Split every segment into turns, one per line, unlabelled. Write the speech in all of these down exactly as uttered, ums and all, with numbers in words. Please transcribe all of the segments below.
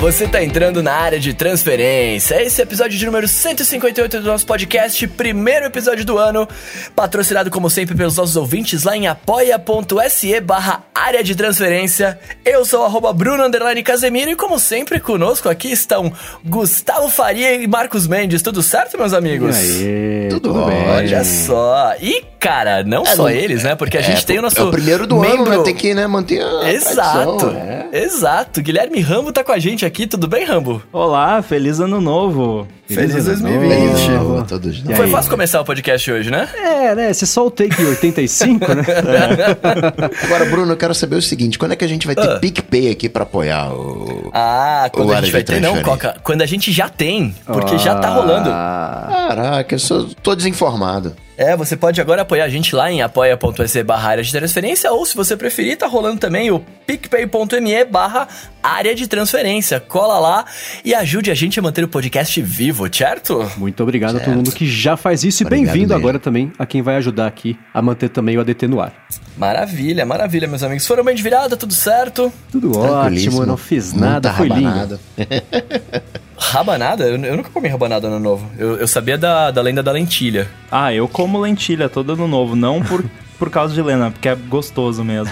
você tá entrando na área de transferência. Esse é o episódio de número cento e cinquenta e oito do nosso podcast, primeiro episódio do ano, patrocinado como sempre pelos nossos ouvintes lá em apoia.se barra área de transferência. Eu sou o arroba Bruno underline Casemiro e como sempre conosco aqui estão Gustavo Faria e Marcos Mendes. Tudo certo, meus amigos?
E aí,
tudo,
tudo bem?
Olha só. E, cara, não
é,
só
não,
eles, né? Porque a
é,
gente tem o nosso
É o primeiro do
membro...
ano, né? Tem que, né, manter a
Exato,
tradição, né?
exato. Guilherme Rambo tá com a gente aqui. Tudo bem, Rambo?
Olá, feliz ano novo.
Feliz dois mil e
Feliz
vinte.
ano a todos nós.
Foi fácil começar o podcast hoje, né?
É, né? Se só o take oitenta e cinco, né?
É. Agora, Bruno, eu quero saber o seguinte: quando é que a gente vai ter
Ah.
PicPay aqui pra apoiar o.
Ah, quando
o
a
área
gente vai
de
ter, não,
transferência?
Coca. Quando a gente já tem, porque já tá rolando.
Ah,
Caraca, eu sou, tô desinformado.
É, você pode agora apoiar a gente lá em apoia.se barra área de transferência, ou se você preferir, tá rolando também o picpay.me barra área de transferência. Cola lá e ajude a gente a manter o podcast vivo, certo?
muito obrigado
Certo.
a todo mundo que já faz isso. E
Obrigado
bem-vindo
mesmo.
agora também a quem vai ajudar aqui a manter também o A D T no ar.
Maravilha, maravilha, meus amigos. Foram bem de virada, tudo certo?
Tudo
Tranquilíssimo.
ótimo, eu não fiz nada,
Muita
foi lindo.
rabanada.
Rabanada? Eu, eu nunca comi rabanada no novo. Eu, eu sabia da, da lenda da lentilha.
Ah, eu como lentilha todo ano novo, não por, por causa de Lena, porque é gostoso mesmo.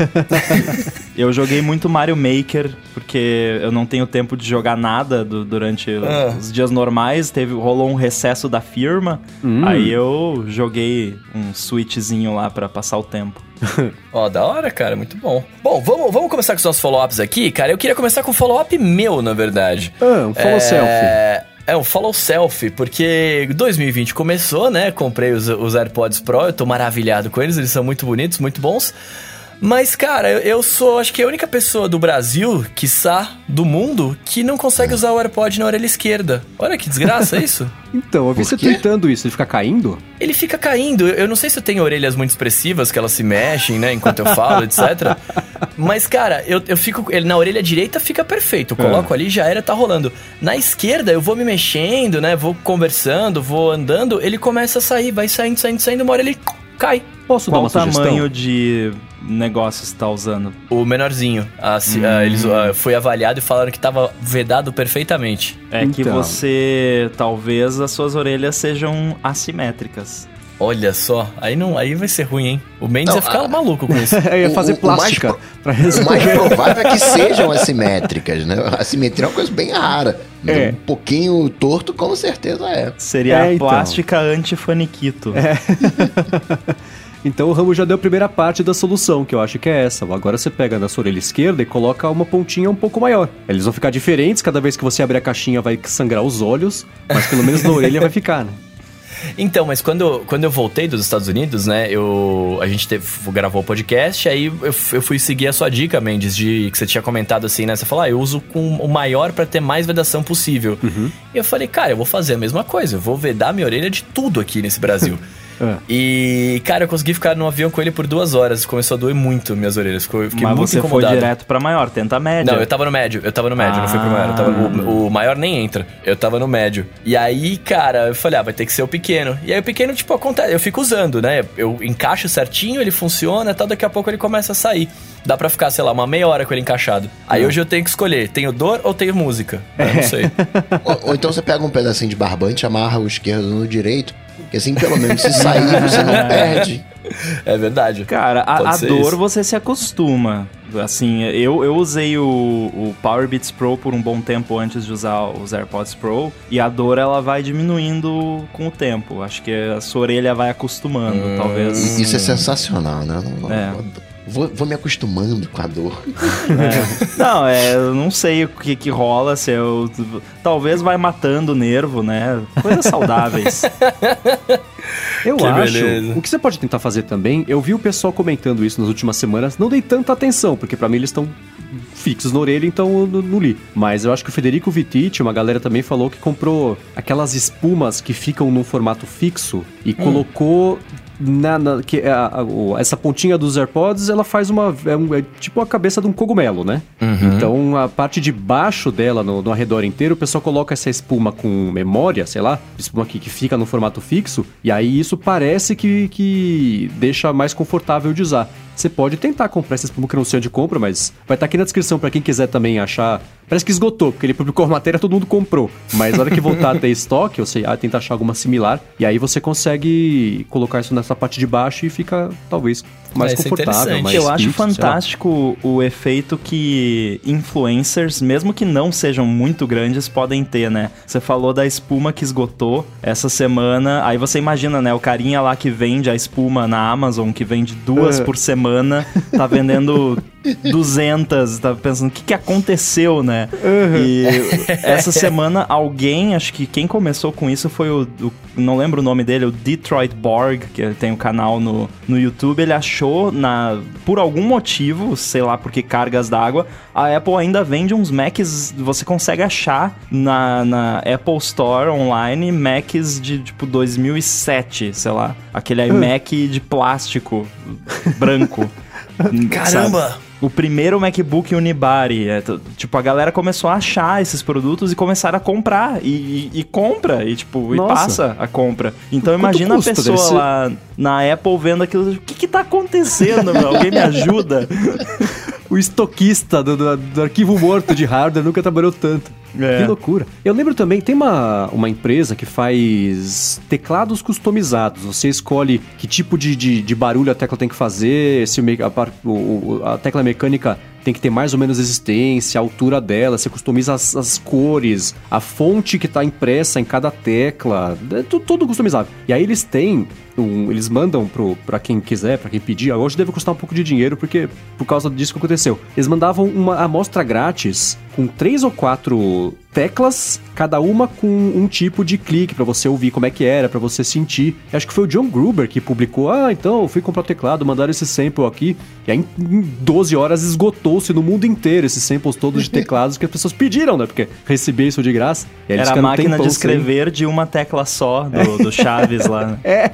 Eu joguei muito Mario Maker, porque eu não tenho tempo de jogar nada do- durante o-
Ah.
os dias normais. Teve, rolou um recesso da firma,
Hum.
aí eu joguei um switchzinho lá pra passar o tempo.
Ó, da hora, cara, muito bom. Bom, vamos, vamos começar com os nossos follow-ups aqui, cara. Eu queria começar com um follow-up meu, na verdade.
Ah, um follow
é...
selfie.
É, um follow selfie, porque dois mil e vinte começou, né? Comprei os, os AirPods Pro, eu tô maravilhado com eles, eles são muito bonitos, muito bons. Mas, cara, eu, eu sou, acho que a única pessoa do Brasil, quiçá do mundo, que não consegue usar o AirPod na orelha esquerda. Olha que desgraça isso.
Então, eu vi
Por
você
quê?
tweetando isso, ele fica caindo?
Ele fica caindo. Eu eu não sei se eu tenho orelhas muito expressivas, que elas se mexem, né, enquanto eu falo, etcétera. Mas, cara, eu, eu fico... Ele na orelha direita fica perfeito. Eu coloco ali, já era, tá rolando. Na esquerda, eu vou me mexendo, né, vou conversando, vou andando, ele começa a sair, vai saindo, saindo, saindo, uma hora ele cai.
Posso dar
Qual
uma
o tamanho
sugestão?
de negócio você tá usando?
O menorzinho. Ah, se- ah, eles, ah, foi avaliado e falaram que tava vedado perfeitamente.
É que
Então.
você... Talvez as suas orelhas sejam assimétricas.
Olha só, aí, não, aí vai ser ruim, hein? O Mendes
Não,
ia ficar
a-
maluco com isso.
Eu ia
O-
fazer
o- o mais
plástica
pro-
pra
O
resolver.
mais provável é que sejam assimétricas, né? A assimetria é uma coisa bem rara.
É.
Um pouquinho torto, com certeza é.
Seria
É,
a
então.
plástica antifaniquito.
Então o Rambo já deu a primeira parte da solução, que eu acho que é essa. Agora você pega na sua orelha esquerda e coloca uma pontinha um pouco maior. Eles vão ficar diferentes, cada vez que você abrir a caixinha vai sangrar os olhos, mas pelo menos na orelha vai ficar, né?
Então, mas quando, quando eu voltei dos Estados Unidos, né, eu, a gente teve, gravou o podcast, aí eu, eu fui seguir a sua dica, Mendes, de que você tinha comentado assim, né, você falou, ah, eu uso com o maior pra ter mais vedação possível. E eu falei, cara, eu vou fazer a mesma coisa, eu vou vedar minha orelha de tudo aqui nesse Brasil.
É.
E, cara, eu consegui ficar no avião com ele por duas horas, começou a doer muito minhas orelhas, ficou, eu fiquei
Mas
muito
você
incomodado.
foi direto pra maior, tenta a média.
Não, eu tava no médio, eu tava no médio, não fui pro maior. Eu tava, o, o maior nem entra, eu tava no médio. E aí, cara, eu falei, ah, vai ter que ser o pequeno. E aí o pequeno, tipo, acontece, eu fico usando, né? Eu encaixo certinho, ele funciona e tal, daqui a pouco ele começa a sair. Dá pra ficar, sei lá, uma meia hora com ele encaixado. Aí hoje eu tenho que escolher, tenho dor ou tenho música? Eu não sei.
Ou, ou então você pega um pedacinho de barbante, amarra o esquerdo no direito, que assim pelo menos se sair você não perde.
É verdade.
Cara, a,
Pode
a
ser
dor
isso.
você se acostuma. Assim, eu, eu usei o, o Powerbeats Pro por um bom tempo antes de usar os AirPods Pro. E a dor, ela vai diminuindo com o tempo. Acho que a sua orelha vai acostumando,
Hum.
talvez.
Isso é sensacional, né? Não- não-
É.
Vou, vou me acostumando com a dor.
É. Não, é, eu não sei o que que rola, se eu... Talvez vai matando o nervo, né? Coisas saudáveis.
Eu
Que
acho.
beleza.
O que você pode tentar fazer também, eu vi o pessoal comentando isso nas últimas semanas, não dei tanta atenção, porque pra mim eles estão fixos na orelha, então eu não, não li. Mas eu acho que o Federico Vittiti, uma galera também falou que comprou aquelas espumas que ficam num formato fixo e colocou na, na- que a- a- o- essa pontinha dos AirPods, ela faz uma... É, um- é tipo a cabeça de um cogumelo, né? Então, a parte de baixo dela, no, no arredor inteiro, o pessoal coloca essa espuma com memória, sei lá, espuma que, que fica no formato fixo, e aí isso parece que, que deixa mais confortável de usar. você pode tentar comprar essa espuma que eu não sei onde compra, mas vai estar aqui na descrição pra quem quiser também achar. Parece que esgotou, porque ele publicou a matéria, todo mundo comprou. Mas na hora que voltar a ter estoque, ou seja, tentar achar alguma similar, e aí você consegue colocar isso nessa parte de baixo e fica, talvez, mais
Vai ser
confortável.
interessante.
Mais
Eu acho
fixo, sei lá.
fantástico o efeito que influencers, mesmo que não sejam muito grandes, podem ter, né? Você falou da espuma que esgotou essa semana, aí você imagina, né? O carinha lá que vende a espuma na Amazon, que vende duas
É.
por semana, tá vendendo duzentas, tá pensando, o que que aconteceu, né? E essa semana alguém, acho que quem começou com isso foi o, o não lembro o nome dele, o Detroit Borg, que tem um canal no, no YouTube, ele achou, na, por algum motivo, sei lá, porque cargas d'água, a Apple ainda vende uns Macs, você consegue achar na, na Apple Store online Macs de, tipo, dois mil e sete, sei lá, aquele iMac de plástico branco.
Caramba!
Sabe? O primeiro MacBook Unibody. É, t- tipo, a galera começou a achar esses produtos e começaram a comprar. E, e, e compra, e tipo,
Nossa.
e passa a compra. Então
Quanto
imagina
custa?
a pessoa
Deve ser-
lá na Apple vendo aquilo. O que que tá acontecendo, meu? Alguém me ajuda?
O estoquista do, do, do arquivo morto de hardware nunca trabalhou tanto.
É.
Que loucura. Eu lembro também, tem uma, uma empresa que faz teclados customizados. Você escolhe que tipo de, de, de barulho a tecla tem que fazer, se o, me- a, par- o- o- a tecla mecânica tem que ter mais ou menos resistência, a altura dela, você customiza as, as cores, a fonte que está impressa em cada tecla, é tu- tudo customizável. E aí eles têm, um- eles mandam pro, pra quem quiser, pra quem pedir, hoje deve custar um pouco de dinheiro, porque por causa disso que aconteceu. Eles mandavam uma amostra grátis com três ou quatro teclas, cada uma com um tipo de clique pra você ouvir como é que era, pra você sentir. Eu acho que foi o John Gruber que publicou, ah, então eu fui comprar o teclado, mandaram esse sample aqui, e aí em doze horas esgotou-se no mundo inteiro esses samples todos de teclados que as pessoas pediram, né, porque receber isso de graça. E aí eles
Era a
ficaram um
máquina
tempão
de
sem.
escrever de uma tecla só do, do Chaves lá. né?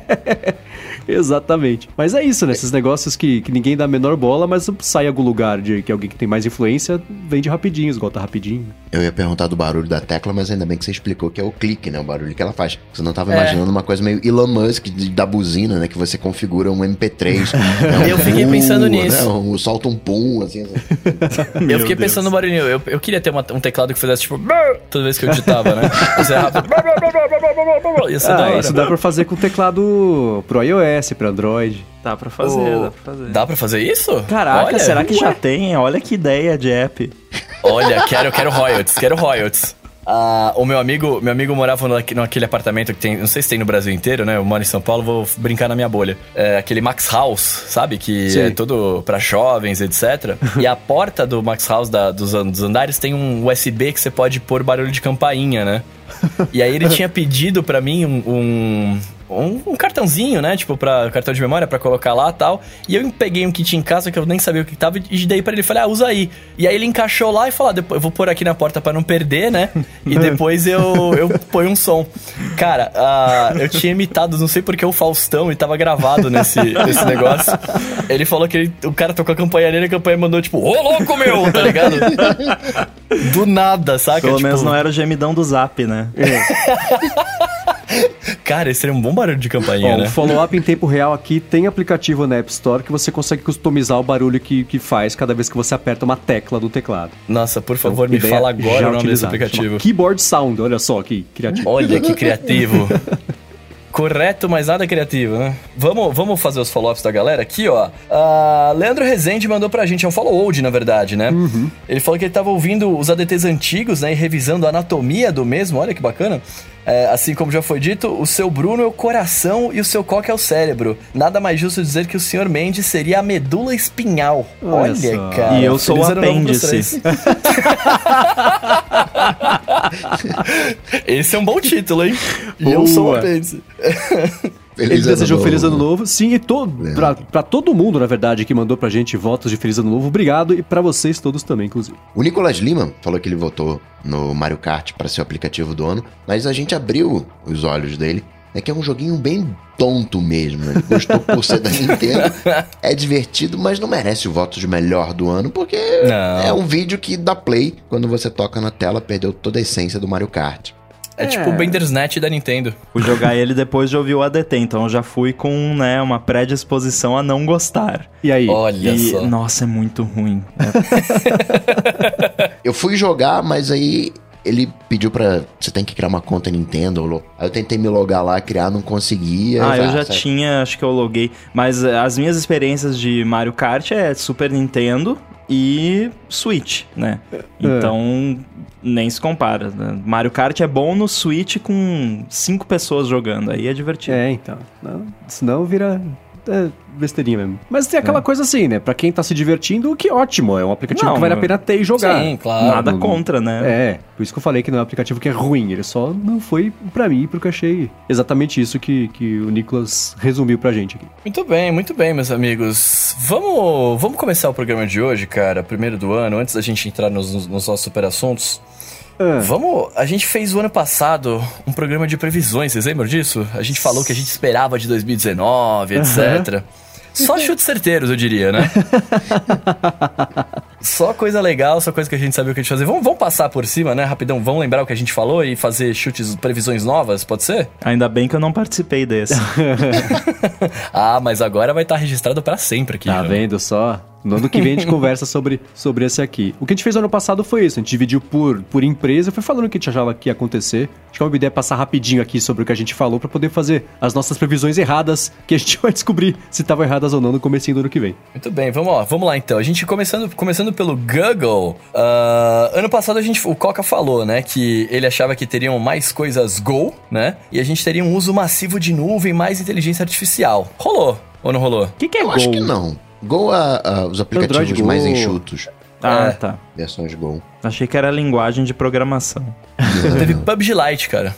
Exatamente. Mas é isso, né? Esses negócios que, que ninguém dá a menor bola, mas sai em algum lugar de que alguém que tem mais influência vende rapidinho, esgota rapidinho.
Eu ia perguntar do barulho da tecla, mas ainda bem que você explicou que é o clique, né? O barulho que ela faz. Você não tava
É.
imaginando uma coisa meio Elon Musk de- da buzina, né? Que você configura um M P três. né? Um
Eu fiquei
pum,
pensando
né?
nisso.
Um, solta um pum, assim. assim.
Eu fiquei pensando no barulhinho. Eu, eu queria ter uma- um teclado que fizesse tipo... "Brrr", toda vez que eu digitava, né? Isso é rápido. "Brrr, brrr, brrr, brrr, brrr, brrr, brrr", Ia ser da
Ah,
hora.
isso dá pra fazer com teclado pro iOS, pro Android.
Dá pra fazer,
O-
dá pra fazer.
Dá pra fazer isso?
Caraca,
Olha,
será que já tem? Olha que ideia de app.
Olha, quero, quero royalties, quero royalties. Ah, o meu amigo, meu amigo morava no, naquele apartamento que tem, não sei se tem no Brasil inteiro, né? Eu moro em São Paulo, vou brincar na minha bolha. É aquele Max House, sabe? Que
Sim.
é todo pra jovens, etcétera. E a porta do Max House da- dos, an- dos andares tem um U S B que você pode pôr barulho de campainha, né? E aí ele tinha pedido pra mim um, um, um, um cartãozinho, né? Tipo, pra, cartão de memória pra colocar lá e tal. E eu peguei um kit em casa que eu nem sabia o que tava e dei pra ele. Falei, ah, usa aí. E aí ele encaixou lá e falou, ah, depois, eu vou pôr aqui na porta pra não perder, né? E depois eu, eu ponho um som. Cara, ah, eu tinha imitado, não sei porque o Faustão, e tava gravado nesse, nesse negócio. Ele falou que ele, o cara tocou a campanha nele e a campanha mandou tipo, ô louco meu, tá ligado? Do nada, saca?
Pelo
Tipo,
menos não era o gemidão do Zap, né?
Cara, esse seria um bom barulho de campainha,
Ó,
né?
o follow-up em tempo real aqui tem aplicativo na App Store que você consegue customizar o barulho que, que faz cada vez que você aperta uma tecla do teclado.
Nossa, por favor,
Então,
me
ideia
fala agora
já
o nome desse
utilizada.
aplicativo.
Chama Keyboard Sound, olha só que criativo.
Olha que criativo. Correto, mas nada criativo, né? Vamos, vamos fazer os follow-ups da galera aqui, ó. Ah, Leandro Rezende mandou pra gente, é um follow-old, na verdade, né?
Uhum.
Ele falou que ele tava ouvindo os A D Ts antigos, né? E revisando a anatomia do mesmo, olha que bacana. É, assim como já foi dito, o seu Bruno é o coração e o seu Coque é o cérebro. Nada mais justo dizer que o senhor Mendes seria a medula espinhal.
Olha
Olha,
só.
cara.
E eu sou
feliz
o
ano novo pros
apêndice.
três. Esse é um bom título, hein? E eu sou o
Boa.
apêndice.
Ele
Feliz ano
desejou
novo.
Feliz Ano Novo. Sim, e to pra, pra todo mundo, na verdade, que mandou pra gente votos de Feliz Ano Novo. Obrigado. E pra vocês todos também, inclusive.
O Nicolas Lima falou que ele votou no Mario Kart para ser o aplicativo do ano, mas a gente abriu os olhos dele. É que é um joguinho bem tonto mesmo, né? Ele gostou por ser da Nintendo. É divertido, mas não merece o voto de melhor do ano, porque
Não.
é um vídeo que dá play quando você toca na tela, perdeu toda a essência do Mario Kart.
É, é tipo o Bandersnatch da Nintendo.
Fui jogar ele depois de ouvir o A D T, então eu já fui com, né, uma predisposição a não gostar.
E aí?
Olha
e,
só.
Nossa, é muito ruim. É...
Eu fui jogar, mas aí ele pediu pra... Você tem que criar uma conta Nintendo. Aí eu tentei me logar lá, criar, não conseguia.
Ah, eu
ah,
já
sabe?
tinha, acho que eu loguei. Mas as minhas experiências de Mario Kart é Super Nintendo e Switch, né? Então, nem se compara. Né? Mario Kart é bom no Switch com cinco pessoas jogando, aí é divertido.
É, então. Não, senão vira... É, besteirinha mesmo. Mas tem aquela é. coisa assim, né? Pra quem tá se divertindo, que ótimo. É um aplicativo não, que vale a pena ter e jogar.
Sim, claro.
Nada
não,
contra, né?
É, por isso que eu falei que não é um aplicativo que é ruim. Ele só não foi pra mim, porque eu achei exatamente isso que, que o Nicolas resumiu pra gente aqui.
Muito bem, muito bem, meus amigos. Vamos, vamos começar o programa de hoje, cara. Primeiro do ano, antes da gente entrar nos, nos nossos super assuntos. Ah. Vamos, a gente fez o ano passado um programa de previsões, vocês lembram disso? A gente falou que a gente esperava de dois mil e dezenove, etcétera. Uhum. Só chutes certeiros, eu diria, né? Só coisa legal, só coisa que a gente sabia o que a gente fazer. Vamos, vamos passar por cima, né, rapidão? Vamos lembrar o que a gente falou e fazer chutes, previsões novas, pode ser?
Ainda bem que eu não participei desse.
Ah, mas agora vai estar registrado pra sempre aqui.
Tá
viu?
vendo só? No ano que vem a gente conversa sobre, sobre esse aqui. O que a gente fez no ano passado foi isso. A gente dividiu por, por empresa e foi falando o que a gente achava que ia acontecer. Acho que é uma ideia passar rapidinho aqui sobre o que a gente falou pra poder fazer as nossas previsões erradas, que a gente vai descobrir se estavam erradas ou não no comecinho do ano que vem.
Muito bem, vamos lá, vamos lá então. A gente começando, começando pelo Google. Uh, ano passado a gente, o Coca falou, né, que ele achava que teriam mais coisas Go, né? E a gente teria um uso massivo de nuvem, mais inteligência artificial. Rolou ou não rolou?
O que, que é
Eu
Go?
acho que não. Go a, a os aplicativos
Android
mais
Go.
enxutos.
Ah,
É.
tá.
Versões Go.
Achei que era linguagem de programação.
Teve P U B G Lite, cara.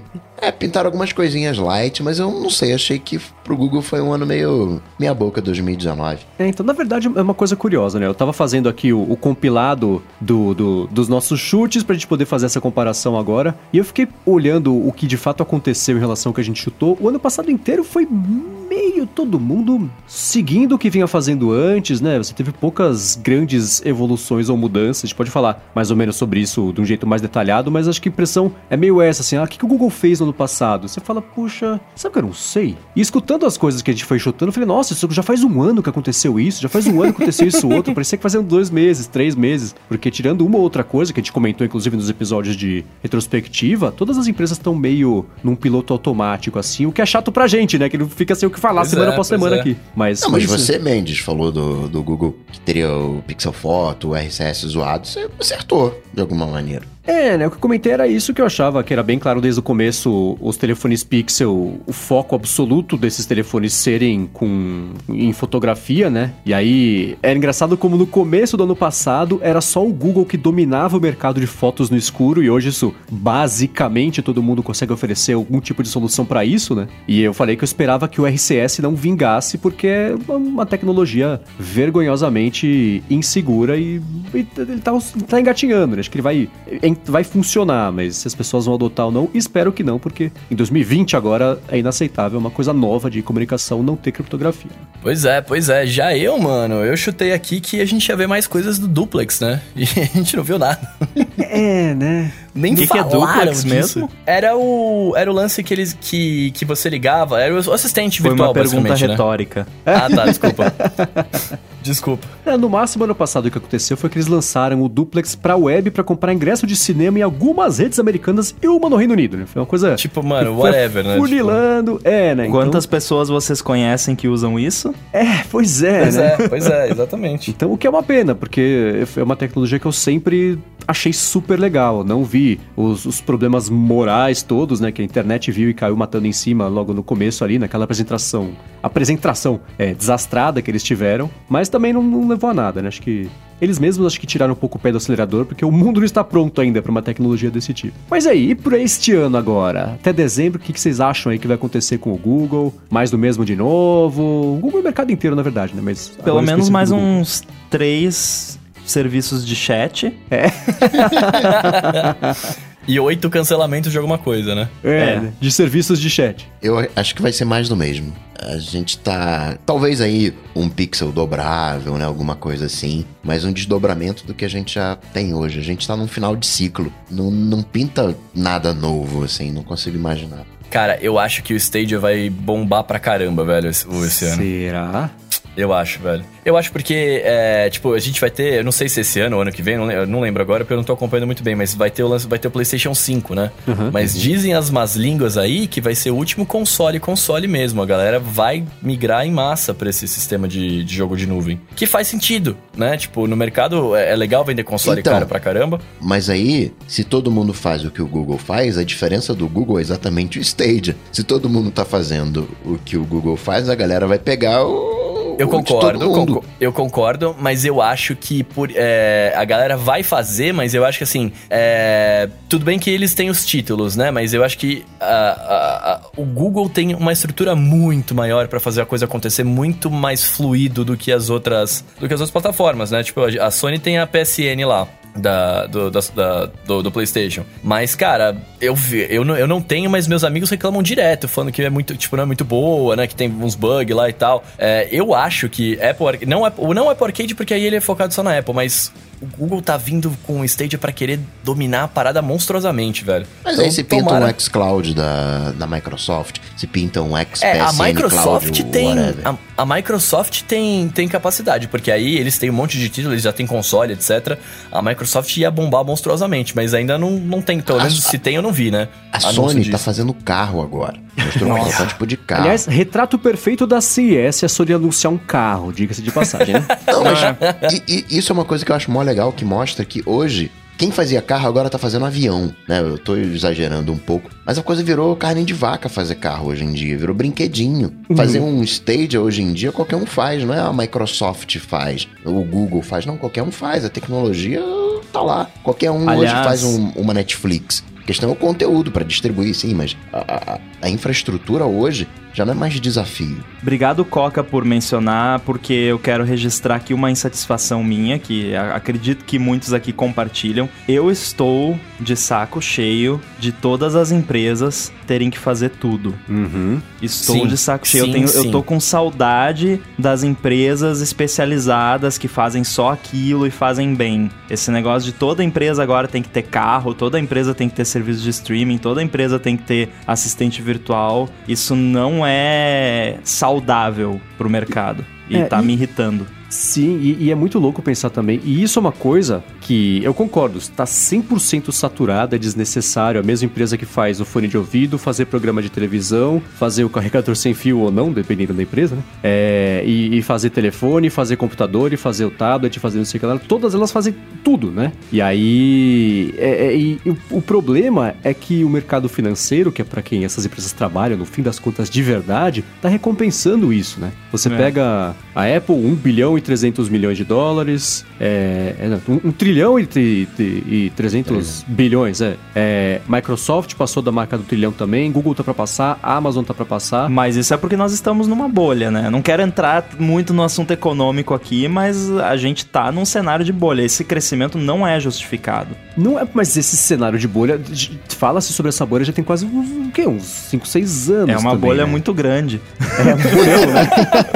É, pintaram algumas coisinhas light, mas eu não sei, achei que pro Google foi um ano meio meia boca dois mil e dezenove.
É, então, na verdade, é uma coisa curiosa, né? Eu tava fazendo aqui o, o compilado do, do, dos nossos chutes pra gente poder fazer essa comparação agora. E eu fiquei olhando o que de fato aconteceu em relação ao que a gente chutou. O ano passado inteiro foi meio todo mundo seguindo o que vinha fazendo antes, né? Você teve poucas grandes evoluções ou mudanças. A gente pode falar mais ou menos sobre isso de um jeito mais detalhado, mas acho que a impressão é meio essa, assim, ah, o que, que o Google fez no ano passado? Você fala, puxa, sabe que eu não sei? E escutando as coisas que a gente foi chutando, eu falei, nossa, isso já faz um ano que aconteceu isso, já faz um ano que aconteceu isso outro, parecia que faziam dois meses, três meses, porque tirando uma ou outra coisa que a gente comentou, inclusive nos episódios de retrospectiva, todas as empresas estão meio num piloto automático, assim, o que é chato pra gente, né, que não fica sem o que falar
Pois
semana
é,
após
pois
semana
é.
aqui. Mas,
Não, mas
isso-
você, Mendes, falou do, do Google que teria o Pixel Photo, o R C S zoado, você acertou de alguma maneira.
É, né? O que eu comentei era isso que eu achava que era bem claro desde o começo, os telefones Pixel, o foco absoluto desses telefones serem com em fotografia, né? E aí, era engraçado como no começo do ano passado era só o Google que dominava o mercado de fotos no escuro e hoje isso, basicamente, todo mundo consegue oferecer algum tipo de solução pra isso, né? E eu falei que eu esperava que o R C S não vingasse porque é uma- uma tecnologia vergonhosamente insegura e, e ele tá, tá engatinhando, né? Acho que ele vai, em- vai funcionar, mas se as pessoas vão adotar ou não, espero que não, porque em dois mil e vinte agora é inaceitável uma coisa nova de comunicação não ter criptografia.
Pois é, pois é. Já eu, mano, eu chutei aqui que a gente ia ver mais coisas do duplex, né? E a gente não viu nada.
É, né?
Nem
Que que é
falaram
duplex
disso.
mesmo?
Era o, era o lance que, eles, que, que você ligava, era o assistente
Foi
virtual,
uma pergunta
basicamente, né?
retórica.
Ah, tá, desculpa. Desculpa.
É, no máximo, ano passado, o que aconteceu foi que eles lançaram o duplex pra web pra comprar ingresso de cinema em algumas redes americanas e uma no Reino Unido, né? Foi uma coisa...
Tipo, mano,
foi
whatever, né?
Funilando, é, né? Então-
Quantas pessoas vocês conhecem que usam isso?
É, pois é,
Pois
né?
é, pois é, exatamente.
Então, o que é uma pena, porque é uma tecnologia que eu sempre achei super legal. Não vi os, os problemas morais todos, né? Que a internet viu e caiu matando em cima logo no começo ali, naquela apresentação. Apresentação é, desastrada que eles tiveram. Mas também não, não levou a nada, né? Acho que eles mesmos acho que tiraram um pouco o pé do acelerador, porque o mundo não está pronto ainda para uma tecnologia desse tipo. Mas aí, e para este ano agora? Até dezembro, o que que vocês acham aí que vai acontecer com o Google? Mais do mesmo de novo? O Google é o mercado inteiro, na verdade, né? Mas
Pelo
agora
menos
específico
mais
do Google.
uns três serviços de chat.
E oito cancelamentos de alguma coisa, né?
É,
É.
de serviços de chat.
Eu acho que vai ser mais do mesmo. A gente tá... Talvez aí um pixel dobrável, né? Alguma coisa assim. Mas um desdobramento do que a gente já tem hoje. A gente tá num final de ciclo. Não, não pinta nada novo, assim. Não consigo imaginar.
Cara, eu acho que o Stadia vai bombar pra caramba, velho, esse, esse ano.
Será?
Eu acho, velho. Eu acho porque, é, tipo, a gente vai ter... Eu não sei se esse ano ou ano que vem, não, eu não lembro agora, porque eu não tô acompanhando muito bem, mas vai ter o, lance, vai ter o PlayStation cinco, né?
Uhum,
mas
uhum.
dizem as más línguas aí que vai ser o último console, console mesmo. A galera vai migrar em massa pra esse sistema de, de jogo de nuvem. Que faz sentido, né? Tipo, no mercado é, é legal vender console
Então,
caro pra caramba.
Mas aí, se todo mundo faz o que o Google faz, a diferença do Google é exatamente o Stadia. Se todo mundo tá fazendo o que o Google faz, a galera vai pegar o...
Eu
o de
concordo,
todo mundo.
concor- eu concordo, mas eu acho que por, é, a galera vai fazer, mas eu acho que assim, é, tudo bem que eles têm os títulos, né? Mas eu acho que a, a, a, o Google tem uma estrutura muito maior pra fazer a coisa acontecer muito mais fluido do que as outras, do que as outras plataformas, né? Tipo, a, a Sony tem a P S N lá. Da, do, da, da- do, do PlayStation. Mas, cara, eu, vi- eu, não, eu não tenho, mas meus amigos reclamam direto, falando que é muito, tipo, não é muito boa, né? Que tem uns bugs lá e tal. É, eu acho que Apple. Não é, não é Apple Arcade porque aí ele é focado só na Apple, mas o Google tá vindo com o Stadia pra querer dominar a parada monstruosamente, velho.
Mas
Então,
aí se pinta
tomara-
um xCloud da, da Microsoft, se pinta um X
É,
P S
a
N
Microsoft
Cloud,
tem.
whatever.
A, a Microsoft tem, tem capacidade, porque aí eles têm um monte de títulos, eles já tem console, etcétera. A Microsoft ia bombar monstruosamente, mas ainda não, não tem. Pelo
A-
menos se tem, eu não vi, né?
A
Anúncio
Sony
disso.
tá fazendo carro agora. Mostrou um protótipo de carro.
Aliás, retrato perfeito da C E S é a Sony anunciar um carro, diga-se de passagem, né?
Não, mas e- e isso é uma coisa que eu acho mó legal, que mostra que hoje, quem fazia carro agora tá fazendo avião, né? Eu tô exagerando um pouco, mas a coisa virou carne de vaca fazer carro hoje em dia, virou brinquedinho. Fazer um Stadia hoje em dia, qualquer um faz, não é a Microsoft faz, o Google faz, não, qualquer um faz, a tecnologia tá lá. Qualquer um hoje
Aliás-
faz um- uma Netflix. A questão é o conteúdo para distribuir, sim, mas a, a- a infraestrutura hoje já não é mais desafio.
Obrigado, Coca, por mencionar, porque eu quero registrar aqui uma insatisfação minha, que a- acredito que muitos aqui compartilham. Eu estou de saco cheio de todas as empresas terem que fazer tudo.
Uhum.
Estou
Sim,
de saco cheio.
sim,
eu, tenho, eu
sim.
tô com saudade das empresas especializadas que fazem só aquilo e fazem bem. Esse negócio de toda empresa agora tem que ter carro, toda empresa tem que ter serviço de streaming, toda empresa tem que ter assistente virtual. Isso não é saudável pro mercado. E
É,
tá
e-
me irritando.
Sim, e, e é muito louco pensar também. E isso é uma coisa que eu concordo, está cem por cento saturado, é desnecessário. A mesma empresa que faz o fone de ouvido, fazer programa de televisão, fazer o carregador sem fio ou não, dependendo da empresa, né? É, e, e fazer telefone, fazer computador, e fazer o tablet, fazer não sei o que lá. Todas elas fazem tudo, né? E aí. É, é, e o, o problema é que o mercado financeiro, que é para quem essas empresas trabalham, no fim das contas de verdade, tá recompensando isso, né? Você
É.
pega a Apple, um bilhão e trezentos milhões de dólares, é, é, não, um, um trilhão e, e, e trezentos bilhões, é. é. Microsoft passou da marca do trilhão também, Google tá pra passar, a Amazon tá pra passar.
Mas isso é porque nós estamos numa bolha, né? Não quero entrar muito no assunto econômico aqui, mas a gente tá num cenário de bolha. Esse crescimento não é justificado.
Não é, mas esse cenário de bolha, de- fala-se sobre essa bolha já tem quase uns, o quê? Uns cinco, seis anos.
É uma
também,
bolha
né?
muito grande.
É um bolhão, né?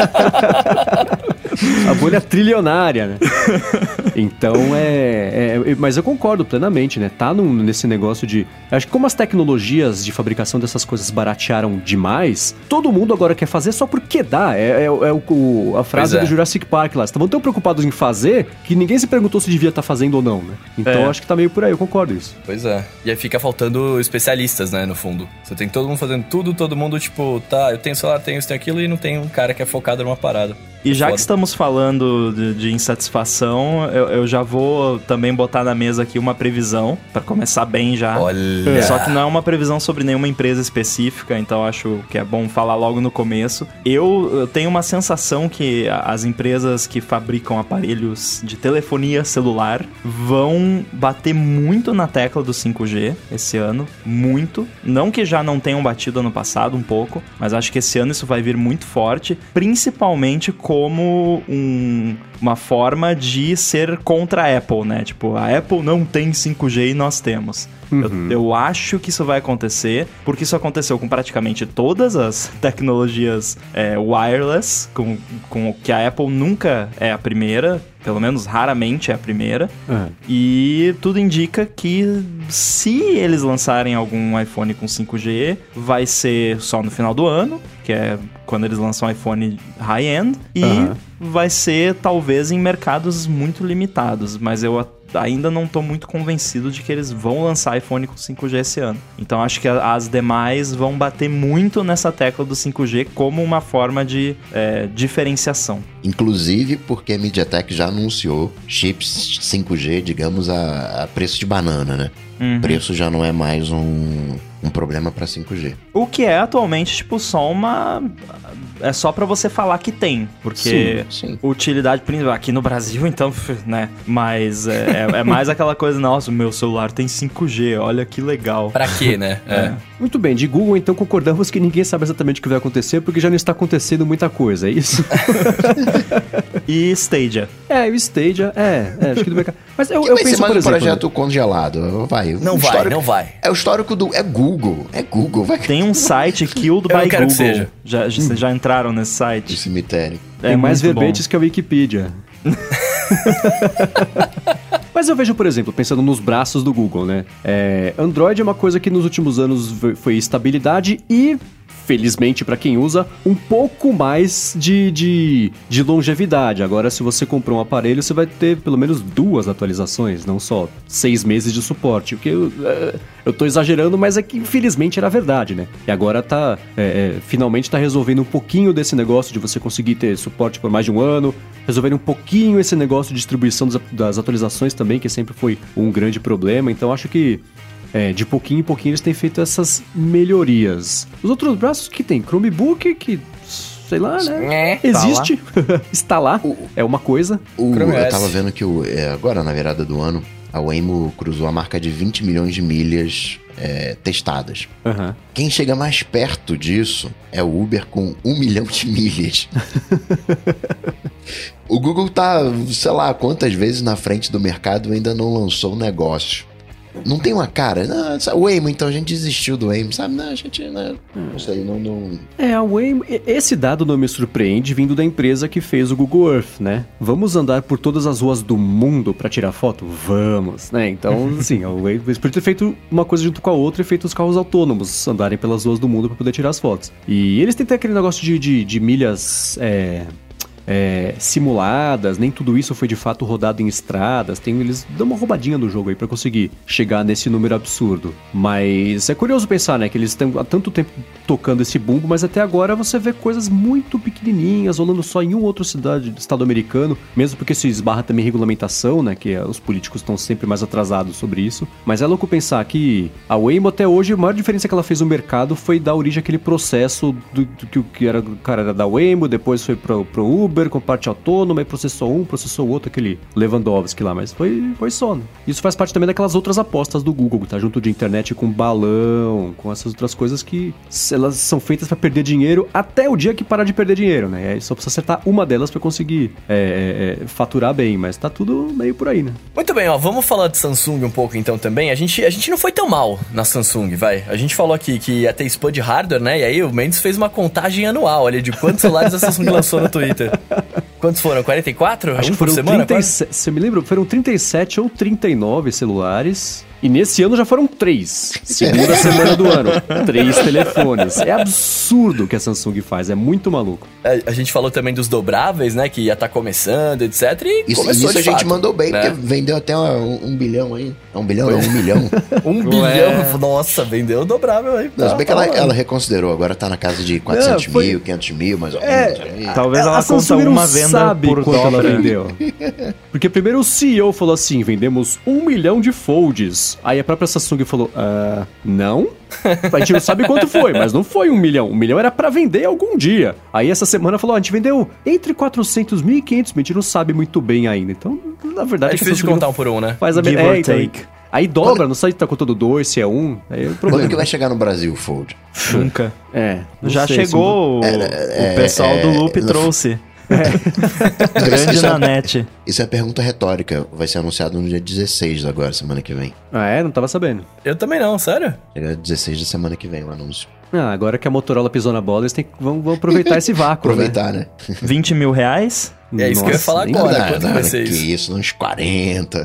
A bolha trilionária, né? Então é, é- Mas eu concordo plenamente, né? Tá num- nesse negócio de. Acho que como as tecnologias de fabricação dessas coisas baratearam demais, todo mundo agora quer fazer só porque dá. É, é- é o- o- a frase
Pois é.
do Jurassic Park lá. Estavam tão preocupados em fazer que ninguém se perguntou se devia estar fazendo ou não, né? Então
É.
eu acho que tá meio por aí, eu concordo isso.
Pois é. E aí fica faltando especialistas, né, no fundo. Você tem todo mundo fazendo tudo, todo mundo, tipo, tá, eu tenho celular, tenho isso, tenho aquilo, e não tem um cara que é focado numa parada.
E já
Foda.
que estamos falando de, de insatisfação, eu, eu já vou também botar na mesa aqui uma previsão, pra começar bem já.
Olha.
Só que não é uma previsão sobre nenhuma empresa específica, então acho que é bom falar logo no começo. Eu, eu tenho uma sensação que a- as empresas que fabricam aparelhos de telefonia celular vão bater muito na tecla do cinco G esse ano, muito. Não que já não tenham batido ano passado um pouco, mas acho que esse ano isso vai vir muito forte, principalmente como um, uma forma de ser contra a Apple, né? Tipo, a Apple não tem cinco G e nós temos. Eu, eu acho que isso vai acontecer, porque isso aconteceu com praticamente todas as tecnologias é, wireless, com, com que a Apple nunca é a primeira, pelo menos raramente é a primeira.
Uhum.
E tudo indica que se eles lançarem algum iPhone com cinco G, vai ser só no final do ano, que é quando eles lançam um iPhone high-end, e
Uhum.
vai ser talvez em mercados muito limitados, mas eu ainda não tô muito convencido de que eles vão lançar iPhone com cinco G esse ano. Então acho que as demais vão bater muito nessa tecla do cinco G como uma forma de é, diferenciação.
Inclusive porque a MediaTek já anunciou chips cinco G, digamos, a, a preço de banana, né?
Uhum.
O preço já não é mais um, um problema para cinco G.
O que é atualmente, tipo, só uma... É só pra você falar que tem, porque
Sim, sim.
utilidade principal aqui no Brasil, então, né? Mas é, é, é mais aquela coisa, nossa, o meu celular tem cinco G, olha que legal.
Pra quê, né? É.
Muito bem, de Google então concordamos que ninguém sabe exatamente o que vai acontecer, porque já não está acontecendo muita coisa, é isso?
E Stadia.
É, o Stadia, é, é acho que do mercado. Mas eu,
Que
eu
vai
penso,
ser mais
por
um
exemplo...
projeto congelado, vai.
Não
O
vai,
histórico-
não vai.
É o histórico do... É Google, é Google, vai...
Tem um site Killed
Eu não
by
quero que
Google.
seja.
Já, já, vocês já entraram nesse
O
site?
cemitério.
Tem
É
mais
muito bom.
verbetes que a Wikipedia. Mas eu vejo, por exemplo, pensando nos braços do Google, né? É, Android é uma coisa que nos últimos anos foi- foi estabilidade e, felizmente para quem usa, um pouco mais de, de, de longevidade. Agora, se você comprou um aparelho, você vai ter pelo menos duas atualizações, não só seis meses de suporte. Porque eu, é, eu tô exagerando, mas é que infelizmente era verdade, né? E agora tá, é, é, finalmente tá resolvendo um pouquinho desse negócio de você conseguir ter suporte por mais de um ano, resolvendo um pouquinho esse negócio de distribuição das, das atualizações também, que sempre foi um grande problema. Então acho que é, de pouquinho em pouquinho eles têm feito essas melhorias. Os outros braços que tem Chromebook, que sei lá, né?
É.
Existe, está lá, é uma coisa.
O,
Chrome O S.
eu tava vendo que o, é, agora, na virada do ano, a Waymo cruzou a marca de vinte milhões de milhas é, testadas.
Aham.
Quem chega mais perto disso é o Uber com um milhão de milhas. O Google tá, sei lá, quantas vezes na frente do mercado e ainda não lançou um negócio. Não tem uma cara. Não, o Waymo, então a gente desistiu do Waymo, sabe? Não, a gente não, não sei, não, não...
É, a Waymo, e- esse dado não me surpreende vindo da empresa que fez o Google Earth, né? Vamos andar por todas as ruas do mundo pra tirar foto? Vamos, né? Então, assim, a Waymo eles podiam ter feito uma coisa junto com a outra e feito os carros autônomos andarem pelas ruas do mundo pra poder tirar as fotos. E eles têm até aquele negócio de, de, de milhas... É... é, simuladas, nem tudo isso foi de fato rodado em estradas. Tem, eles dão uma roubadinha no jogo aí pra conseguir chegar nesse número absurdo. Mas é curioso pensar, né, que eles estão há tanto tempo tocando esse bumbo, mas até agora você vê coisas muito pequenininhas rolando só em um outro cidade, estado americano, mesmo porque se esbarra também regulamentação, né, que os políticos estão sempre mais atrasados sobre isso. Mas é louco pensar que a Waymo até hoje, a maior diferença que ela fez no mercado foi dar origem àquele processo do, do que o que era, o cara era da Waymo, depois foi pro, pro Uber com parte autônoma, e processou um, processou o outro, aquele Lewandowski lá, mas foi, foi só, né? Isso faz parte também daquelas outras apostas do Google, tá junto de internet com balão, com essas outras coisas que elas são feitas pra perder dinheiro até o dia que parar de perder dinheiro, né? E aí só precisa acertar uma delas pra conseguir é, é, faturar bem, mas tá tudo meio por aí, né?
Muito bem, ó, vamos falar de Samsung um pouco então também. A gente, a gente não foi tão mal na Samsung, vai. A gente falou aqui que ia ter spam de hardware, né? E aí o Mendes fez uma contagem anual ali de quantos celulares a Samsung lançou no Twitter. Quantos foram? quarenta e quatro?
Acho
um
que foram
por semana,
trinta e
quase?
sete, se eu me lembro, foram trinta e sete ou trinta e nove celulares. E nesse ano já foram três. Segunda semana do ano. Três telefones. É absurdo o que a Samsung faz. É muito maluco.
A, a gente falou também dos dobráveis, né? Que ia estar começando, etcétera. E
Isso,
começou
isso
de
a gente
fato,
mandou bem,
né?
porque vendeu até um, um bilhão aí. É um bilhão, não, um milhão.
Um bilhão. Nossa, vendeu o dobrável aí.
Não, se bem que ela,
tá
ela reconsiderou, agora tá na casa de quatrocentos
Não, foi-
mil, quinhentos mil, mais ou
É,
menos. aí.
Talvez ela
a Samsung
conta
não
uma venda
sabe
por
quanto ela
dobra.
vendeu. Porque primeiro o C E O falou assim, vendemos um milhão de folds. Aí a própria Samsung falou, ah, não? A gente não sabe quanto foi, mas não foi um milhão. Um milhão era pra vender algum dia. Aí essa semana falou, a gente vendeu entre quatrocentos mil e quinhentos mil, a gente não sabe muito bem ainda. Então, na verdade...
É difícil de
a Samsung
contar
não
um por um, né?
Faz a
Give
é,
or
então,
take.
Aí dobra, não sabe se tá contando dois, se é um. Aí é o
Quando
problema.
que vai chegar no Brasil o Fold?
Nunca.
É, não
Já
sei,
chegou, o,
É,
o pessoal
é,
do Loop
no-
trouxe. Grande
Isso é-
na net.
Isso é pergunta retórica. Vai ser anunciado no dia dezesseis agora, semana que vem.
Ah, é? Não tava sabendo.
Eu também não, sério?
Chega dezesseis da semana que vem o anúncio.
Ah, agora que a Motorola pisou na bola, eles têm que, vão, vão aproveitar esse vácuo,
Aproveitar, né?
vinte mil reais?
É isso que eu ia falar
nem-
agora.
Não,
quanto
não,
vai ser
que
isso?
isso, uns quarenta.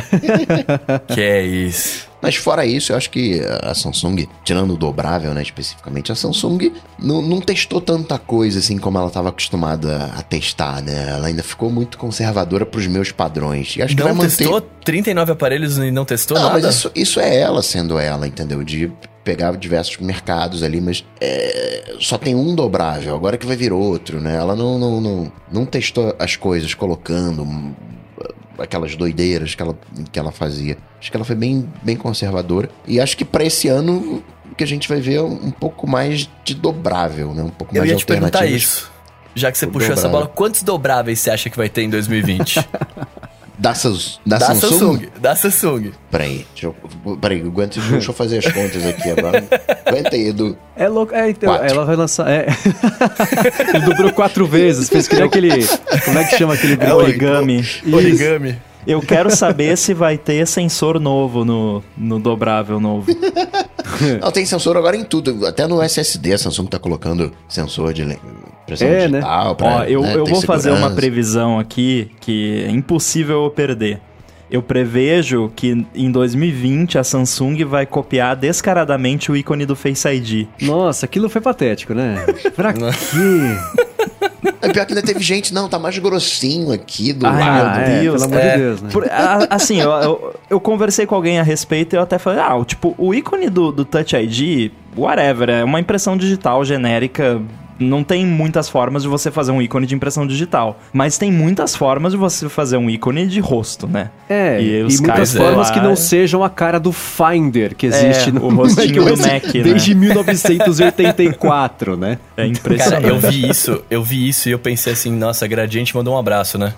Que é isso.
Mas fora isso, eu acho que a Samsung, tirando o dobrável, né, especificamente, a Samsung não, não testou tanta coisa assim como ela estava acostumada a testar, né? Ela ainda ficou muito conservadora pros meus padrões. E acho que vai
Não
manter...
testou trinta e nove aparelhos e não testou
Não,
nada?
mas isso, isso é ela sendo ela, entendeu? De pegar diversos mercados ali, mas é, só tem um dobrável, agora que vai vir outro, né? Ela não, não, não, não testou as coisas colocando hum, aquelas doideiras que ela, que ela fazia. Acho que ela foi bem, bem conservadora. E acho que pra esse ano que a gente vai ver um pouco mais de dobrável, né? Um pouco
Eu
mais
ia
de
te perguntar
alternativas.
isso. Já que você
O
puxou essa
dobrável.
bola, quantos dobráveis você acha que vai ter em dois mil e vinte?
Da, Sus- da,
da
Samsung?
Samsung. Da Samsung.
Peraí, deixa eu, peraí, aguenta, deixa eu fazer as contas aqui agora. Aguenta aí, Edu.
É louco. É, então,
Quatro.
ela vai lançar. É. Ele dobrou quatro vezes. Fez que nem aquele. Como é que chama aquele
É
origami.
Isso.
Origami.
Eu quero saber se vai ter sensor novo no, no dobrável novo.
Não, tem sensor agora em tudo. Até no S S D a Samsung tá colocando sensor de le- impressão
É, né?
digital. Pra,
Ó, eu,
né,
eu
ter
vou fazer uma
segurança.
previsão aqui que é impossível eu perder. Eu prevejo que em dois mil e vinte a Samsung vai copiar descaradamente o ícone do Face I D.
Nossa, aquilo foi patético, né? Pra quê?
É pior que ainda teve gente, não, tá mais grossinho aqui do
Ai,
lado.
meu
é,
Deus.
pelo amor
é.
de Deus, né?
Por- a- assim, eu, eu, eu conversei com alguém a respeito e eu até falei, ah, o, tipo, o ícone do, do Touch I D, whatever, é uma impressão digital genérica. Não tem muitas formas de você fazer um ícone de impressão digital. Mas tem muitas formas de você fazer um ícone de rosto, né?
É,
E
e,
os
muitas
caras
formas
lá-
que não sejam a cara do Finder que existe
É,
no
o rostinho do Mac, né?
desde mil novecentos e oitenta e quatro, né?
É
Cara,
impressionante.
eu vi isso, eu vi isso e eu pensei assim, nossa, a Gradiente mandou um abraço, né?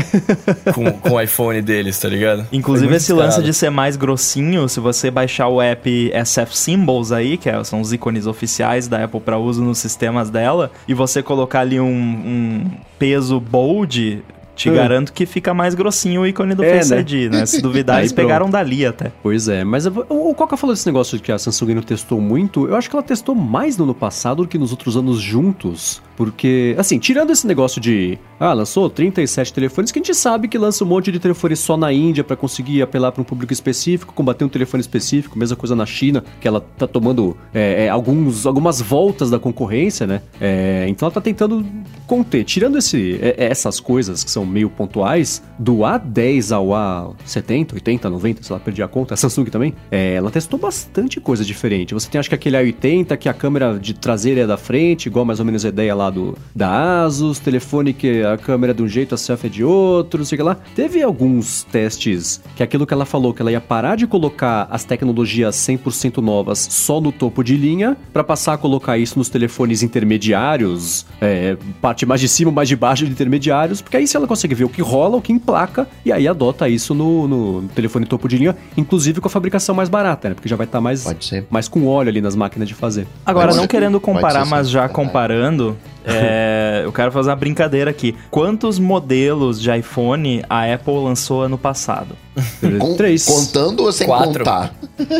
Com, com o iPhone deles, tá ligado?
Inclusive,
Foi muito
esse lance
descarado.
de ser mais grossinho, se você baixar o app S F Symbols aí, que é- são os ícones oficiais da Apple para uso nos sistemas dela, e você colocar ali um, um peso bold, te
Hum.
garanto que fica mais grossinho o ícone do
É,
Face
né?
I D, né? Se duvidar,
Aí
eles
pronto.
pegaram dali até.
Pois é, mas eu- o Coca falou desse negócio de que a Samsung não testou muito. Eu acho que ela testou mais no ano passado do que nos outros anos juntos. Porque, assim, tirando esse negócio de... Ah, lançou trinta e sete telefones, que a gente sabe que lança um monte de telefones só na Índia pra conseguir apelar pra um público específico, combater um telefone específico. Mesma coisa na China, que ela tá tomando é, é, alguns, algumas voltas da concorrência, né? É, então ela tá tentando conter. Tirando esse, é, essas coisas que são meio pontuais, do A dez ao A setenta, oitenta, noventa, sei lá, perdi a conta, a Samsung também, é, ela testou bastante coisa diferente. Você tem, acho que aquele A oitenta, que a câmera de traseira é da frente, igual mais ou menos a ideia lá do, da Asus, telefone que a câmera é de um jeito, a selfie é de outro, não sei o que lá. Teve alguns testes que aquilo que ela falou, que ela ia parar de colocar as tecnologias cem por cento novas só no topo de linha, pra passar a colocar isso nos telefones intermediários, é, parte mais de cima, mais de baixo de intermediários, porque aí se ela consegue ver o que rola, o que emplaca, e aí adota isso no, no telefone topo de linha, inclusive com a fabricação mais barata, né? Porque já vai estar mais,
Pode ser.
mais com óleo ali nas máquinas de fazer.
Agora,
Pode
não
ser-
querendo
pode
comparar,
ser
mas
sim,
já
verdade.
comparando, é, eu quero fazer uma brincadeira aqui. Quantos modelos de iPhone a Apple lançou ano passado?
Com-
três.
Contando ou sem
Quatro.
contar?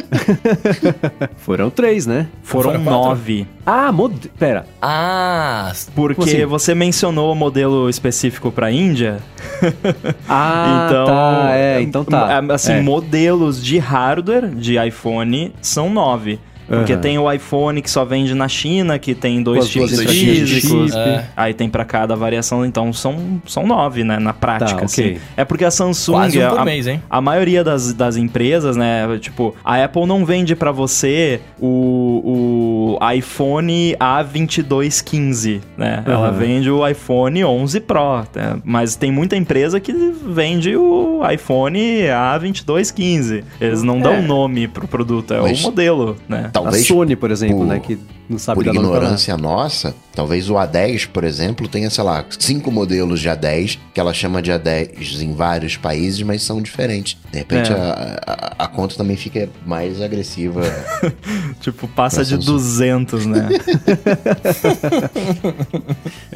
Foram três, né?
Foram
Foram quatro?
nove.
Ah, mod... pera.
Ah,
Porque
Como assim?
você mencionou o modelo específico para Índia.
Ah,
então,
tá, é, então tá.
Assim,
É.
modelos de hardware de iPhone são nove. Porque
Aham.
tem o iPhone que só vende na China, que tem dois
Com as
chips
duas
entradas de
físicos.
chip.
É.
Aí tem pra cada variação, então são, são nove, né? Na prática,
Tá, ok.
assim. É porque a Samsung,
quase um
a,
por mês, hein?
a maioria das, das empresas, né? Tipo, a Apple não vende pra você o, o iPhone A vinte e dois quinze, né? Ela
Aham.
vende o iPhone onze Pro, né? Mas tem muita empresa que vende o iPhone A vinte e dois quinze. Eles não dão
É.
nome pro produto, é
Mas
o modelo, né?
Talvez
a Sony, por exemplo,
por-
né, que não sabe
Por
dar nome pra nada.
ignorância nossa, talvez o A dez, por exemplo, tenha, sei lá, cinco modelos de A dez, que ela chama de A dez em vários países, mas são diferentes. De repente,
É.
a, a, a conta também fica mais agressiva.
Tipo, passa
Pra
de
Samsung.
duzentos, né?
É,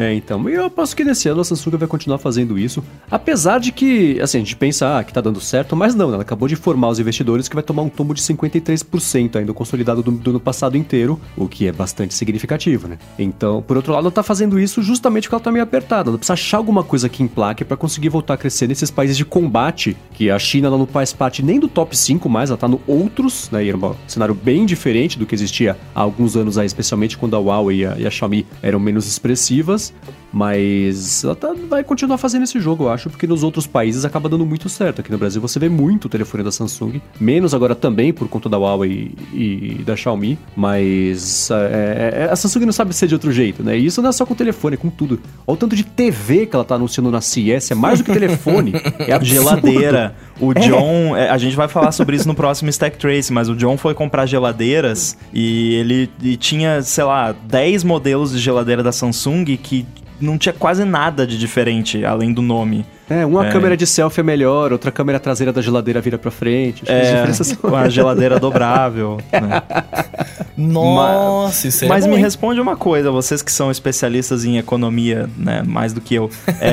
É, então, eu aposto que nesse ano a Samsung vai continuar fazendo isso, apesar de que, assim, a gente pensa ah, que tá dando certo, mas não, ela acabou de informar os investidores que vai tomar um tombo de cinquenta e três por cento ainda, consolidado do, do ano passado inteiro, o que é bastante significativo, né? Então, por outro lado, ela tá fazendo isso justamente porque ela tá meio apertada, ela precisa achar alguma coisa que emplaque pra conseguir voltar a crescer nesses países de combate, que a China ela não faz parte nem do top cinco mais, ela tá no outros, né? E era um cenário bem diferente do que existia há alguns anos aí, especialmente quando a Huawei e a, e a Xiaomi eram menos expressivas. Mas ela tá, vai continuar fazendo esse jogo, eu acho, porque nos outros países acaba dando muito certo. Aqui no Brasil você vê muito o telefone da Samsung, menos agora também por conta da Huawei e, e da Xiaomi, mas é, é, a Samsung não sabe ser de outro jeito, né? E isso não é só com o telefone, é com tudo. Olha o tanto de T V que ela tá anunciando na C E S, é mais do que telefone, é absurdo.
Geladeira. O John, é. a gente vai falar sobre isso no próximo Stack Trace, mas o John foi comprar geladeiras e ele e tinha, sei lá, dez modelos de geladeira da Samsung que não tinha quase nada de diferente, além do nome.
É, uma
é.
câmera de selfie é melhor, outra câmera traseira da geladeira vira pra frente. Acho
é,
que as diferenças são...
com a geladeira dobrável. Né?
Nossa,
mas,
isso é
Mas
bom,
me
hein?
responde uma coisa, vocês que são especialistas em economia, né, mais do que eu.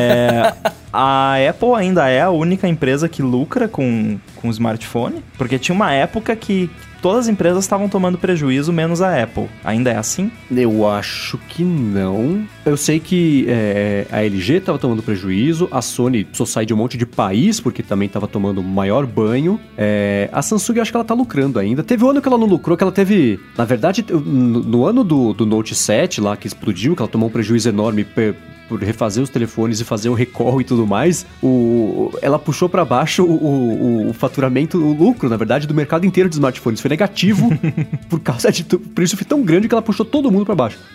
É, a Apple ainda é a única empresa que lucra com, com smartphone? Porque tinha uma época que todas as empresas estavam tomando prejuízo, menos a Apple. Ainda é assim?
Eu acho que não. Eu sei que é, a L G estava tomando prejuízo, a Sony precisou sair de um monte de país, porque também estava tomando maior banho. É, a Samsung, eu acho que ela tá lucrando ainda. Teve um ano que ela não lucrou, que ela teve... Na verdade, no, no ano do, do Note sete, lá, que explodiu, que ela tomou um prejuízo enorme... Per, por refazer os telefones e fazer o recall e tudo mais, o, ela puxou pra baixo o, o, o faturamento, o lucro, na verdade, do mercado inteiro de smartphones. Foi negativo por causa de... O preço foi tão grande que ela puxou todo mundo pra baixo.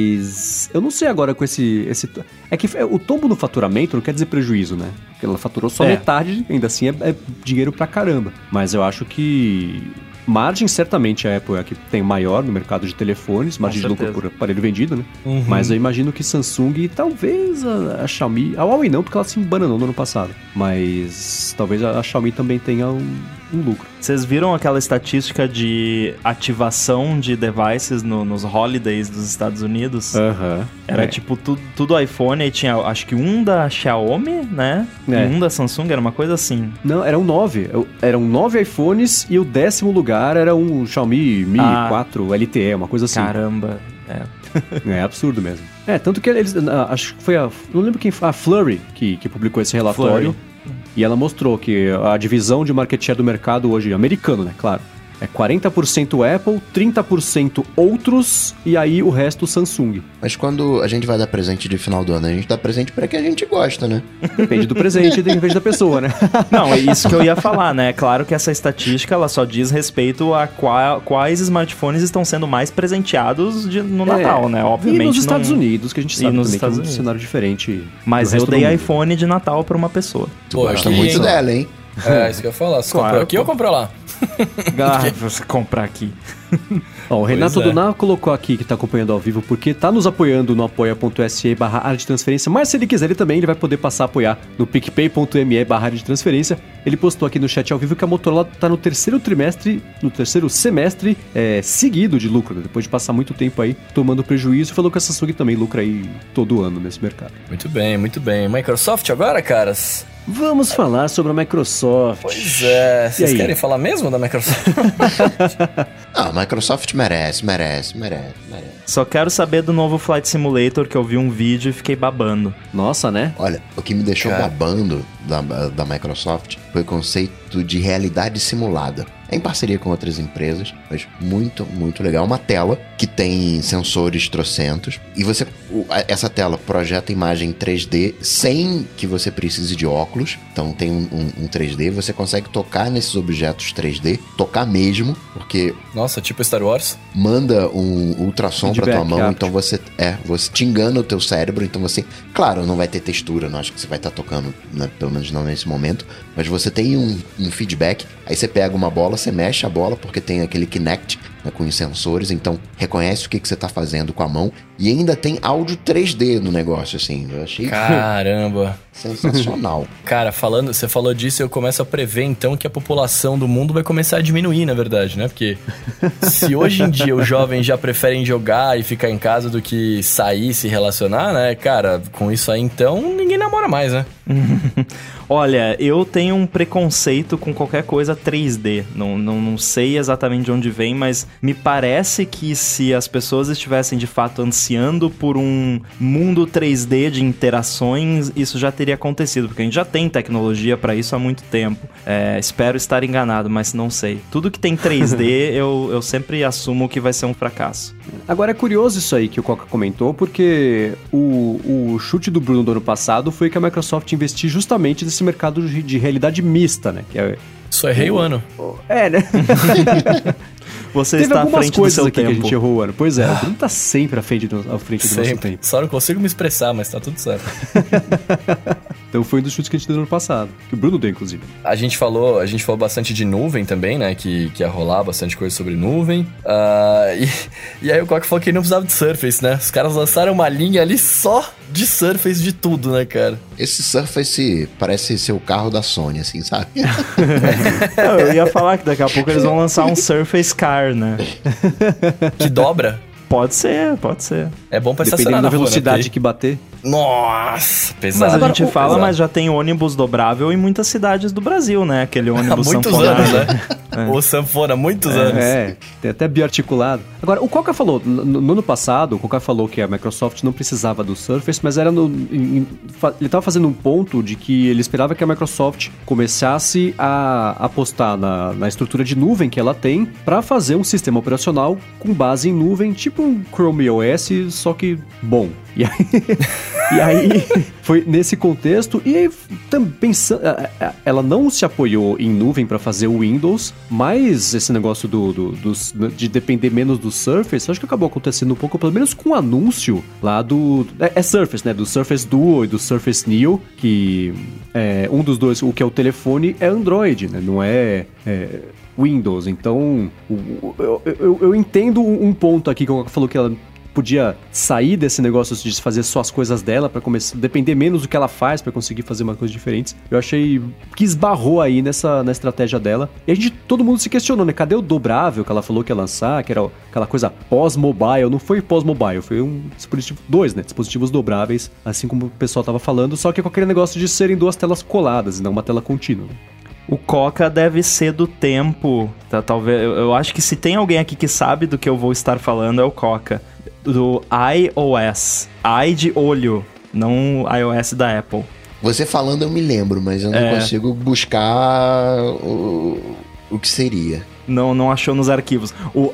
Mas eu não sei agora com esse... esse é que o tombo no faturamento não quer dizer prejuízo, né? Porque ela faturou só
é.
metade, ainda assim é, é dinheiro pra caramba. Mas eu acho que... Margem, certamente, a Apple é a que tem maior no mercado de telefones, margem de lucro por aparelho vendido, né? Uhum. Mas eu imagino que Samsung e talvez a, a Xiaomi... A Huawei não, porque ela se embananou no ano passado. Mas talvez a, a Xiaomi também tenha um, um lucro.
Vocês viram aquela estatística de ativação de devices no, nos holidays dos Estados Unidos?
Aham. Uhum.
Era
é.
tipo tudo, tudo iPhone e tinha acho que um da Xiaomi, né? É. E um da Samsung, era uma coisa assim.
Não, eram nove. Eram nove iPhones e o décimo lugar era um Xiaomi Mi ah, quatro L T E, uma coisa assim.
Caramba, é.
É absurdo mesmo. É, tanto que eles... Acho que foi a... Não lembro quem foi. A Flurry que, que publicou esse relatório. Flurry. E ela mostrou que a divisão de market share do mercado hoje, americano, né? Claro. É quarenta por cento Apple, trinta por cento outros e aí o resto Samsung.
Mas quando a gente vai dar presente de final do ano, a gente dá presente pra quem a gente gosta, né?
Depende do presente, depende da pessoa, né?
Não, é isso que eu ia falar, né? Claro que essa estatística, ela só diz respeito a qual, quais smartphones estão sendo mais presenteados de, no Natal, é, né? Obviamente.
E nos
não...
Estados Unidos, que a gente sabe também
Estados
que é um
Unidos.
cenário diferente.
Mas eu dei iPhone de Natal pra uma pessoa.
Tu Pô, gosta muito dela, hein?
É, isso que eu ia falar. Você claro, comprou aqui pô. ou comprou lá?
Ah, você comprar aqui.
Ó, o Renato é. Doná colocou aqui que tá acompanhando ao vivo porque tá nos apoiando no apoia.se barra área de transferência, mas se ele quiser ele também ele vai poder passar a apoiar no picpay.me barra área de transferência. Ele postou aqui no chat ao vivo que a Motorola tá no terceiro trimestre, no terceiro semestre é, seguido de lucro, né? Depois de passar muito tempo aí tomando prejuízo, falou que a Samsung também lucra aí todo ano nesse mercado.
Muito bem, muito bem. Microsoft agora, caras?
Vamos falar sobre a Microsoft.
Pois é, vocês querem falar mesmo da Microsoft?
Ah, a Microsoft merece, merece, merece, merece.
Só quero saber do novo Flight Simulator, que eu vi um vídeo e fiquei babando.
Nossa, né?
Olha, o que me deixou
Cara.
babando da, da Microsoft foi o conceito de realidade simulada. É em parceria com outras empresas, mas muito, muito legal. Uma tela que tem sensores trocentos e você, essa tela projeta imagem em três D sem que você precise de óculos. Então tem um, um, um três D, você consegue tocar nesses objetos três D, tocar mesmo, porque...
Nossa, tipo Star Wars?
Manda um ultrassom pra tua mão, então você, é, você te engana o teu cérebro, então você... Claro, não vai ter textura, não acho que você vai estar tocando, né, pelo menos não nesse momento, mas você tem um, um feedback, aí você pega uma bola, você mexe a bola, porque tem aquele Kinect, né, com os sensores, então reconhece o que, que você está fazendo com a mão e ainda tem áudio três D no negócio, assim. Eu achei
Caramba.
sensacional.
Cara, falando, você falou disso, eu começo a prever então que a população do mundo vai começar a diminuir, na verdade, né? Porque se hoje em dia os jovens já preferem jogar e ficar em casa do que sair, se relacionar, né? Cara, com isso aí então ninguém namora mais, né?
Olha, eu tenho um preconceito com qualquer coisa três D. Não, não, não sei exatamente de onde vem, mas me parece que se as pessoas estivessem de fato ansiando por um mundo três D de interações, isso já teria acontecido, porque a gente já tem tecnologia pra isso há muito tempo. É, espero estar enganado, mas não sei. Tudo que tem três D, eu, eu sempre assumo que vai ser um fracasso.
Agora é curioso isso aí que o Coca comentou, porque o, o chute do Bruno do ano passado foi que a Microsoft investiu justamente nesse mercado de, de realidade mista, né? Que é,
Só errei o ano.
é, né?
Você
Teve
está à
algumas
frente do
coisas
seu
aqui
tempo.
que a gente errou o ano. Pois é, o Bruno tá sempre à frente do, à frente do nosso
Sempre.
tempo.
Só não consigo me expressar, mas tá tudo certo.
Então foi um dos chutes que a gente deu no ano passado. Que o Bruno deu, inclusive.
A gente falou, a gente falou bastante de nuvem também, né? Que, que ia rolar bastante coisa sobre nuvem. Uh, e, e aí o Coca falou que não precisava de Surface, né? Os caras lançaram uma linha ali só de Surface de tudo, né, cara?
Esse Surface parece ser o carro da Sony, assim, sabe?
Não, eu ia falar que daqui a pouco eles vão lançar um Surface Car, né?
Que dobra.
Pode ser, pode ser.
É bom pra
Dependendo
estacionar
da
na rua,
velocidade
né?
que bater.
Nossa, pesado.
Mas a
Agora,
gente
o-
fala,
pesado.
mas já tem ônibus dobrável em muitas cidades do Brasil, né? Aquele
Há
ônibus
muitos
sanfonado.
anos, né? O sanfona, há muitos anos.
É, tem até bioarticulado. Agora, o Coca falou, no, no ano passado, o Coca falou que a Microsoft não precisava do Surface, mas era no, em- em- fa- ele estava fazendo um ponto de que ele esperava que a Microsoft começasse a apostar na, na estrutura de nuvem que ela tem para fazer um sistema operacional com base em nuvem, tipo um Chrome O S, só que bom. E aí, e aí foi nesse contexto, e aí também pensando, ela não se apoiou em nuvem para fazer o Windows, mas esse negócio do, do, dos- de depender menos do Surface, acho que acabou acontecendo um pouco, pelo menos com o anúncio lá do... É, é Surface, né? Do Surface Duo e do Surface Neo, que é, um dos dois, o que é o telefone, é Android, né? Não é... é Windows. Então, o- o- eu, eu, eu entendo um ponto aqui que ela falou que ela podia sair desse negócio de fazer só as coisas dela para começar depender menos do que ela faz para conseguir fazer uma coisa diferente. Eu achei que esbarrou aí nessa na estratégia dela. E a gente, todo mundo se questionou, né? Cadê o dobrável que ela falou que ia lançar, que era aquela coisa pós-mobile? Não foi pós-mobile, foi um dispositivo dois, né? Dispositivos dobráveis, assim como o pessoal tava falando, só que com aquele negócio de serem duas telas coladas e não uma tela contínua.
O Coca deve ser do tempo, tá, talvez, eu, eu acho que se tem alguém aqui que sabe do que eu vou estar falando é o Coca, do iOS, i de olho, não iOS da Apple.
Você falando eu me lembro, mas eu não
É.
consigo buscar o, o que seria.
Não, não achou nos arquivos. O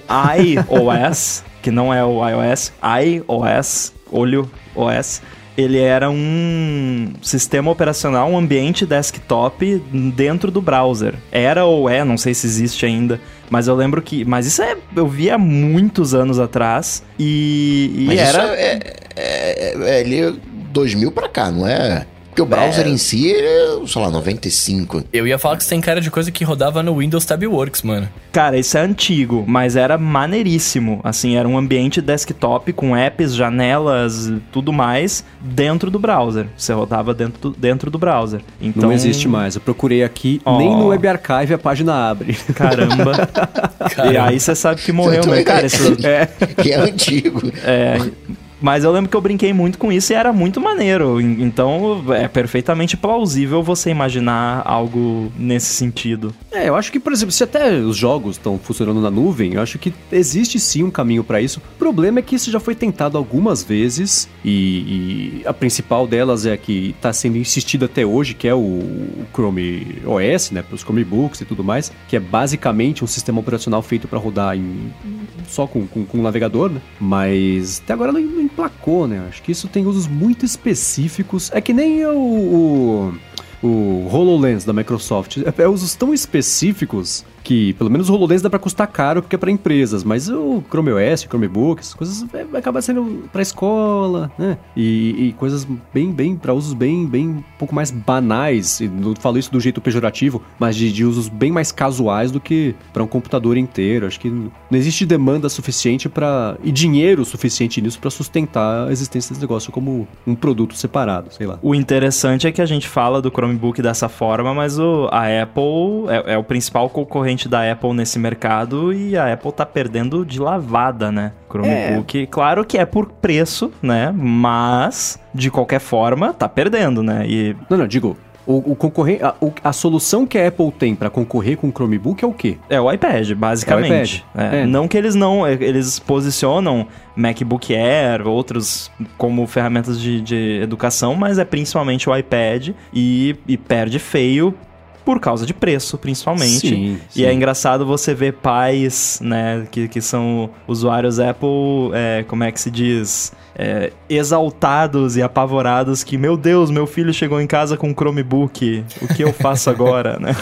iOS, que não é o iOS, iOS, olho O S, ele era um sistema operacional, um ambiente desktop dentro do browser. Era ou é, não sei se existe ainda, mas eu lembro que... Mas isso é, eu vi há muitos anos atrás e, e
Mas
era...
isso é, é, é, é ali dois mil pra cá, não é? Porque o browser em si é, sei lá, noventa e cinco.
Eu ia falar que isso tem cara de coisa que rodava no Windows Tabworks, mano.
Cara, isso é antigo, mas era maneiríssimo. Assim, era um ambiente desktop com apps, janelas, tudo mais, dentro do browser. Você rodava dentro do, dentro do browser. Então,
Não existe mais. Eu procurei aqui,
Oh.
nem no Web Archive a página abre.
Caramba. E aí você sabe que morreu, né? Cara, isso...
É.
Que é antigo.
É, mas eu lembro que eu brinquei muito com isso e era muito maneiro. Então é perfeitamente plausível você imaginar algo nesse sentido.
É, eu acho que, por exemplo, se até os jogos estão funcionando na nuvem, eu acho que existe sim um caminho pra isso. O problema é que isso já foi tentado algumas vezes e, e a principal delas é a que tá sendo insistida até hoje, que é o, o Chrome O S, né, pros Chromebooks e tudo mais, que é basicamente um sistema operacional feito pra rodar em, só com, com, com um navegador, né? Mas até agora não, não emplacou, né? Acho que isso tem usos muito específicos. É que nem o... o... o HoloLens da Microsoft, é usos tão específicos que pelo menos o HoloLens dá pra custar caro porque é pra empresas, mas o Chrome O S, Chromebook, essas coisas vai acabar sendo pra escola, né? E, e coisas bem, bem, pra usos bem, bem, um pouco mais banais, e não falo isso do jeito pejorativo, mas de, de usos bem mais casuais do que pra um computador inteiro. Acho que não existe demanda suficiente pra, e dinheiro suficiente nisso pra sustentar a existência desse negócio como um produto separado, sei lá.
O interessante é que a gente fala do Chromebook dessa forma, mas o, a Apple é, é o principal concorrente da Apple nesse mercado e a Apple tá perdendo de lavada, né? Chromebook, é. Claro que é por preço, né? Mas, de qualquer forma, tá perdendo, né? E...
Não, não, digo... O, o concorrente, a, o, a solução que a Apple tem pra concorrer com o Chromebook é o quê?
É o iPad, basicamente. É o iPad. É. É. Não que eles não... Eles posicionam MacBook Air, outros como ferramentas de, de educação, mas é principalmente o iPad e, e perde feio por causa de preço, principalmente. Sim, sim. E é engraçado você ver pais, né, que, que são usuários Apple, é, como é que se diz... É, exaltados e apavorados que, meu Deus, meu filho chegou em casa com um Chromebook, o que eu faço agora, né?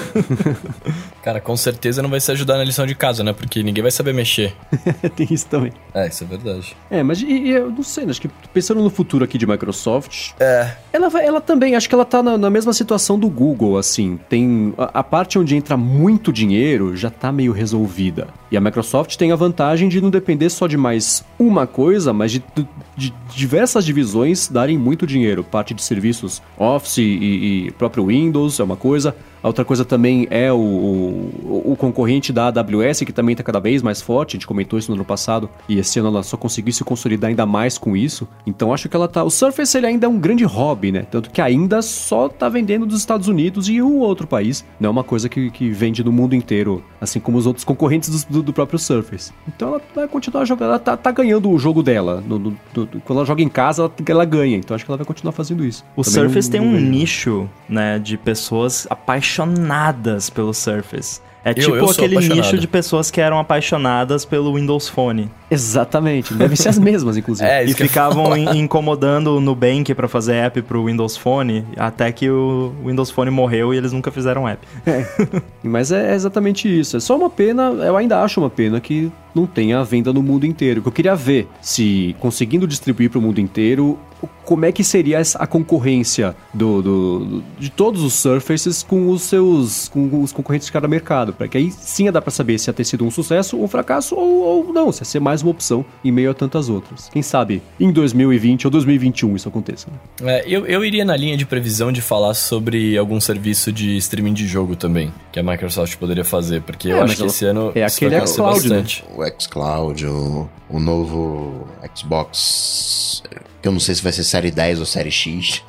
Cara, com certeza não vai se ajudar na lição de casa, né? Porque ninguém vai saber mexer.
Tem isso também.
É, isso é verdade.
É, mas e, e, eu não sei, acho que pensando no futuro aqui de Microsoft...
É.
Ela, vai, ela também, acho que ela tá na, na mesma situação do Google, assim. Tem... A, a parte onde entra muito dinheiro já tá meio resolvida. E a Microsoft tem a vantagem de não depender só de mais uma coisa, mas de... de diversas divisões darem muito dinheiro. Parte de serviços Office e, e próprio Windows é uma coisa. A outra coisa também é o, o, o concorrente da A W S, que também está cada vez mais forte. A gente comentou isso no ano passado. E esse ano ela só conseguiu se consolidar ainda mais com isso. Então acho que ela tá... O Surface ele ainda é um grande hobby, né? Tanto que ainda só tá vendendo dos Estados Unidos e um outro país. Não é uma coisa que, que vende no mundo inteiro. Assim como os outros concorrentes do, do próprio Surface. Então ela vai continuar jogando. Ela tá, tá ganhando o jogo dela. No, no, no, quando ela joga em casa, ela, ela ganha. Então acho que ela vai continuar fazendo isso.
O também Surface não, tem não um vejo. nicho, né? De pessoas apaixonadas apaixonadas pelo Surface. É tipo eu, eu aquele nicho de pessoas que eram apaixonadas pelo Windows Phone.
Exatamente, devem ser as mesmas, inclusive.
É, e ficavam incomodando o Nubank pra fazer app pro Windows Phone, até que o Windows Phone morreu e eles nunca fizeram app.
É, mas é exatamente isso. É só uma pena, eu ainda acho uma pena que não tenha a venda no mundo inteiro. Eu queria ver se, conseguindo distribuir pro mundo inteiro, como é que seria a concorrência do, do, de todos os Surfaces com os seus com os concorrentes de cada mercado, para que aí sim dá para saber se ia ter sido um sucesso ou um fracasso ou, ou não, se ia ser mais uma opção em meio a tantas outras. Quem sabe em dois mil e vinte ou dois mil e vinte e um isso aconteça. Né?
É, eu, eu iria na linha de previsão de falar sobre algum serviço de streaming de jogo também, que a Microsoft poderia fazer, porque é, eu acho que esse ano
é aquele xCloud, né?
O xCloud, o, o novo Xbox, que eu não sei se vai ser série dez ou série X.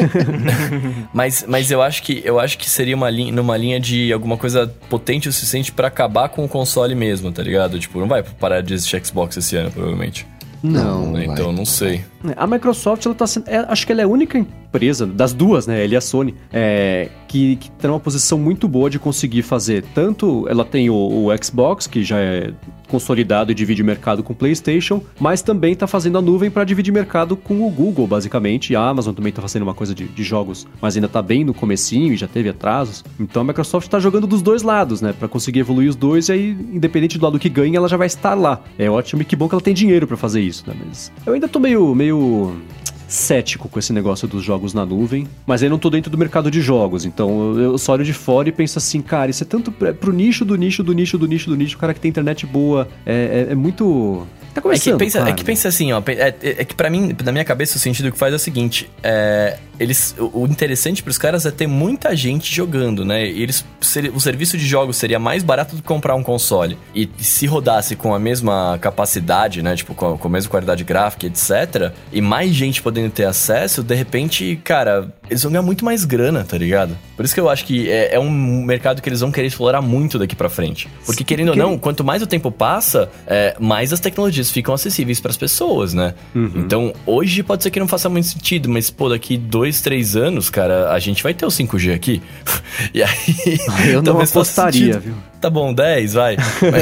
mas, mas eu acho que eu acho que seria uma linha, numa linha de alguma coisa potente o suficiente pra acabar com o console mesmo, tá ligado? Tipo, não vai parar de existir Xbox esse ano, provavelmente.
Não,
não então vai. Não sei.
A Microsoft, ela tá sendo, é, acho que ela é a única empresa, das duas, né, ela e a Sony, é, que, que tá numa posição muito boa de conseguir fazer tanto, ela tem o, o Xbox, que já é consolidado e divide mercado com o PlayStation, mas também tá fazendo a nuvem para dividir mercado com o Google, basicamente, e a Amazon também tá fazendo uma coisa de, de jogos, mas ainda tá bem no comecinho e já teve atrasos, então a Microsoft tá jogando dos dois lados, né, para conseguir evoluir os dois, e aí, independente do lado que ganha, ela já vai estar lá. É ótimo e que bom que ela tem dinheiro para fazer isso, né, mas eu ainda tô meio, meio cético com esse negócio dos jogos na nuvem, mas aí não tô dentro do mercado de jogos, então eu só olho de fora e penso assim, cara, isso é tanto pro nicho do nicho do nicho do nicho do nicho, o cara que tem internet boa, é, é, é muito... Tá começando,
é, que pensa,
claro,
é que pensa assim, ó, é, é que pra mim, na minha cabeça, o sentido que faz é o seguinte, é, eles, o, o interessante pros caras é ter muita gente jogando, né, e eles, o serviço de jogos seria mais barato do que comprar um console, e, e se rodasse com a mesma capacidade, né, tipo, com a, com a mesma qualidade gráfica, etcétera, e mais gente podendo ter acesso, de repente, cara, eles vão ganhar muito mais grana, tá ligado? Por isso que eu acho que é, é um mercado que eles vão querer explorar muito daqui pra frente, porque querendo ou não, quanto mais o tempo passa, é, mais as tecnologias ficam acessíveis para as pessoas, né? Uhum. Então, hoje pode ser que não faça muito sentido, mas, pô, daqui dois, três anos, cara, a gente vai ter o cinco G aqui. E aí...
Eu não apostaria, viu?
tá bom, dez, vai.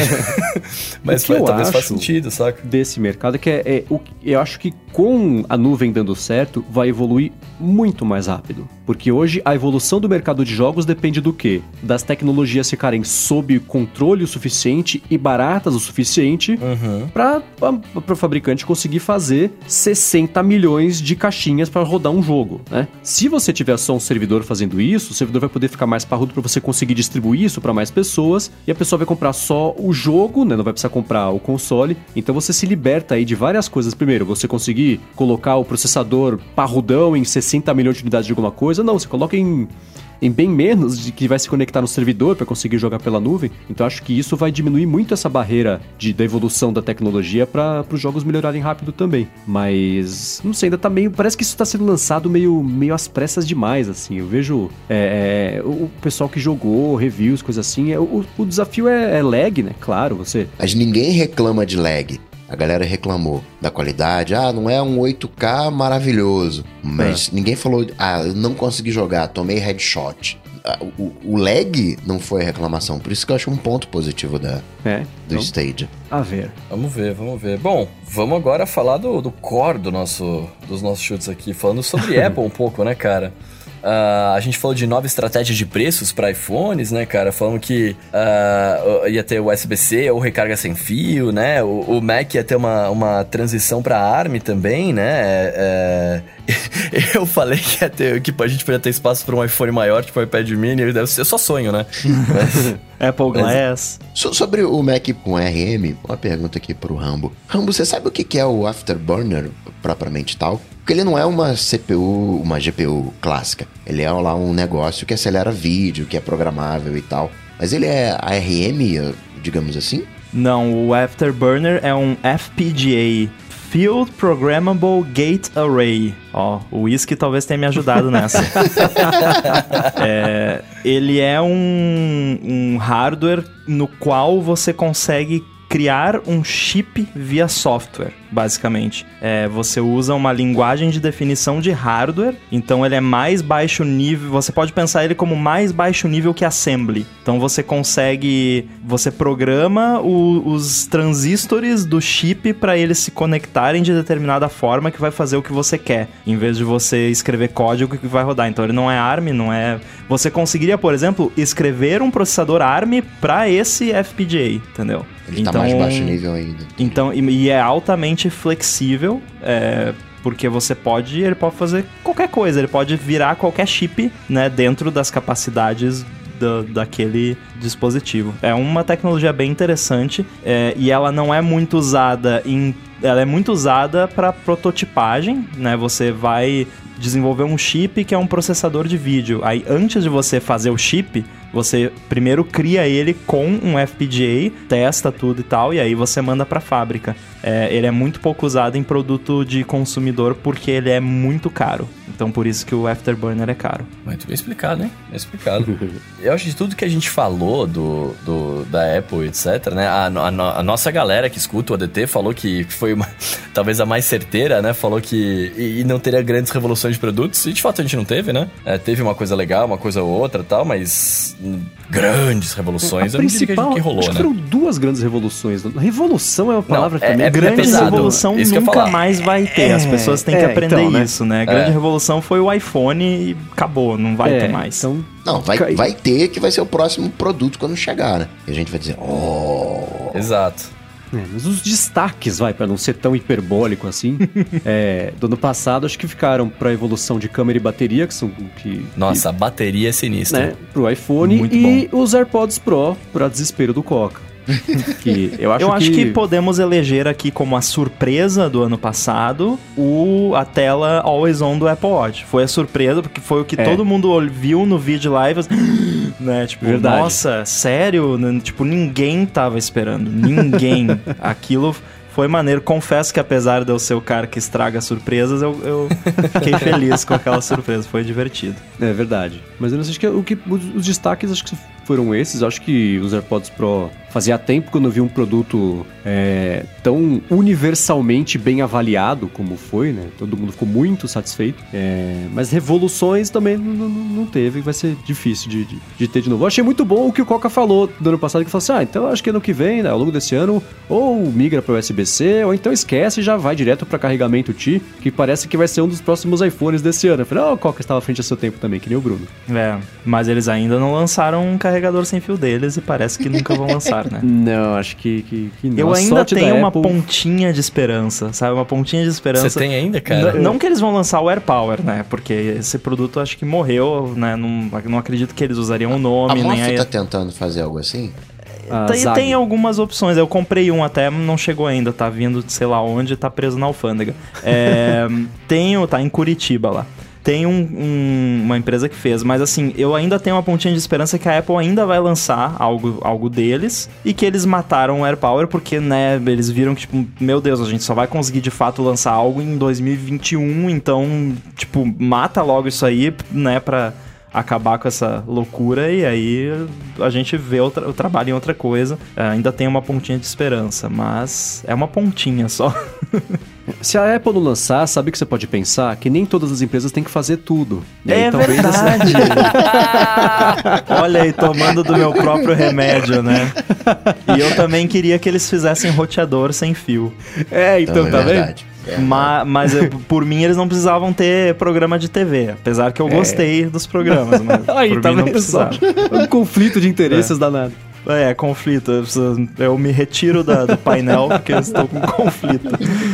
Mas, mas
que
foi,
eu
talvez
acho
faça sentido, saca?
Desse mercado, que é, é o, eu acho que com a nuvem dando certo, vai evoluir muito mais rápido. Porque hoje a evolução do mercado de jogos depende do quê? Das tecnologias ficarem sob controle o suficiente e baratas o suficiente
Uhum.
para o fabricante conseguir fazer sessenta milhões de caixinhas para rodar um jogo, né? Se você tiver só um servidor fazendo isso, o servidor vai poder ficar mais parrudo para você conseguir distribuir isso para mais pessoas e a pessoa vai comprar só o jogo, né? Não vai precisar comprar o console. Então você se liberta aí de várias coisas. Primeiro, você conseguir colocar o processador parrudão em sessenta milhões de unidades de alguma coisa. Não, você coloca em... em bem menos de que vai se conectar no servidor para conseguir jogar pela nuvem. Então acho que isso vai diminuir muito essa barreira de, da evolução da tecnologia para os jogos melhorarem rápido também. Mas não sei, ainda tá meio... Parece que isso tá sendo lançado meio, meio às pressas demais, assim. Eu vejo é, é, o pessoal que jogou, reviews, coisas assim. É, o, o desafio é, é lag, né? Claro, você...
Mas ninguém reclama de lag. A galera reclamou da qualidade. Ah, não é um oito K maravilhoso. Mas é. ninguém falou, ah, eu não consegui jogar, tomei headshot. O, o lag não foi a reclamação. Por isso que eu acho um ponto positivo da,
é,
do então, Stadia.
A ver.
Vamos ver, vamos ver. Bom, vamos agora falar do, do core do nosso, dos nossos chutes aqui. Falando sobre Apple um pouco, né, cara? Uh, a gente falou de nova estratégia de preços para iPhones, né, cara? Falando que uh, ia ter o U S B C ou recarga sem fio, né? O, o Mac ia ter uma, uma transição para A R M também, né? É, é... Eu falei que, ia ter, que a gente podia ter espaço para um iPhone maior, tipo o iPad mini. Deve ser só sonho, né? Mas...
Apple Glass.
So, sobre o Mac com R M, uma pergunta aqui pro Rambo. Rambo, você sabe o que é o Afterburner propriamente tal? Porque ele não é uma C P U, uma G P U clássica. Ele é lá um negócio que acelera vídeo, que é programável e tal. Mas ele é A R M, digamos assim?
Não, o Afterburner é um F P G A. Field Programmable Gate Array. Ó, o Whisky talvez tenha me ajudado nessa. é, ele é um, um hardware no qual você consegue criar um chip via software, basicamente. É, você usa uma linguagem de definição de hardware, então ele é mais baixo nível, você pode pensar ele como mais baixo nível que assembly. Então você consegue, você programa o, os transistores do chip para eles se conectarem de determinada forma que vai fazer o que você quer, em vez de você escrever código que vai rodar. Então ele não é A R M, não é... Você conseguiria, por exemplo, escrever um processador A R M para esse F P G A, entendeu?
Ele
então,
tá mais baixo nível ainda.
Então, e, e é altamente flexível, é, porque você pode, ele pode fazer qualquer coisa, ele pode virar qualquer chip, né, dentro das capacidades do, daquele dispositivo. É uma tecnologia bem interessante, é, e ela não é muito usada em... Ela é muito usada para prototipagem, né? Você vai desenvolver um chip que é um processador de vídeo. Aí, antes de você fazer o chip, você primeiro cria ele com um F P G A, testa tudo e tal, e aí você manda para a fábrica. É, ele é muito pouco usado em produto de consumidor porque ele é muito caro. Então, por isso que o Afterburner é caro.
Muito bem explicado, hein? Bem explicado. Eu acho que de tudo que a gente falou do, do, da Apple, etcétera, né? A, a, a nossa galera que escuta o A D T falou que foi uma, talvez a mais certeira, né? Falou que e, e não teria grandes revoluções de produtos. E de fato a gente não teve, né? É, teve uma coisa legal, uma coisa ou outra e tal, mas grandes revoluções,
a
eu
principal,
não diria que rolou,
acho
né?
que foram duas grandes revoluções. Revolução é uma palavra
não, é,
também.
é
grande
pesado,
revolução nunca mais vai ter.
É,
As pessoas têm
é,
que aprender
então, né?
isso, né? A grande
É.
revolução foi o iPhone e acabou, não vai
É,
ter mais.
Então,
Não, vai, vai ter, que vai ser o próximo produto quando chegar, né? E a gente vai dizer, oh...
Exato.
É, mas os destaques, vai, pra não ser tão hiperbólico assim, é, do ano passado acho que ficaram pra evolução de câmera e bateria, que são que...
Nossa, a bateria é sinistra.
Né, pro iPhone.
Muito
e
bom.
os AirPods Pro, pra desespero do Coca. Que eu acho,
Eu acho
que...
que podemos eleger aqui como a surpresa do ano passado o, a tela Always On do Apple Watch. Foi a surpresa, porque foi o que
É.
todo mundo viu no vídeo live, né? Tipo,
Verdade.
Nossa, sério? N- Tipo, ninguém tava esperando. Ninguém. Aquilo foi maneiro. Confesso que apesar de eu ser o cara que estraga surpresas, eu, eu fiquei feliz com aquela surpresa. Foi divertido.
É verdade. Mas eu não sei, acho que, o que os, os destaques acho que foram esses. Acho que os AirPods Pro Fazia tempo que eu não vi um produto é, tão universalmente bem avaliado como foi, né? Todo mundo ficou muito satisfeito. É, mas revoluções também não, não, não teve, vai ser difícil de, de, de ter de novo. Eu achei muito bom o que o Coca falou do ano passado, que falou assim, ah, então acho que ano que vem, né, ao longo desse ano, ou migra para o U S B C, ou então esquece e já vai direto para carregamento T, que parece que vai ser um dos próximos iPhones desse ano. Eu falei, ó, oh, o Coca estava à frente do seu tempo também, que nem o Bruno.
É, mas eles ainda não lançaram um carregador sem fio deles e parece que nunca vão lançar, né?
Não, acho que, que, que não.
Eu ainda tenho uma
Apple...
pontinha de esperança, sabe? Uma pontinha de esperança.
Você tem ainda, cara?
N- não que eles vão lançar o AirPower, né? Porque esse produto acho que morreu, né? Não, não acredito que eles usariam o nome.
A
nem
Morphe
a...
tá tentando fazer algo assim?
Tem, tem algumas opções. Eu comprei um até, não chegou ainda. Tá vindo de sei lá onde, tá preso na alfândega. É, tenho, tá em Curitiba lá. Tem um, um, uma empresa que fez, mas assim, eu ainda tenho uma pontinha de esperança que a Apple ainda vai lançar algo, algo deles e que eles mataram o AirPower porque, né, eles viram que, tipo, meu Deus, a gente só vai conseguir de fato lançar algo em dois mil e vinte e um, então, tipo, mata logo isso aí, né, pra acabar com essa loucura e aí a gente vê o, tra- o trabalho em outra coisa. É, ainda tem uma pontinha de esperança, mas é uma pontinha só.
Se a Apple não lançar, sabe o que você pode pensar? Que nem todas as empresas têm que fazer tudo. E
é
aí, talvez
verdade. Olha aí, tomando do meu próprio remédio, né? E eu também queria que eles fizessem roteador sem fio.
É, então,
Então,
tá
é
vendo?
verdade. É,
Ma- mas eu, por mim eles não precisavam ter programa de T V, apesar que eu gostei dos programas, mas
Aí,
por
tá
mim não
vendo só?
precisava.
Um conflito de interesses danado.
É, conflito. Eu, preciso- eu me retiro da- do painel porque eu estou com conflito.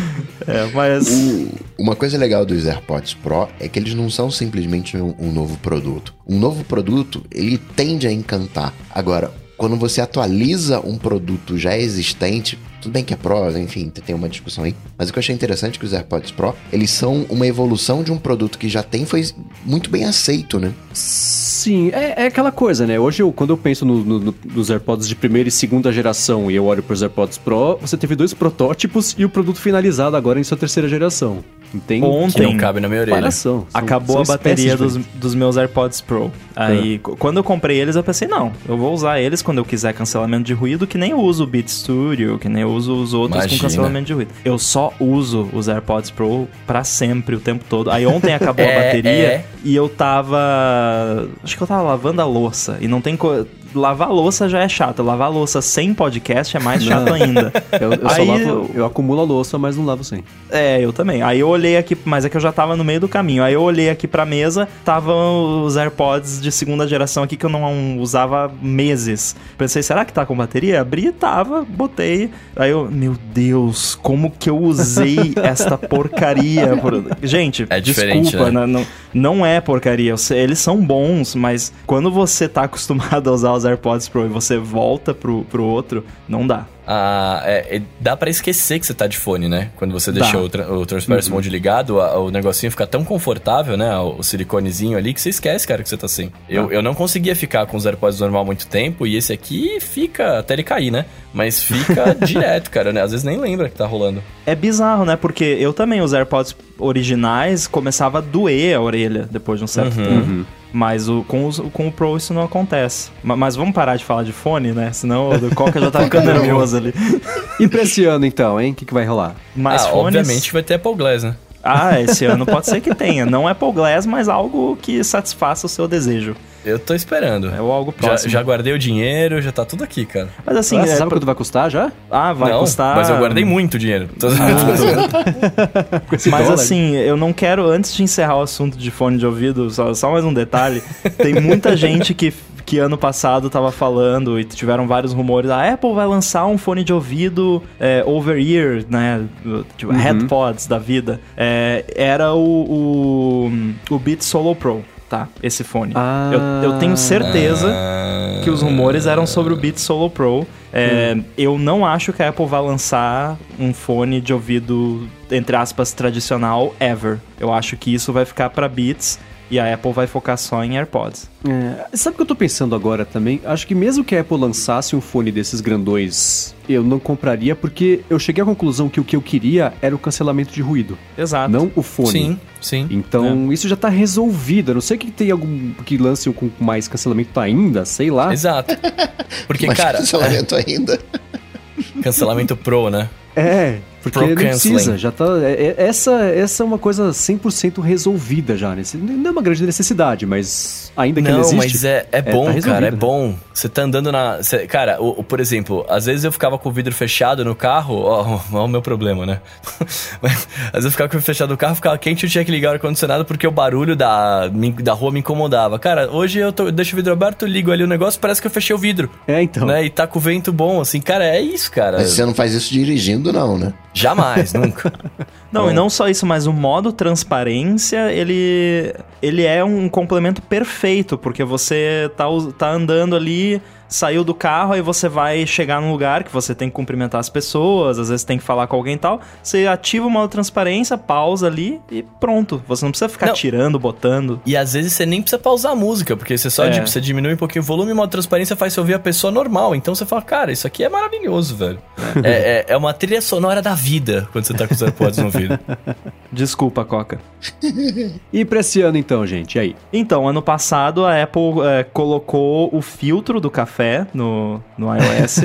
É, mas...
O- uma coisa legal dos AirPods Pro é que eles não são simplesmente um, um novo produto. Um novo produto, ele tende a encantar. Agora, quando você atualiza um produto já existente, tudo bem que é Pro, enfim, tem uma discussão aí, mas o que eu achei interessante é que os AirPods Pro, eles são uma evolução de um produto que já tem, foi muito bem aceito, né?
Sim, é, é aquela coisa, né? Hoje, eu, quando eu penso no, no, nos AirPods de primeira e segunda geração e eu olho para os AirPods Pro, você teve dois protótipos e o produto finalizado agora em sua terceira geração. Tem
Que não cabe na minha orelha.
comparação. São-
Acabou
são
a bateria
espécies
dos,
diferentes.
dos meus AirPods Pro. Aí, c- quando eu comprei eles, eu pensei, não, eu vou usar eles quando eu quiser cancelamento de ruído, que nem eu uso o Beat Studio, que nem eu uso os outros
Imagina.
com cancelamento de ruído. Eu só uso os AirPods Pro pra sempre, o tempo todo. Aí ontem acabou
É,
a bateria
é.
e eu tava... Acho que eu tava lavando a louça. E não tem... Co... Lavar a louça já é chato. Lavar a louça sem podcast é mais chato ainda.
Eu, eu só
Aí
lavo,
eu-
eu acumulo a louça, mas não lavo sem.
É, eu também. Aí eu olhei aqui, mas é que eu já tava no meio do caminho. Aí eu olhei aqui pra mesa, estavam os AirPods de segunda geração aqui que eu não usava há meses. Pensei, será que tá com bateria? Abri, tava, botei. Aí eu, meu Deus, como que eu usei esta porcaria? Por- Gente,
É diferente,
desculpa,
né?
não, não, não é porcaria. Eu sei, eles são bons, mas quando você tá acostumado a usar os AirPods Pro e você volta pro, pro outro, não dá.
Ah, é, é, dá pra esquecer que você tá de fone, né? Quando você
Dá.
deixa o, tra- o Transparency Mode ligado, a- o negocinho fica tão confortável, né? O, o siliconezinho ali, que você esquece, cara, que você tá sem. Eu, eu não conseguia ficar com os AirPods normal muito tempo, e esse aqui fica até ele cair, né? Mas fica direto, cara, né? Às vezes nem lembra que tá rolando.
É bizarro, né? Porque eu também, os AirPods originais, começava a doer a orelha depois de um certo tempo. Mas o, com, os, com o Pro isso não acontece. Ma- Mas vamos parar de falar de fone, né? Senão o Coca já tá ficando nervoso ali.
E pra esse ano, então, hein? O que, que vai rolar?
Mas
ah,
fones...
obviamente vai ter Apple Glass, né?
Ah, esse ano pode ser que tenha. Não Apple Glass, mas algo que satisfaça o seu desejo.
Eu tô esperando.
É o algo
Já,
próximo.
já guardei o dinheiro, já tá tudo aqui, cara.
Mas assim,
Ah,
é
você sabe
pra-
quanto vai custar já?
ah, vai
não,
custar...
mas eu guardei muito dinheiro. Tô-
Com esse
Mas
dólar?
assim, eu não quero, antes de encerrar o assunto de fone de ouvido, só, só mais um detalhe. Tem muita gente que, que ano passado tava falando e tiveram vários rumores. A Apple vai lançar um fone de ouvido é, over-ear, né? Tipo, headpods da vida. É, era o, o, o Beats Solo Pro, tá? Esse fone.
Ah.
eu, eu tenho certeza
Ah,
que os rumores eram sobre o Beats Solo Pro. É, eu não acho que a Apple vai lançar um fone de ouvido, entre aspas, tradicional ever. Eu acho que isso vai ficar para Beats. e a Apple vai focar só em AirPods.
É, sabe o que eu tô pensando agora também? Acho que mesmo que a Apple lançasse um fone desses grandões, eu não compraria, porque eu cheguei à conclusão que o que eu queria era o cancelamento de ruído.
Exato.
Não o fone.
Sim, sim.
Então, é. isso já tá resolvido. A não sei que tem algum que lance com mais cancelamento ainda, sei lá.
Exato. Porque,
mais
cara...
cancelamento ainda.
Cancelamento pro, né?
É, porque
Pro
não
canceling.
precisa, já tá... É, é, essa, essa é uma coisa cem por cento resolvida já. Nesse, não é uma grande necessidade, mas ainda que
não,
ela existe...
mas é, é bom,
tá
cara, é bom. Você tá andando na... Cê, cara, o, o, por exemplo, às vezes eu ficava com o vidro fechado no carro, ó, ó o meu problema, né? Mas, às vezes eu ficava com o vidro fechado no carro, ficava quente, eu tinha que ligar o ar-condicionado porque o barulho da, da rua me incomodava. Cara, hoje eu, tô, eu deixo o vidro aberto, ligo ali o negócio, parece que eu fechei o vidro.
É, então.
Né? E tá com o vento bom, assim, cara, é isso, cara.
Mas você não faz isso dirigindo, não, né?
Jamais, nunca.
Não,
Bom.
E não só isso, mas o modo transparência, ele, ele é um complemento perfeito, porque você tá, tá andando ali, saiu do carro, aí você vai chegar num lugar que você tem que cumprimentar as pessoas, às vezes tem que falar com alguém e tal, você ativa o modo transparência, pausa ali e pronto. Você não precisa ficar
não.
tirando, botando.
E às vezes você nem precisa pausar a música, porque você só
É.
di- você diminui um pouquinho o volume e o modo transparência faz você ouvir a pessoa normal. Então você fala, cara, isso aqui é maravilhoso, velho. É, é, é uma trilha sonora da vida quando você tá com os AirPods no ouvido.
Desculpa, Coca.
E pra esse ano então, gente, e aí?
Então, ano passado a Apple é, colocou o filtro do café no, no iOS.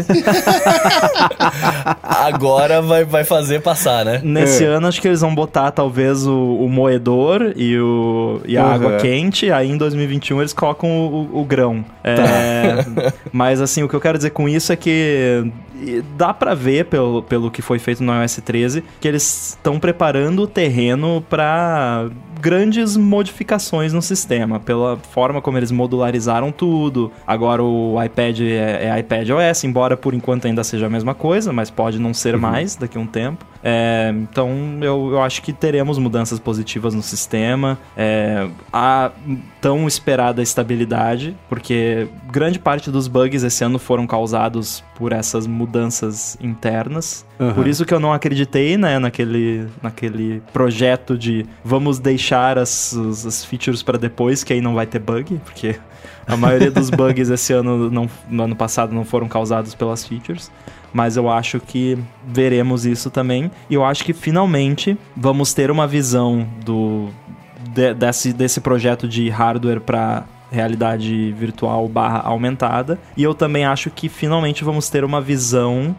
Agora vai, vai fazer passar, né?
Nesse
É.
ano, acho que eles vão botar talvez o, o moedor e, o, e a
Uhum.
água quente. Aí em dois mil e vinte e um eles colocam o, o- o grão. É, mas assim, o que eu quero dizer com isso é que e dá pra ver, pelo, pelo que foi feito no iOS treze, que eles estão preparando o terreno pra grandes modificações no sistema, pela forma como eles modularizaram tudo. Agora o iPad é, é iPadOS, embora por enquanto ainda seja a mesma coisa, mas pode não ser
Uhum.
mais daqui a um tempo. É, então eu, eu acho que teremos mudanças positivas no sistema. É, a tão esperada estabilidade, porque grande parte dos bugs esse ano foram causados por essas mudanças internas.
Uhum.
Por isso que eu não acreditei, né, naquele, naquele projeto de vamos deixar as, as, as features para depois, que aí não vai ter bug, porque a maioria dos bugs esse ano, não, no ano passado, não foram causados pelas features. Mas eu acho que veremos isso também. E eu acho que finalmente vamos ter uma visão do, de, desse, desse projeto de hardware para realidade virtual barra aumentada. E eu também acho que finalmente vamos ter uma visão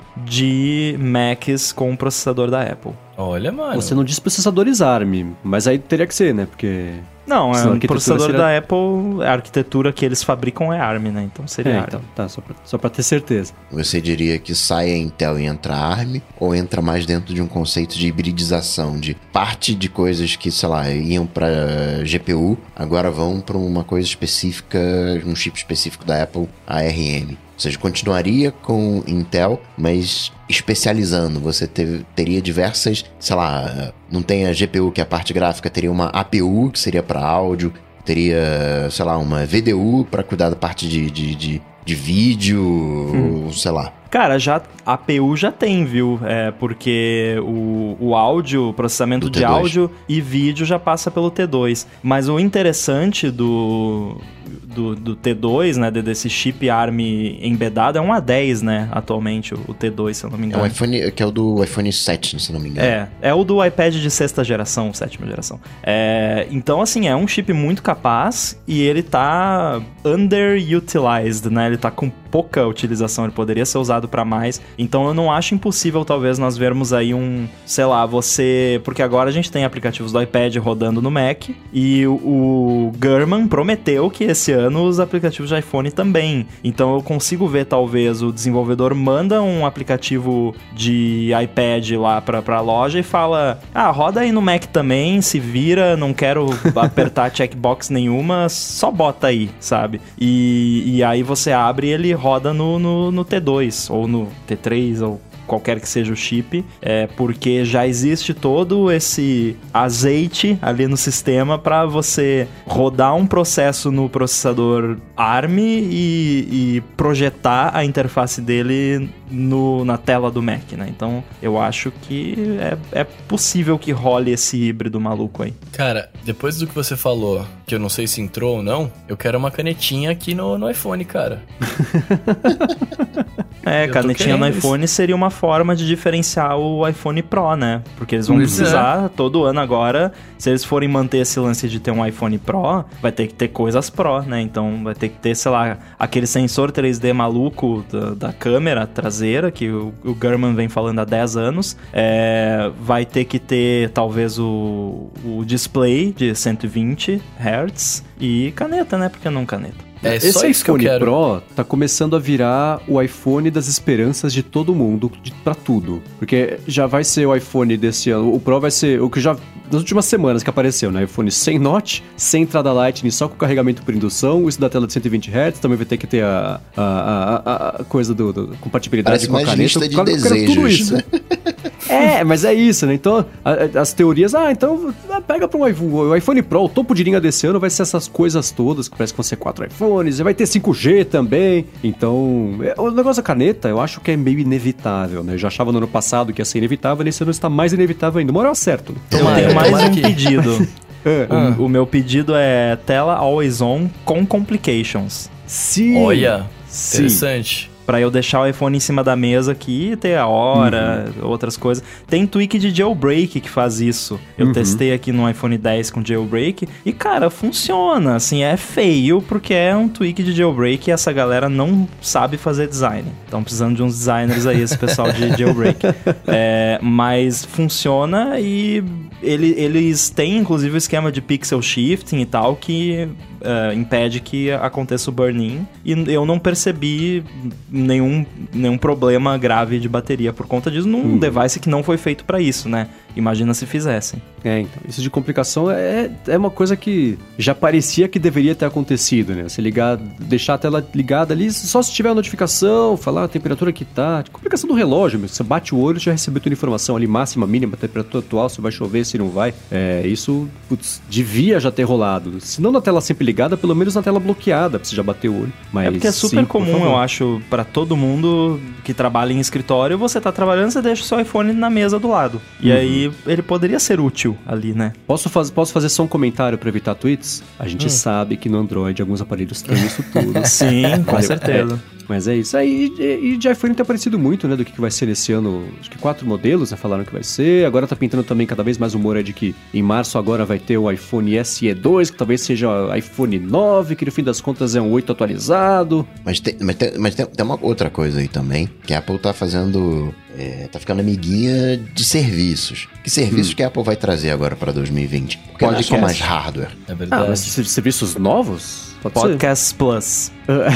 de Macs com o processador da Apple.
Olha, mano.
Você não diz processadores ARM, mas aí teria que ser, né? Porque...
Não,
Senão a
é, o
arquitetura
processador
seria-
da Apple, a arquitetura que eles fabricam é ARM, né? Então seria
É,
ARM.
então, tá, só pra, só pra ter certeza.
Você diria que sai a Intel e entra a ARM, ou entra mais dentro de um conceito de hibridização, de parte de coisas que, sei lá, iam pra G P U, agora vão pra uma coisa específica, um chip específico da Apple, a A R M. Ou seja, continuaria com Intel, mas especializando. Você teve- teria diversas, sei lá, não tem a G P U que é a parte gráfica, teria uma A P U que seria para áudio, teria, sei lá, uma V D U para cuidar da parte de, de, de, de vídeo, ou, sei lá.
Cara, já a P U já tem, viu? É, porque o, o áudio, o processamento
Do
de
T dois.
áudio e vídeo já passa pelo T dois. Mas o interessante do, do, do T dois, né, de- desse chip ARM embedado, é um A dez, né, atualmente, o, o T dois, se eu não me
É
engano.
um iPhone, que é o do iPhone sete, se não me engano.
É, é o do iPad de sexta geração, sétima geração. É, então, assim, é um chip muito capaz e ele tá underutilized, né? Ele tá com pouca utilização, ele poderia ser usado pra mais. Então, eu não acho impossível, talvez, nós vermos aí um, sei lá, você... Porque agora a gente tem aplicativos do iPad rodando no Mac e o, o Gurman prometeu que esse ano os aplicativos de iPhone também. Então, eu consigo ver, talvez, o desenvolvedor manda um aplicativo de iPad lá pra, pra loja e fala, ah, roda aí no Mac também, se vira, não quero apertar checkbox nenhuma, só bota aí, sabe? E, e aí você abre e ele roda no, no, no T dois, ou no T três, ou qualquer que seja o chip, é, porque já existe todo esse azeite ali no sistema para você rodar um processo no processador ARM e, e projetar a interface dele no, na tela do Mac, né? Então, eu acho que é, é possível que role esse híbrido maluco aí.
Cara, depois do que você falou, que eu não sei se entrou ou não, eu quero uma canetinha aqui no, no iPhone, cara.
É,
Eu
canetinha no iPhone
isso.
seria uma forma de diferenciar o iPhone Pro, né? Porque eles vão
Pois
precisar, todo ano agora, se eles forem manter esse lance de ter um iPhone Pro, vai ter que ter coisas Pro, né? Então vai ter que ter, sei lá, aquele sensor três D maluco da, da câmera traseira, que o, o Gurman vem falando há dez anos. É, vai ter que ter, talvez, o, o display de cento e vinte hertz e caneta, né? Por que não caneta?
É
Esse
só isso que eu
iPhone
quero.
Pro tá começando a virar o iPhone das esperanças de todo mundo, de, pra tudo. Porque já vai ser o iPhone desse ano. O Pro vai ser o que já... nas últimas semanas que apareceu, né? iPhone sem notch, sem entrada Lightning, só com carregamento por indução, isso da tela de cento e vinte hertz, também vai ter que ter a, a, a, a coisa do, do compatibilidade
Parece
com a
mais
caneta.
lista de
Eu quero
desejos,
tudo isso.
né?
É, mas é isso, né? Então, a, as teorias, ah, então pega para um iPhone, o iPhone Pro, o topo de linha desse ano vai ser essas coisas todas, que parece que vão ser quatro iPhones, vai ter cinco G também. Então, é, o negócio da caneta, eu acho que é meio inevitável, né? Eu já achava no ano passado que ia ser inevitável, nesse ano está mais inevitável ainda. Uma hora eu acerto. Né?
Eu
Tomara,
tenho mais
tomara
um
que-
pedido.
É.
Ah.
O, o meu pedido é tela always on com complications.
Sim.
Olha,
Sim.
interessante.
Pra eu deixar o iPhone em cima da mesa aqui e ter a hora, outras coisas. Tem tweak de jailbreak que faz isso. Eu
Uhum.
testei aqui no iPhone dez com jailbreak e, cara, funciona. Assim, é feio porque é um tweak de jailbreak e essa galera não sabe fazer design. Estão precisando de uns designers aí, esse pessoal de jailbreak. É, mas funciona e ele, eles têm, inclusive, o esquema de pixel shifting e tal que... Uh, impede que aconteça o burn-in e eu não percebi nenhum, nenhum problema grave de bateria por conta disso num
Hum.
device que não foi feito pra isso, né? Imagina se fizessem.
É, então, isso de complicação é, é uma coisa que já parecia que deveria ter acontecido, né? Você ligar, deixar a tela ligada ali, só se tiver a notificação, falar a temperatura que tá, complicação do relógio, mesmo. Você bate o olho e já recebeu toda a informação ali, máxima, mínima, temperatura atual, se vai chover, se não vai. É, isso, putz, devia já ter rolado. Se não na tela sempre ligada, pelo menos na tela bloqueada, pra você já bater o olho. Mas,
é porque é super
sim, por
comum,
favor.
eu acho, pra todo mundo que trabalha em escritório, você tá trabalhando, você deixa o seu iPhone na mesa do lado. E
Uhum.
aí ele poderia ser útil ali, né?
Posso, faz, posso fazer só um comentário pra evitar tweets? A gente
Hum.
sabe que no Android alguns aparelhos têm isso tudo.
Sim, com
Valeu.
certeza.
Mas é isso. Aí, e, e de iPhone tem aparecido muito, né? Do que, que vai ser nesse ano. Acho que quatro modelos, né? Falaram que vai ser. Agora tá pintando também cada vez mais rumor é de que em março agora vai ter o iPhone S E dois, que talvez seja o iPhone nove, que no fim das contas é um oito atualizado.
Mas, tem, mas, tem, mas tem, tem uma outra coisa aí também, que a Apple tá fazendo... É, tá ficando amiguinha de serviços. Que serviços
Hum.
que a Apple vai trazer agora pra dois mil e vinte? Porque não é só
Podcast.
mais hardware.
É
Ah,
verdade.
mas se- serviços novos? Pode
Podcast Plus.
ser.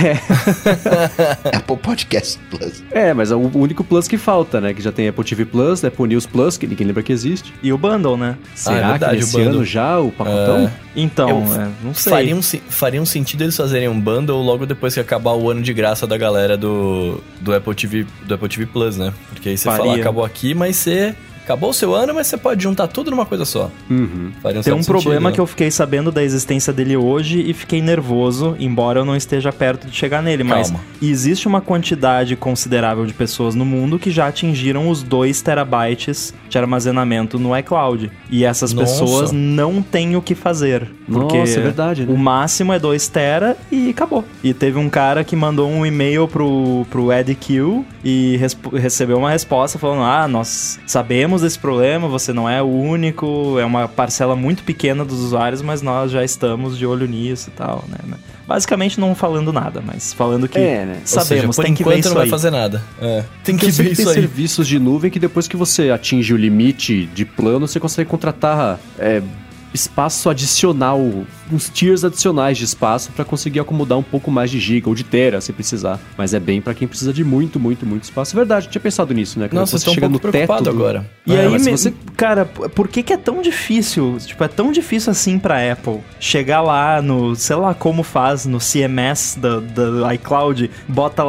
É.
Apple Podcast Plus.
É, mas é o único plus que falta, né? Que já tem Apple T V Plus, Apple News Plus, que ninguém lembra que existe.
E o bundle, né?
Será
verdade,
que
o
nesse
bundle.
ano já o pacotão?
Então,
Eu-
é, não sei.
Faria um, se- faria um sentido eles fazerem um bundle logo depois que acabar o ano de graça da galera do, do, Apple T V, do Apple T V Plus, né? Porque aí você
Faria.
fala, acabou aqui, mas você... Acabou o seu ano, mas você pode juntar tudo numa coisa só.
Uhum.
Faria um
Tem
certo
um problema
sentido,
que eu fiquei sabendo da existência dele hoje e fiquei nervoso, embora eu não esteja perto de chegar nele. Mas
Calma.
existe uma quantidade considerável de pessoas no mundo que já atingiram os dois terabytes de armazenamento no iCloud. E essas
Nossa.
pessoas não têm o que fazer. Porque
Nossa, é verdade, né?
o máximo é dois tera e acabou. E teve um cara que mandou um e-mail pro, pro EdQ e resp- recebeu uma resposta falando: ah, nós sabemos desse problema, você não é o único, é uma parcela muito pequena dos usuários, mas nós já estamos de olho nisso e tal, né? Basicamente não falando nada, mas falando que
É, né?
Ou seja,
sabemos,
por
tem que ver
enquanto
isso
não vai
aí.
fazer nada. É. Tem
Porque
que
eu sei
ver
que tem
isso aí.
serviços de nuvem que depois que você atinge o limite de plano, você consegue contratar é, espaço adicional, uns tiers adicionais de espaço para conseguir acomodar um pouco mais de giga ou de tera, se precisar. Mas é bem para quem precisa de muito, muito, muito espaço. É verdade, eu tinha pensado nisso, né? Que
Nossa,
você
eu tô um
chega
pouco
no
preocupado
teto do-
agora.
E
É,
aí,
mas se
me-
você-
cara, por que que é tão difícil? Tipo, é tão difícil assim pra Apple chegar lá no, sei lá como faz, no C M S da, da iCloud, bota lá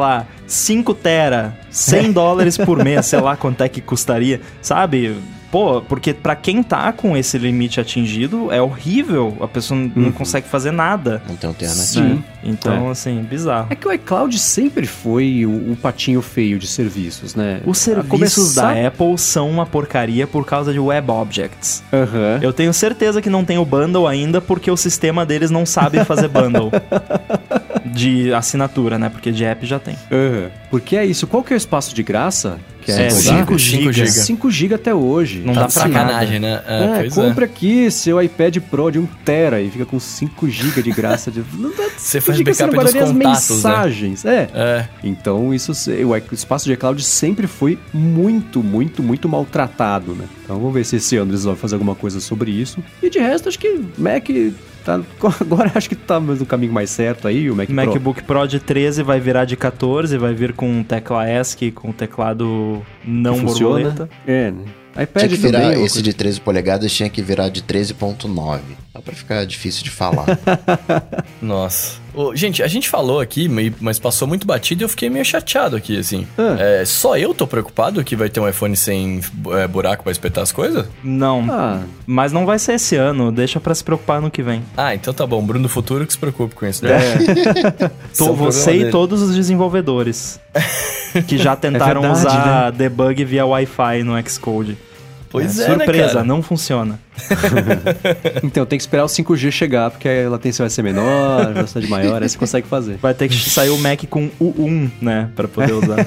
cinco tera, cem dólares por mês, sei lá quanto é que custaria, sabe? Pô, porque pra quem tá com esse limite atingido, é horrível. A pessoa uhum. não consegue fazer nada.
Não tem alternativa.
Sim. Então, é. assim, bizarro.
É que o iCloud sempre foi o, o patinho feio de serviços, né?
Os serviços começar... da Apple são uma porcaria por causa de Web Objects.
Uhum.
Eu tenho certeza que não tem o bundle ainda, porque o sistema deles não sabe fazer bundle. De assinatura, né? Porque de app já tem.
Uhum. Porque é isso. Qual que é o espaço de graça? Que
é cinco gigas.
cinco gigas até hoje.
Não tá dá pra
sacanagem, né?
É, é compra é. aqui seu iPad Pro de um tera e fica com cinco gigas de graça. De...
Você faz backup dos contatos,
mensagens.
Né?
É. é. Então, isso, o espaço de iCloud sempre foi muito, muito, muito maltratado, né? Então, vamos ver se esse ano eles vão fazer alguma coisa sobre isso. E de resto, acho que Mac... Tá, agora acho que tá no caminho mais certo aí, o Mac
MacBook
Pro.
Pro de treze vai virar de catorze, vai vir com tecla ESC, com teclado não borboleta.
É, né? iPad
tinha que virar,
também,
esse de treze polegadas tinha que virar de treze ponto nove. Só pra ficar difícil de falar.
Nossa. Ô, gente, a gente falou aqui, mas passou muito batido e eu fiquei meio chateado aqui, assim.
Ah.
É, só eu tô preocupado que vai ter um iPhone sem é, buraco pra espetar as coisas?
Não.
Ah.
Mas não vai ser esse ano, deixa pra se preocupar no que vem.
Ah, então tá bom. Bruno do futuro que se preocupe com isso, né?
É. Tô, você e dele. Todos os desenvolvedores que já tentaram é verdade, usar né? debug via Wi-Fi no Xcode.
Pois
é,
é,
surpresa,
né, cara?
Não funciona.
Então tem que esperar o cinco G chegar, porque a latência vai ser menor, a velocidade maior, aí você consegue fazer.
Vai ter que sair o Mac com U um, né, pra poder usar.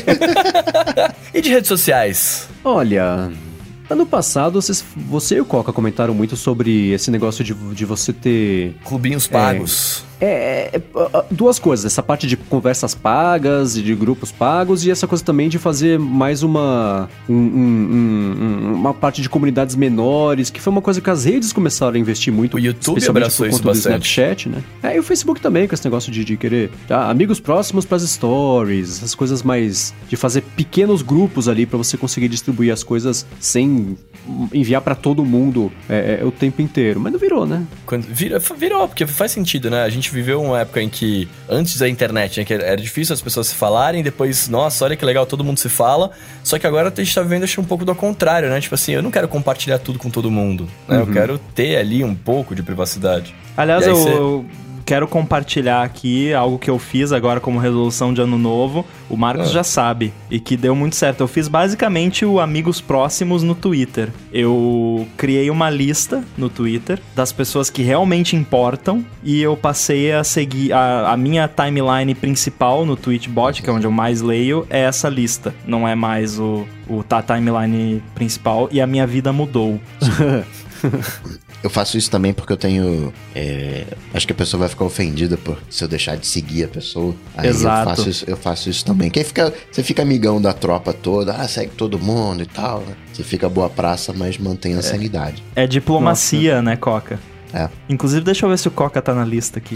E de redes sociais?
Olha... Ano passado, vocês, você e o Coca comentaram muito sobre esse negócio de, de você ter...
Clubinhos pagos.
É, é, é, duas coisas. Essa parte de conversas pagas e de grupos pagos e essa coisa também de fazer mais uma... Um, um, um, uma parte de comunidades menores, que foi uma coisa que as redes começaram a investir muito.
O YouTube abraçou isso bastante.
Do Snapchat, né? É, e o Facebook também, com esse negócio de, de querer... Tá, amigos próximos pras stories, essas coisas mais... De fazer pequenos grupos ali pra você conseguir distribuir as coisas sem enviar pra todo mundo é, é, o tempo inteiro. Mas não virou, né?
Quando vira, virou, porque faz sentido, né? A gente viveu uma época em que, antes da internet, né, que era difícil as pessoas se falarem, depois, nossa, olha que legal, todo mundo se fala. Só que agora a gente tá vivendo, acho, um pouco do contrário, né? Tipo assim, eu não quero compartilhar tudo com todo mundo, né? Uhum. Eu quero ter ali um pouco de privacidade.
Aliás, eu...
Você...
Quero compartilhar aqui algo que eu fiz agora como resolução de ano novo. O Marcos ah. já sabe e que deu muito certo. Eu fiz basicamente o Amigos Próximos no Twitter. Eu criei uma lista no Twitter das pessoas que realmente importam e eu passei a seguir a, a minha timeline principal no Tweetbot, que é onde eu mais leio, é essa lista. Não é mais o, o tá, timeline principal e a minha vida mudou.
Eu faço isso também porque eu tenho... É, acho que a pessoa vai ficar ofendida por se eu deixar de seguir a pessoa. Aí
Exato.
Eu faço isso, eu faço isso também. Quem fica, você fica amigão da tropa toda, ah, segue todo mundo e tal, né? Você fica boa praça, mas mantém a é. sanidade.
É diplomacia, Nossa. né, Coca?
É.
Inclusive, deixa eu ver se o Coca tá na lista aqui.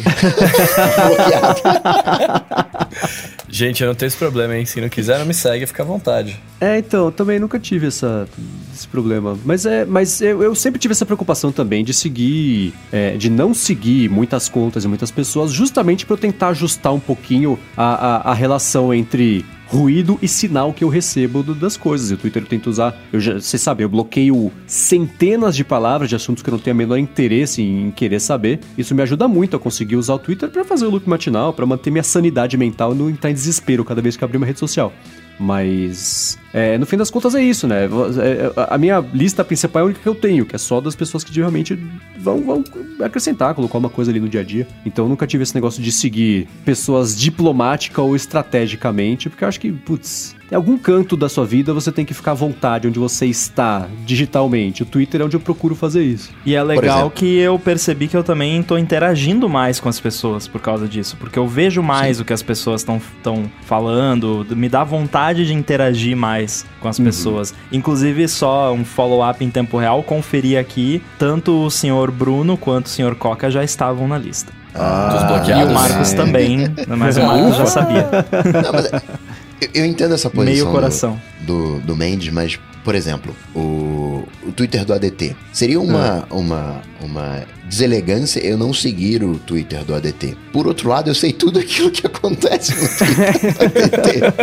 Gente, eu não tenho esse problema, hein? Se não quiser, não me segue, fica à vontade.
É, então, eu também nunca tive essa, esse problema. Mas, é, mas eu, eu sempre tive essa preocupação também de seguir, é, de não seguir muitas contas e muitas pessoas, justamente para eu tentar ajustar um pouquinho a, a, a relação entre... ruído e sinal que eu recebo do, das coisas. E o Twitter eu tento usar... Eu já, você sabe, eu bloqueio centenas de palavras de assuntos que eu não tenho o menor interesse em, em querer saber. Isso me ajuda muito a conseguir usar o Twitter pra fazer o loop matinal, pra manter minha sanidade mental e não entrar em desespero cada vez que eu abrir uma rede social. Mas, é, no fim das contas é isso, né? A minha lista principal é a única que eu tenho, que é só das pessoas que realmente vão, vão acrescentar, colocar uma coisa ali no dia a dia. Então eu nunca tive esse negócio de seguir pessoas diplomática ou estrategicamente, porque eu acho que, putz... Em algum canto da sua vida você tem que ficar à vontade onde você está digitalmente. O Twitter é onde eu procuro fazer isso.
E é legal que eu percebi que eu também tô interagindo mais com as pessoas por causa disso. Porque eu vejo mais Sim. o que as pessoas estão falando. Me dá vontade de interagir mais com as uhum. pessoas. Inclusive, só um follow-up em tempo real. Conferi aqui, tanto o senhor Bruno quanto o senhor Coca já estavam na lista.
Ah,
Dos bloqueados.
E o Marcos
é.
também, mas o Marcos já sabia.
Não, mas... Eu entendo essa posição
Meio coração.
do, do, do Mendes, mas, por exemplo, o, o, o Twitter do A D T. Seria uma,
Uhum.
uma, uma deselegância eu não seguir o Twitter do A D T. Por outro lado, eu sei tudo aquilo que acontece no Twitter do A D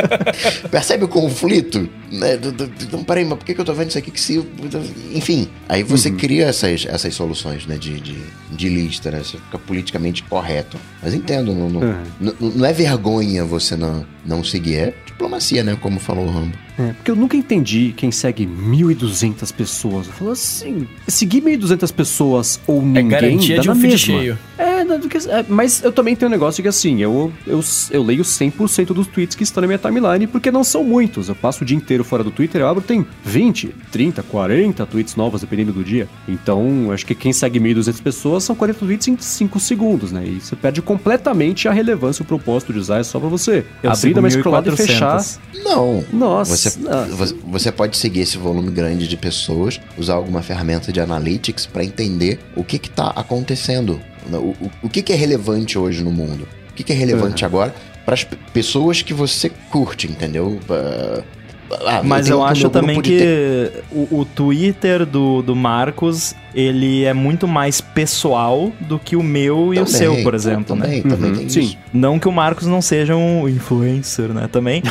T. Percebe o conflito? Né? Então, peraí, mas por que eu tô vendo isso aqui que se... Enfim, aí você
Uhum.
cria essas, essas soluções, né, de, de, de lista, né? Você fica politicamente correto. Mas entendo, não, não,
Uhum.
não, não é vergonha você não, não seguir, é diplomacia, né? Como falou o Rambo.
É, porque eu nunca entendi quem segue mil e duzentas pessoas. Eu falo assim, seguir mil e duzentas pessoas ou ninguém
garantia
dá
de
na
um feed
mesma.
cheio.
É, não, porque- é, mas eu também tenho um negócio que assim, eu, eu, eu leio cem por cento dos tweets que estão na minha timeline, porque não são muitos. Eu passo o dia inteiro fora do Twitter, eu abro, tem vinte, trinta, quarenta tweets novos, dependendo do dia. Então, acho que quem segue mil e duzentas pessoas são quarenta tweets em cinco segundos, né? E você perde completamente a relevância, o propósito de usar é só pra você
Eu
abrir
sigo
da
mil e
scrollada e fechar.
quatrocentas.
Não.
Nossa.
Você, você, você pode seguir esse volume grande de pessoas, usar alguma ferramenta de analytics para entender o que está acontecendo. O, o, o que, que é relevante hoje no mundo. O que, que é relevante
Uhum.
agora para as pessoas que você curte, entendeu? Uh, ah,
Mas
tenho
eu
aqui
acho
meu
também
grupo de
que o, o Twitter do, do Marcos, ele é muito mais pessoal do que o meu e o
Também,
seu, por exemplo, né?
também, também
Uhum,
tem
sim.
isso.
Não que o Marcos não seja um influencer, né? Também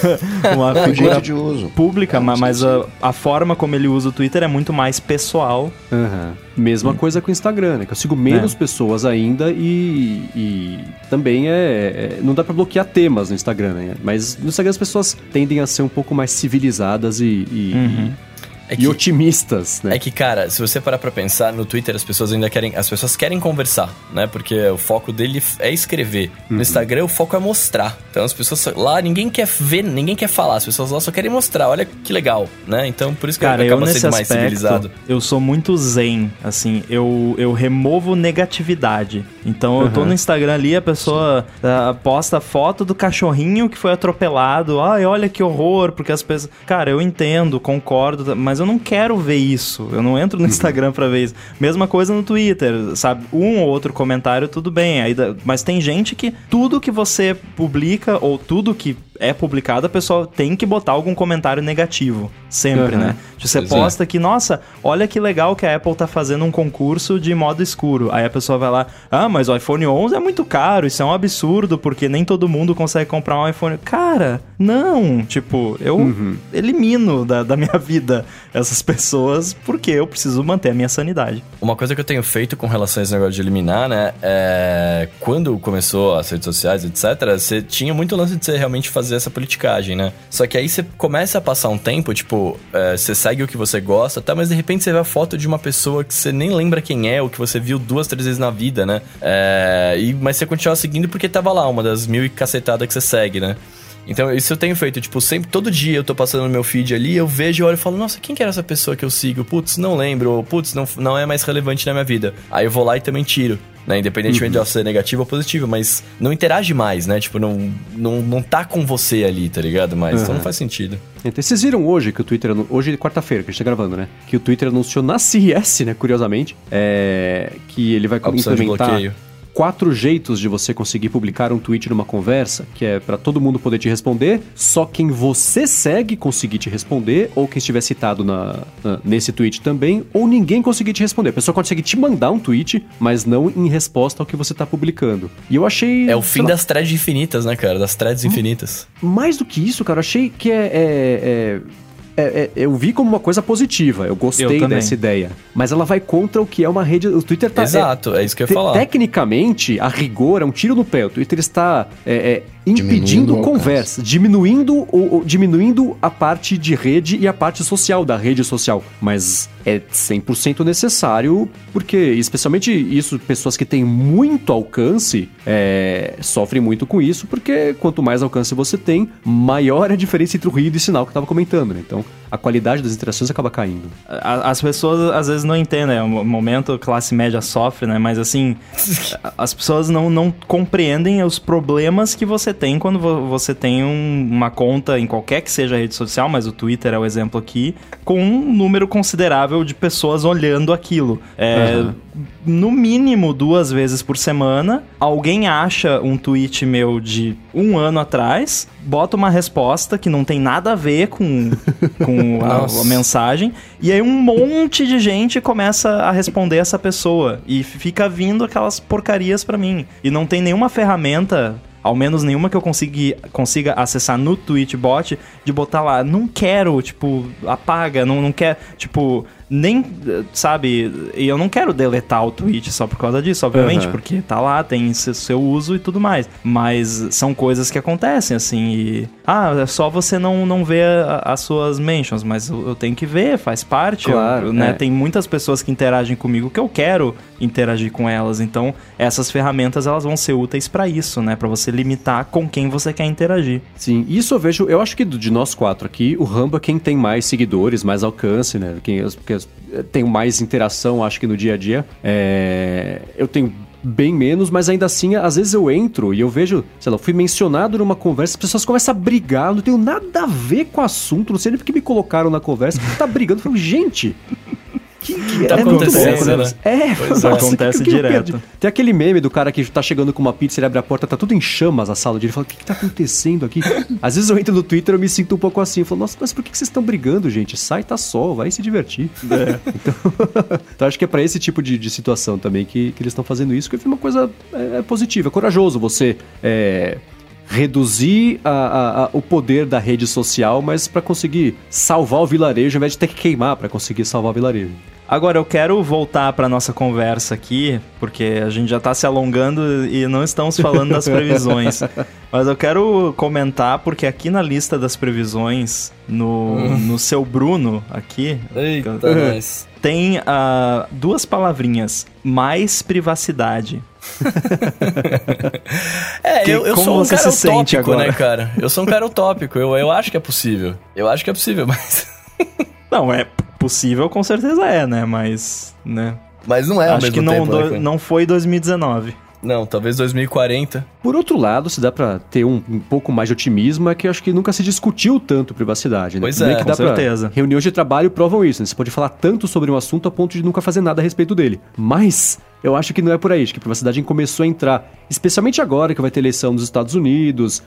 uma
É o
figura
jeito de uso.
pública,
É,
ma-
sim,
mas
sim.
a, a forma como ele usa o Twitter é muito mais pessoal.
Aham. Mesma coisa com o Instagram, né? Que eu sigo menos
É.
pessoas ainda e, e também é, é- Não dá pra bloquear temas no Instagram, né? Mas no Instagram as pessoas tendem a ser um pouco mais civilizadas e, e,
Uhum.
É
e
que,
otimistas, né?
é que, cara, se você parar pra pensar, no Twitter as pessoas ainda querem... As pessoas querem conversar, né? Porque o foco dele é escrever. No Instagram, o foco é mostrar. Então, as pessoas... Lá, ninguém quer ver, ninguém quer falar. As pessoas lá só querem mostrar. Olha que legal, né? Então, por isso que
Cara, eu
acaba
nesse
sendo mais
aspecto,
civilizado.
eu sou muito zen, assim, eu, eu removo negatividade. Então eu tô
Uhum.
no Instagram ali, a pessoa ah, posta foto do cachorrinho que foi atropelado, ai, olha que horror, porque as pessoas... Cara, eu entendo, concordo, mas eu não quero ver isso, eu não entro no Instagram pra ver isso. Mesma coisa no Twitter, sabe? Um ou outro comentário, tudo bem, aí, dá- mas tem gente que tudo que você publica, ou tudo que é publicado, a pessoa tem que botar algum comentário negativo. Sempre,
Uhum.
né? Você
Pois é.
posta que, nossa, olha que legal que a Apple tá fazendo um concurso de modo escuro. Aí a pessoa vai lá, ah, mas o iPhone onze é muito caro, isso é um absurdo, porque nem todo mundo consegue comprar um iPhone. Cara, não. Tipo, eu
Uhum.
elimino da, da minha vida essas pessoas porque eu preciso manter a minha sanidade.
Uma coisa que eu tenho feito com relação a esse negócio de eliminar, né? É... Quando começou as redes sociais, etcétera, você tinha muito lance de você realmente fazer essa politicagem, né? Só que aí você começa a passar um tempo, tipo, é, você segue o que você gosta, tá? Mas de repente você vê a foto de uma pessoa que você nem lembra quem é, ou que você viu duas, três vezes na vida, né? É... E... Mas você continua seguindo porque tava lá, uma das mil e cacetadas que você segue, né? Então, isso eu tenho feito, tipo, sempre, todo dia eu tô passando no meu feed ali, eu vejo, eu olho e falo, nossa, quem que era essa pessoa que eu sigo? Putz, não lembro, ou putz, não, não é mais relevante na minha vida. Aí eu vou lá e também tiro, né? Independentemente
Uhum.
de ser negativo ou positivo, mas não interage mais, né? Tipo, não, não, não tá com você ali, tá ligado? Mas, então
Uhum.
não faz sentido.
Então, vocês viram hoje que o Twitter... anu- Hoje é quarta-feira que a gente tá gravando, né? Que o Twitter anunciou na C E S, né? Curiosamente, é, que ele vai
A opção de
implementar
bloqueio.
quatro jeitos de você conseguir publicar um tweet numa conversa, que é pra todo mundo poder te responder, só quem você segue conseguir te responder, ou quem estiver citado na, na- nesse tweet também, ou ninguém conseguir te responder. A pessoa consegue te mandar um tweet, mas não em resposta ao que você tá publicando. E eu achei...
É o
sei
fim
lá,
das threads infinitas, né, cara? Das threads infinitas.
mais do que isso, cara, eu achei que é... é- é- é- é- eu vi como uma coisa positiva, eu gostei
Eu também.
dessa ideia. Mas ela vai contra o que é uma rede... O Twitter tá...
Exato, é isso que eu ia
te-
falar.
Tecnicamente, a rigor, é um tiro no pé. O Twitter está é, é, impedindo
Diminuindo o
conversa, diminuindo, o, o- diminuindo a parte de rede e a parte social da rede social. Mas é cem por cento necessário, porque, especialmente isso, pessoas que têm muito alcance é, sofrem muito com isso, porque quanto mais alcance você tem, maior é a diferença entre o ruído e sinal que eu estava comentando, né? Então, a qualidade das interações acaba caindo.
A- As pessoas às vezes não entendem, é um momento classe média sofre, né? Mas assim, a- as pessoas não, não compreendem os problemas que você tem quando vo- você tem um- uma conta em qualquer que seja a rede social, mas o Twitter é o exemplo aqui, com um número considerável de pessoas olhando aquilo. É,
Uhum.
no mínimo duas vezes por semana, alguém acha um tweet meu de um ano atrás, bota uma resposta que não tem nada a ver com, com a, a mensagem, e aí um monte de gente começa a responder essa pessoa, e fica vindo aquelas porcarias pra mim. E não tem nenhuma ferramenta, ao menos nenhuma que eu consiga, consiga acessar no Tweetbot, de botar lá, não quero, tipo, apaga, não, não quero, tipo... Nem, sabe, e eu não quero deletar o tweet só por causa disso, obviamente, uhum. porque tá lá, tem seu, seu uso e tudo mais. Mas são coisas que acontecem, assim, e... Ah, é só você não, não ver a, as suas mentions, mas eu, eu tenho que ver, faz parte.
Claro,
eu, né,
é.
Tem muitas pessoas que interagem comigo que eu quero interagir com elas, então essas ferramentas, elas vão ser úteis pra isso, né, pra você limitar com quem você quer interagir.
Sim, isso eu vejo, eu acho que de nós quatro aqui, o Rumble é quem tem mais seguidores, mais alcance, né, quem... Porque tenho mais interação, acho que no dia a dia. É... Eu tenho bem menos, mas ainda assim, às vezes eu entro e eu vejo, sei lá, eu fui mencionado numa conversa, as pessoas começam a brigar, eu não tenho nada a ver com o assunto, não sei nem porque me colocaram na conversa, porque tá brigando. Eu falo, gente... Que, que
tá
é
acontecendo,
muito louco, né? É,
pois
nossa,
acontece
que, que, que
direto.
Tem aquele meme do cara que tá chegando com uma pizza, ele abre a porta, tá tudo em chamas a sala dele, ele fala, o que que tá acontecendo aqui? Às vezes eu entro no Twitter e eu me sinto um pouco assim, eu falo, nossa, mas por que que vocês estão brigando, gente? Sai, tá sol, vai se divertir. É. Então, então acho que é pra esse tipo de, de situação também que, que eles estão fazendo isso, que foi uma coisa é, é positiva, é corajoso você... É, reduzir a, a, a, o poder da rede social, mas para conseguir salvar o vilarejo, ao invés de ter que queimar para conseguir salvar o vilarejo.
Agora, eu quero voltar para nossa conversa aqui, porque a gente já está se alongando e não estamos falando das previsões. Mas eu quero comentar, porque aqui na lista das previsões, no, hum. no seu Bruno, aqui...
Eita, uh, nice.
Tem uh, duas palavrinhas, mais privacidade.
É,
que,
eu, eu
como
sou um
você
cara
se sente
utópico,
agora?
né, cara? Eu sou um cara utópico, eu, eu acho que é possível. Eu acho que é possível, mas...
Não, é possível, com certeza é, né? Mas, né?
Mas não é ao
acho
mesmo
que não,
tempo,
do,
né,
não foi dois mil e dezenove.
Não, talvez dois mil e quarenta.
Por outro lado, se dá pra ter um, um pouco mais de otimismo, é que eu acho que nunca se discutiu tanto privacidade, né?
Pois
Primeiro
é,
que dá
com certeza.
Pra... Reuniões de trabalho provam isso, né? Você pode falar tanto sobre um assunto a ponto de nunca fazer nada a respeito dele. Mas eu acho que não é por aí, acho que a privacidade começou a entrar, especialmente agora que vai ter eleição nos Estados Unidos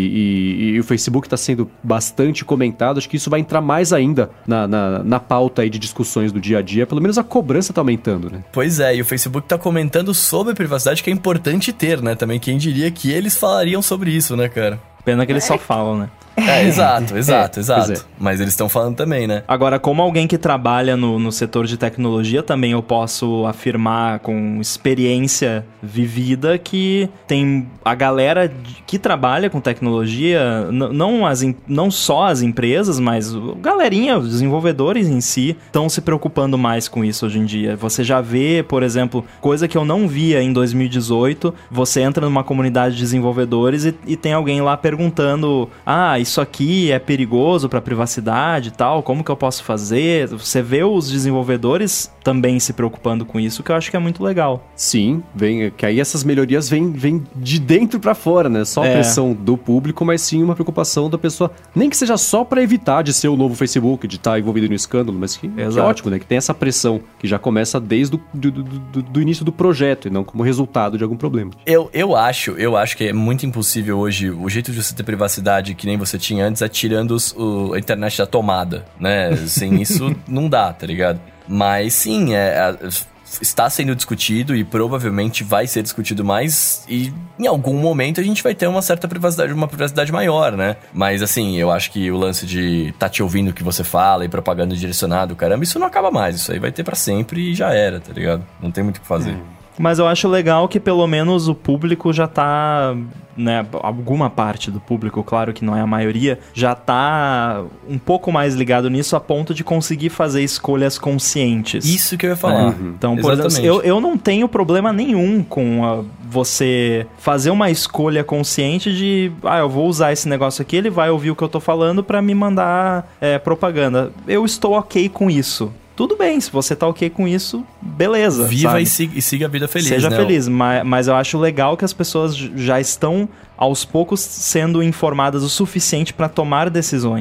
e, e, e o Facebook está sendo bastante comentado, acho que isso vai entrar mais ainda na, na, na pauta aí de discussões do dia a dia, pelo menos a cobrança tá aumentando, né?
Pois é, e o Facebook tá comentando sobre privacidade, que é importante ter, né? Também quem diria que eles falariam sobre isso, né, cara?
Pena que eles é. só falam, né?
É, exato, exato,
é,
exato.
é.
Mas eles estão falando também, né?
Agora, como alguém que trabalha no, no setor de tecnologia, também eu posso afirmar com experiência vivida que tem a galera que trabalha com tecnologia, n- não, as, não só as empresas, mas galerinha, os desenvolvedores em si, estão se preocupando mais com isso hoje em dia. Você já vê, por exemplo, coisa que eu não via em dois mil e dezoito, você entra numa comunidade de desenvolvedores e, e tem alguém lá perguntando, ah, isso aqui é perigoso para a privacidade e tal, como que eu posso fazer? Você vê os desenvolvedores também se preocupando com isso, que eu acho que é muito legal.
Sim, vem, que aí essas melhorias vêm, vêm de dentro para fora, né? Só a
é.
pressão do público, mas sim uma preocupação da pessoa, nem que seja só para evitar de ser o novo Facebook, de estar envolvido no escândalo, mas que, que é ótimo, né? Que tem essa pressão que já começa desde o do, do, do, do início do projeto e não como resultado de algum problema.
Eu, eu acho, eu acho que é muito impossível hoje, o jeito de você ter privacidade que nem você tinha antes é tirando os, o, a internet da tomada, né? Sem isso não dá, tá ligado? Mas sim, é, é, está sendo discutido e provavelmente vai ser discutido mais e em algum momento a gente vai ter uma certa privacidade, uma privacidade maior, né? Mas assim, eu acho que o lance de tá te ouvindo o que você fala e propaganda direcionado, caramba, isso não acaba mais, isso aí vai ter pra sempre e já era, tá ligado? Não tem muito o que fazer. Hum.
Mas eu acho legal que pelo menos o público já tá, né, alguma parte do público, claro que não é a maioria, já tá um pouco mais ligado nisso a ponto de conseguir fazer escolhas conscientes.
Isso que eu ia falar.
Uhum. Então, por exemplo, eu, eu não tenho problema nenhum com a, você fazer uma escolha consciente de, ah, eu vou usar esse negócio aqui, ele vai ouvir o que eu tô falando pra me mandar é, propaganda. Eu estou ok com isso. Tudo bem, se você tá ok com isso, beleza.
Viva e siga, e siga a vida feliz,
Seja
né?
feliz, mas, mas eu acho legal que as pessoas já estão, aos poucos, sendo informadas o suficiente para tomar decisões.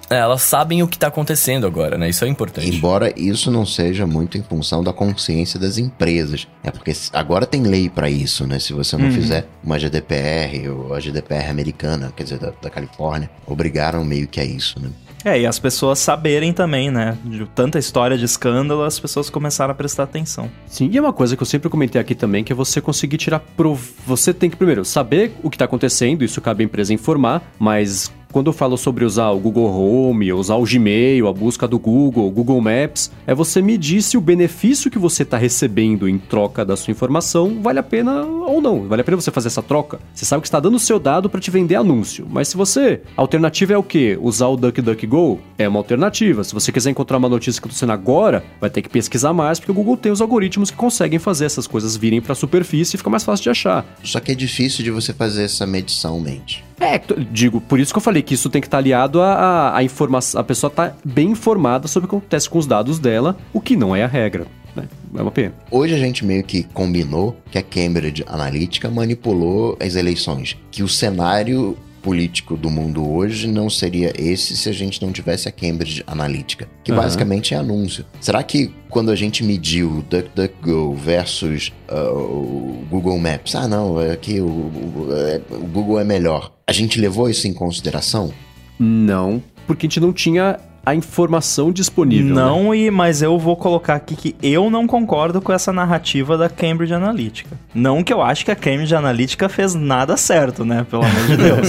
É, elas sabem o que tá acontecendo agora, né? Isso é importante.
Embora isso não seja muito em função da consciência das empresas. É porque agora tem lei pra isso, né? Se você não uhum. fizer uma G D P R ou a G D P R americana, quer dizer, da, da Califórnia, obrigaram meio que a isso, né?
É, e as pessoas saberem também, né? De tanta história de escândalo, as pessoas começaram a prestar atenção.
Sim, e é uma coisa que eu sempre comentei aqui também, que é você conseguir tirar... Prov... Você tem que, primeiro, saber o que está acontecendo, isso cabe à empresa informar, mas... Quando eu falo sobre usar o Google Home, usar o Gmail, a busca do Google, o Google Maps, é você medir se o benefício que você está recebendo em troca da sua informação vale a pena ou não. Vale a pena você fazer essa troca? Você sabe que está dando o seu dado para te vender anúncio, mas se você... A alternativa é o quê? Usar o DuckDuckGo? É uma alternativa. Se você quiser encontrar uma notícia que está acontecendo agora, vai ter que pesquisar mais, porque o Google tem os algoritmos que conseguem fazer essas coisas virem para a superfície e fica mais fácil de achar.
Só que é difícil de você fazer essa medição, mente.
É, digo, por isso que eu falei que isso tem que estar aliado a, a, a informação, a pessoa tá bem informada sobre o que acontece com os dados dela, o que não é a regra, né? É uma pena.
Hoje a gente meio que combinou que a Cambridge Analytica manipulou as eleições, que o cenário político do mundo hoje não seria esse se a gente não tivesse a Cambridge Analytica, que uhum. basicamente é anúncio. Será que quando a gente mediu o DuckDuckGo versus uh, o Google Maps, ah não, aqui o, o, o Google é melhor, a gente levou isso em consideração?
Não, porque a gente não tinha a informação disponível.
Não,
né?
e, mas eu vou colocar aqui que eu não concordo com essa narrativa da Cambridge Analytica. Não que eu acho que a Cambridge Analytica fez nada certo, né? Pelo amor de Deus.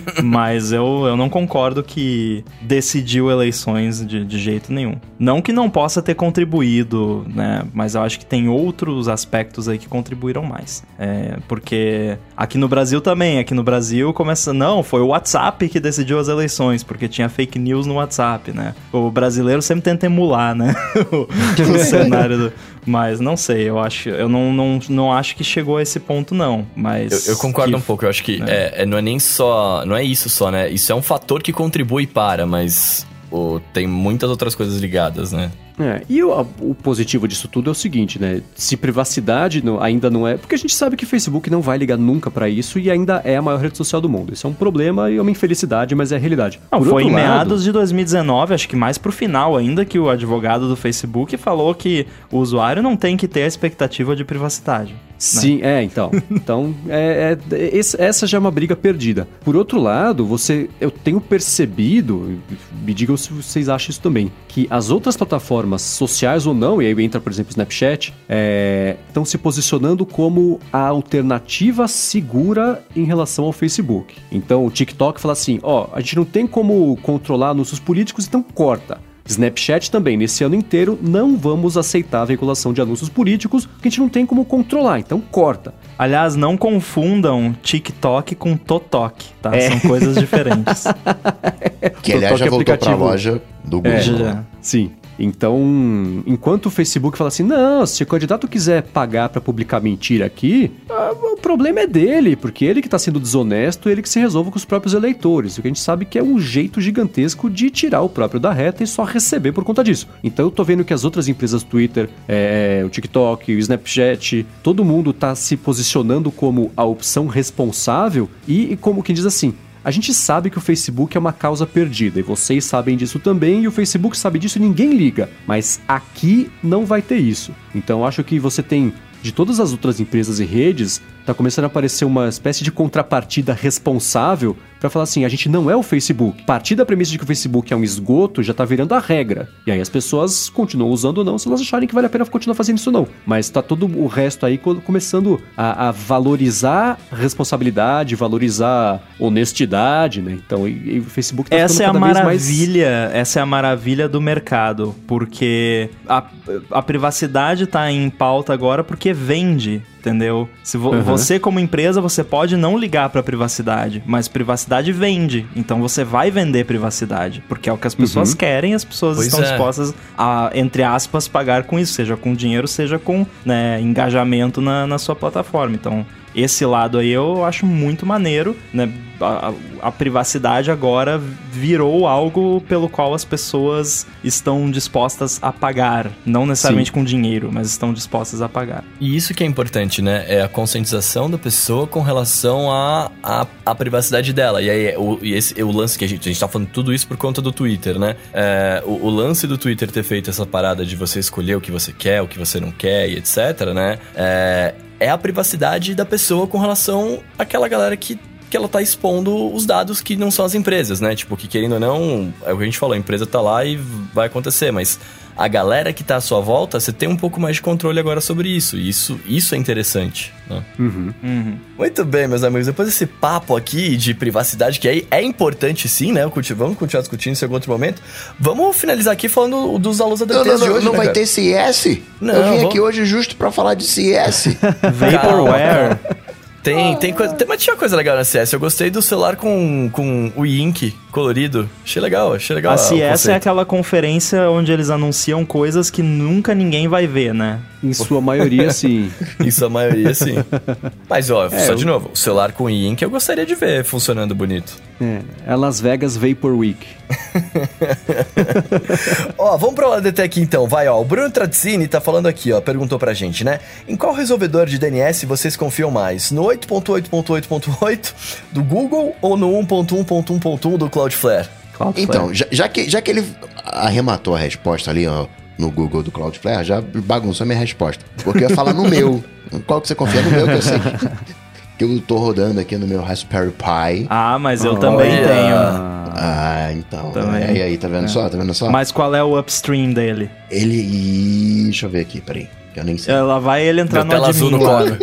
Mas eu, eu não concordo que decidiu eleições de, de jeito nenhum. Não que não possa ter contribuído, né? Mas eu acho que tem outros aspectos aí que contribuíram mais. É, porque aqui no Brasil também, aqui no Brasil começa... Não, foi o WhatsApp que decidiu as eleições, porque tinha fake news no WhatsApp, né? O brasileiro sempre tenta emular, né? o cenário do... Mas não sei, eu acho, eu não, não, não acho que chegou a esse ponto, não. Mas
eu, eu concordo
que,
um pouco, eu acho que
né?
é, é, não é nem só. Não é isso só, né? Isso é um fator que contribui para, mas o, tem muitas outras coisas ligadas, né?
É, e o, o positivo disso tudo é o seguinte, né? Se privacidade não, ainda não é... Porque a gente sabe que o Facebook não vai ligar nunca pra isso e ainda é a maior rede social do mundo. Isso é um problema e é uma infelicidade, mas é a realidade.
Não,
Por
foi em
lado,
meados de dois mil e dezenove, acho que mais pro final ainda, que o advogado do Facebook falou que o usuário não tem que ter a expectativa de privacidade.
Sim, né? é, então. Então, é, é, esse, essa já é uma briga perdida. Por outro lado, você, eu tenho percebido, me digam se vocês acham isso também, que as outras plataformas sociais ou não, e aí entra, por exemplo, o Snapchat, estão é, se posicionando como a alternativa segura em relação ao Facebook. Então, o TikTok fala assim, ó, a gente não tem como controlar anúncios políticos, então corta. Snapchat também, nesse ano inteiro, não vamos aceitar a veiculação de anúncios políticos, porque a gente não tem como controlar, então corta.
Aliás, não confundam TikTok com Totok, tá?
É.
São coisas diferentes.
Que, aliás, já voltou pra loja do Google.
É, já. Sim. Então, enquanto o Facebook fala assim, não, se o candidato quiser pagar para publicar mentira aqui, o problema é dele, porque ele que está sendo desonesto, ele que se resolve com os próprios eleitores. O que a gente sabe que é um jeito gigantesco de tirar o próprio da reta e só receber por conta disso. Então eu tô vendo que as outras empresas, Twitter, é, o TikTok, o Snapchat, todo mundo tá se posicionando como a opção responsável e, e como quem diz assim, a gente sabe que o Facebook é uma causa perdida, e vocês sabem disso também, e o Facebook sabe disso e ninguém liga. Mas aqui não vai ter isso. Então eu acho que você tem, de todas as outras empresas e redes, tá começando a aparecer uma espécie de contrapartida responsável para falar assim, a gente não é o Facebook. A partir da premissa de que o Facebook é um esgoto, já tá virando a regra. E aí as pessoas continuam usando ou não, se elas acharem que vale a pena continuar fazendo isso ou não. Mas tá todo o resto aí começando a, a valorizar responsabilidade, valorizar honestidade, né? Então, e, e o Facebook tá
essa é a
cada vez
maravilha,
mais...
Essa é a maravilha do mercado, porque a, a privacidade tá em pauta agora porque vende, entendeu? Se vo- uhum. Você como empresa, você pode não ligar para privacidade, mas privacidade vende, então você vai vender privacidade, porque é o que as pessoas uhum. querem, as pessoas pois estão é. dispostas a, entre aspas, pagar com isso, seja com dinheiro, seja com, né, engajamento na, na sua plataforma. Então, esse lado aí eu acho muito maneiro, né? A, a, a privacidade agora virou algo pelo qual as pessoas estão dispostas a pagar. Não necessariamente Sim. com dinheiro, mas estão dispostas a pagar.
E isso que é importante, né? É a conscientização da pessoa com relação à a, a, a privacidade dela. E aí, o, e esse, o lance que a gente... A gente tá falando tudo isso por conta do Twitter, né? É, o, o lance do Twitter ter feito essa parada de você escolher o que você quer, o que você não quer e etc, né? É, é a privacidade da pessoa com relação àquela galera que... que ela tá expondo os dados que não são as empresas, né? Tipo, que querendo ou não, é o que a gente falou, a empresa tá lá e vai acontecer, mas a galera que tá à sua volta, você tem um pouco mais de controle agora sobre isso, e isso, isso é interessante, né?
Uhum.
Uhum.
Muito bem, meus amigos, depois desse papo aqui de privacidade, que aí é importante sim, né? Vamos continuar discutindo isso em algum outro momento. Vamos finalizar aqui falando dos alunos A D Ts
não, não,
de hoje,
Não
né,
vai
cara?
ter C S?
Não,
Eu vim
vamos...
aqui hoje justo pra falar de C S.
Vaporware.
Tem, tem coisa. Tem, mas tinha coisa legal na C S. Eu gostei do celular com, com o ink colorido. Achei legal, achei legal.
A C S é aquela conferência onde eles anunciam coisas que nunca ninguém vai ver, né?
Em sua maioria, sim.
Em sua maioria, sim. Mas, ó,
é,
só
eu...
de novo, o celular com ink eu gostaria de ver funcionando bonito.
É, é Las Vegas Vapor Week.
Ó, vamos pro A D T aqui então, vai, ó. O Bruno Trazzini tá falando aqui, ó, perguntou pra gente, né? Em qual resolvedor de D N S vocês confiam mais? No oito ponto oito ponto oito ponto oito do Google ou no um ponto um ponto um ponto um do Cloudflare?
Cloudflare.
Então, já, já, que, já que ele arrematou a resposta ali, ó, no Google do Cloudflare, já bagunçou minha resposta. Porque eu ia falar no meu. Qual que você confia? No meu, que eu sei que, que eu tô rodando aqui no meu Raspberry Pi.
Ah, mas eu
oh,
também
yeah.
tenho.
Ah, então.
Também.
É, e aí, tá vendo
é.
só? Tá vendo só?
Mas qual é o upstream dele?
Ele... Deixa eu ver aqui, peraí. Eu nem sei.
Ela vai ele entrar
Deu
no
tela azul
admin.
no quadro.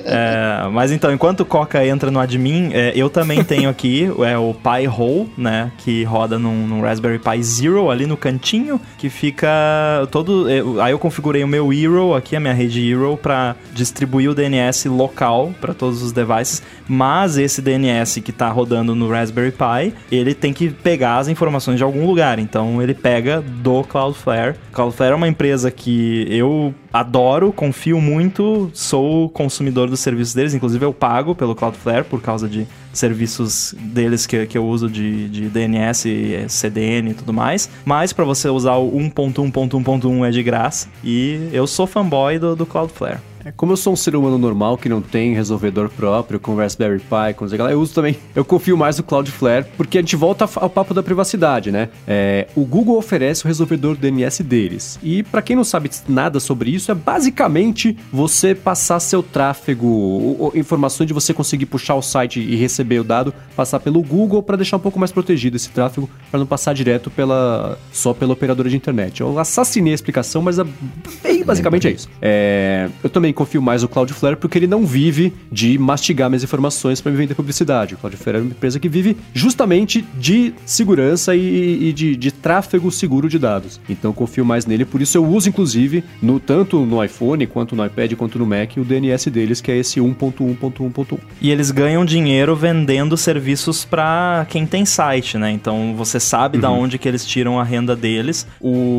É, mas então, enquanto o Coca entra no admin, é, eu também tenho aqui é, o Pi-hole, né? Que roda num, num Raspberry Pi Zero ali no cantinho, que fica todo... Eu, aí eu configurei o meu Eero aqui, a minha rede Eero, para distribuir o D N S local para todos os devices, mas esse D N S que tá rodando no Raspberry Pi, ele tem que pegar as informações de algum lugar, então ele pega do Cloudflare. Cloudflare é uma empresa que eu adoro, confio muito, sou consumidor dos serviços deles, inclusive eu pago pelo Cloudflare por causa de serviços deles que, que eu uso de, de D N S, C D N e tudo mais, mas para você usar o um ponto um ponto um ponto um é de graça e eu sou fanboy do, do Cloudflare.
Como eu sou um ser humano normal que não tem resolvedor próprio com Raspberry Pi, com eu uso também, eu confio mais no Cloudflare, porque a gente volta ao papo da privacidade, né? É, o Google oferece o resolvedor D N S deles. E para quem não sabe nada sobre isso, é basicamente você passar seu tráfego, ou, ou, informações de você conseguir puxar o site e receber o dado, passar pelo Google para deixar um pouco mais protegido esse tráfego, para não passar direto pela, só pela operadora de internet. Eu assassinei a explicação, mas é, bem, basicamente é isso. É, eu também confio mais no Cloudflare porque ele não vive de mastigar minhas informações para me vender publicidade. O Cloudflare é uma empresa que vive justamente de segurança e, e de, de tráfego seguro de dados. Então eu confio mais nele, por isso eu uso inclusive no, tanto no iPhone quanto no iPad quanto no Mac o D N S deles, que é esse um ponto um ponto um ponto um.
E eles ganham dinheiro vendendo serviços para quem tem site, né? Então você sabe uhum. da onde que eles tiram a renda deles.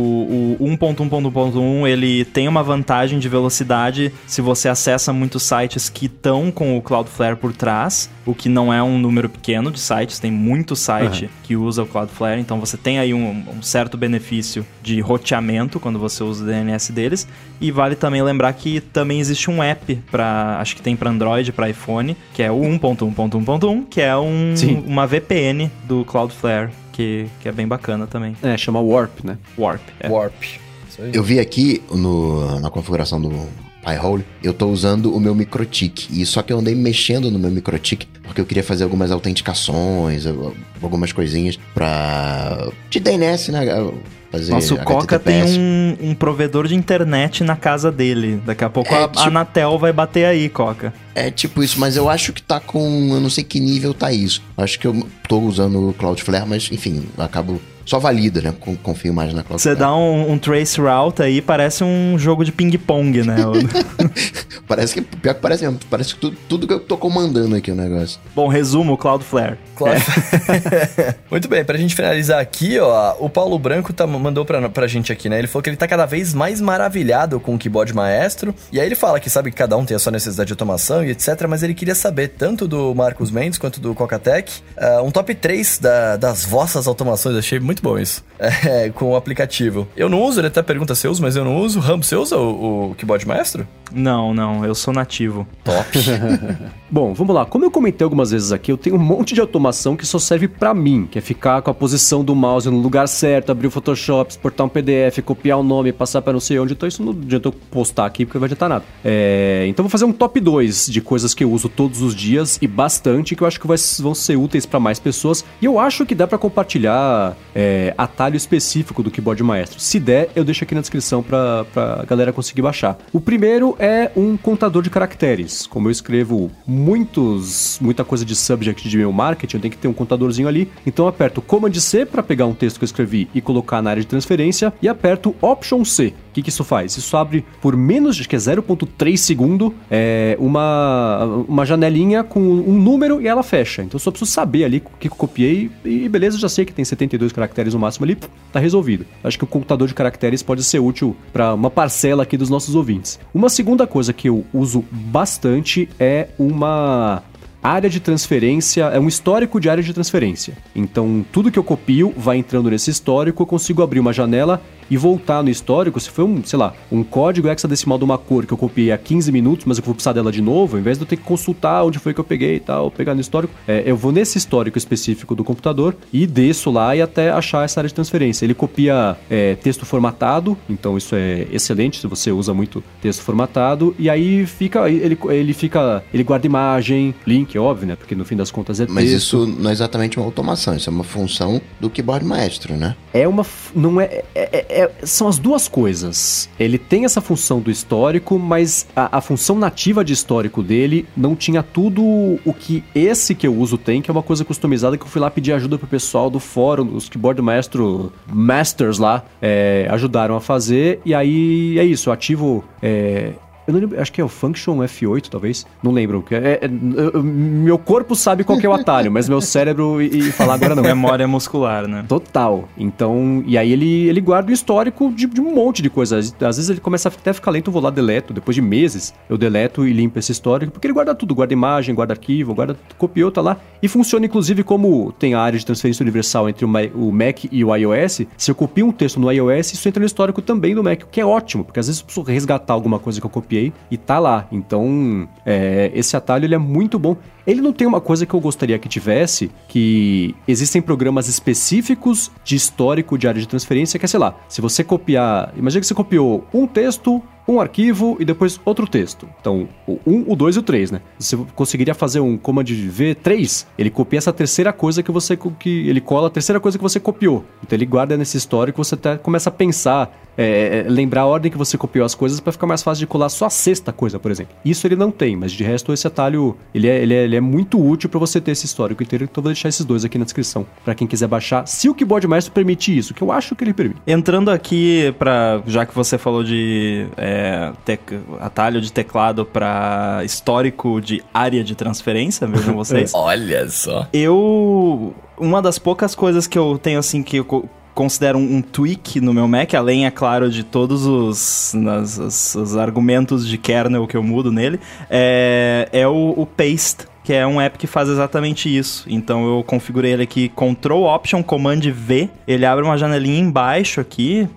O, o um ponto um ponto um ponto um ele tem uma vantagem de velocidade se você acessa muitos sites que estão com o Cloudflare por trás, o que não é um número pequeno de sites, tem muito site uhum. que usa o Cloudflare, então você tem aí um, um certo benefício de roteamento quando você usa o D N S deles, e vale também lembrar que também existe um app, pra, acho que tem para Android, para iPhone, que é o um ponto um ponto um ponto um, que é um, uma V P N do Cloudflare, que, que é bem bacana também.
É, chama Warp, né?
Warp. É.
Warp. Isso aí.
Eu vi aqui no, na configuração do Pi-hole, eu tô usando o meu microtik, e só que eu andei mexendo no meu microtik porque eu queria fazer algumas autenticações, algumas coisinhas pra... de D N S, né? Fazer
Nossa, o Coca tem um, um provedor de internet na casa dele. Daqui a pouco
é,
a,
tipo...
a Anatel vai bater aí, Coca.
É tipo isso, mas eu acho que tá com... eu não sei que nível tá isso. Acho que eu tô usando o Cloudflare, mas enfim, eu acabo só valida, né? Confio mais na Cloudflare.
Você dá um, um trace route aí, parece um jogo de ping-pong, né?
Parece que, pior que parece mesmo, parece que tudo, tudo que eu tô comandando aqui o negócio.
Bom, resumo, Cloudflare.
Cloudflare. É. Muito bem, pra gente finalizar aqui, ó, o Paulo Branco tá, mandou pra, pra gente aqui, né? Ele falou que ele tá cada vez mais maravilhado com o keyboard maestro, e aí ele fala que sabe que cada um tem a sua necessidade de automação e etcétera, mas ele queria saber, tanto do Marcos Mendes quanto do Cocatec, uh, um top três da, das vossas automações. Eu achei muito bom isso, é, com o aplicativo. Eu não uso, ele até pergunta se eu uso, mas eu não uso. Rambo, você usa o, o keyboard maestro?
Não, não, eu sou nativo.
Top.
Bom, vamos lá. Como eu comentei algumas vezes aqui, eu tenho um monte de automação que só serve pra mim, que é ficar com a posição do mouse no lugar certo, abrir o Photoshop, exportar um P D F, copiar o nome, passar pra não sei onde. Então isso não adianta eu postar aqui, porque não vai adiantar nada. É, então vou fazer um top dois de coisas que eu uso todos os dias, e bastante, que eu acho que vai, vão ser úteis pra mais pessoas. E eu acho que dá pra compartilhar é, atalho específico do Keyboard Maestro. Se der, eu deixo aqui na descrição pra, pra galera conseguir baixar. O primeiro é um contador de caracteres. Como eu escrevo muitos, muita coisa de subject de e-mail marketing, eu tenho que ter um contadorzinho ali. Então eu aperto Command C para pegar um texto que eu escrevi e colocar na área de transferência, e aperto Option C. O que, que isso faz? Isso abre por menos, acho que é zero vírgula três segundo, é, uma, uma janelinha com um número e ela fecha. Então eu só preciso saber ali o que eu copiei e beleza, já sei que tem setenta e dois caracteres no máximo ali, tá resolvido. Acho que o contador de caracteres pode ser útil para uma parcela aqui dos nossos ouvintes. Uma segunda coisa que eu uso bastante é uma área de transferência, é um histórico de área de transferência. Então, tudo que eu copio vai entrando nesse histórico, eu consigo abrir uma janela e voltar no histórico. Se foi um, sei lá, um código hexadecimal de uma cor que eu copiei há quinze minutos, mas eu vou precisar dela de novo, ao invés de eu ter que consultar onde foi que eu peguei e tal, pegar no histórico, é, eu vou nesse histórico específico do computador e desço lá e até achar essa área de transferência. Ele copia é, texto formatado, então isso é excelente se você usa muito texto formatado, e aí fica, ele, ele fica, ele guarda imagem, link, óbvio, né, porque no fim das contas é texto.
Mas isso não é exatamente uma automação, isso é uma função do Keyboard Maestro, né?
É uma, não é, é, é É, são as duas coisas. Ele tem essa função do histórico, mas a, a função nativa de histórico dele não tinha tudo o que esse que eu uso tem, que é uma coisa customizada que eu fui lá pedir ajuda pro pessoal do fórum, os Keyboard Maestro Masters lá, é, ajudaram a fazer, e aí é isso, eu ativo... É, eu não lembro, acho que é o Function F oito, talvez. Não lembro. É, é, é, meu corpo sabe qual que é o atalho, mas meu cérebro e, e falar agora não.
Memória muscular, né?
Total. Então, e aí ele, ele guarda o histórico de, de um monte de coisas. Às vezes ele começa a até ficar lento, eu vou lá, deleto. Depois de meses, eu deleto e limpo esse histórico, porque ele guarda tudo. Guarda imagem, guarda arquivo, guarda... Copiou, tá lá. E funciona, inclusive, como tem a área de transferência universal entre o Mac e o iOS. Se eu copio um texto no iOS, isso entra no histórico também do Mac, o que é ótimo, porque às vezes eu preciso resgatar alguma coisa que eu copiei e tá lá. Então, é, esse atalho ele é muito bom. Ele não tem uma coisa que eu gostaria que tivesse, que existem programas específicos de histórico de área de transferência, que é, sei lá, se você copiar... Imagina que você copiou um texto, um arquivo e depois outro texto. Então, o um, o dois e o três, né? Você conseguiria fazer um Command V três, ele copia essa terceira coisa que você... que ele cola a terceira coisa que você copiou. Então, ele guarda nesse histórico, você até começa a pensar, é, lembrar a ordem que você copiou as coisas para ficar mais fácil de colar só a sexta coisa, por exemplo. Isso ele não tem, mas de resto esse atalho, ele é, ele é, ele é muito útil para você ter esse histórico inteiro. Então, vou deixar esses dois aqui na descrição, para quem quiser baixar, se o Keyboard Maestro permitir isso, que eu acho que ele permite.
Entrando aqui para, já que você falou de é, tec, atalho de teclado para histórico de área de transferência, vejam vocês.
Olha só.
Eu, uma das poucas coisas que eu tenho assim que eu considero um, um tweak no meu Mac, além, é claro, de todos os, nas, os, os argumentos de kernel que eu mudo nele, é, é o, o Paste, que é um app que faz exatamente isso. Então eu configurei ele aqui, Control Option Command V, ele abre uma janelinha embaixo aqui,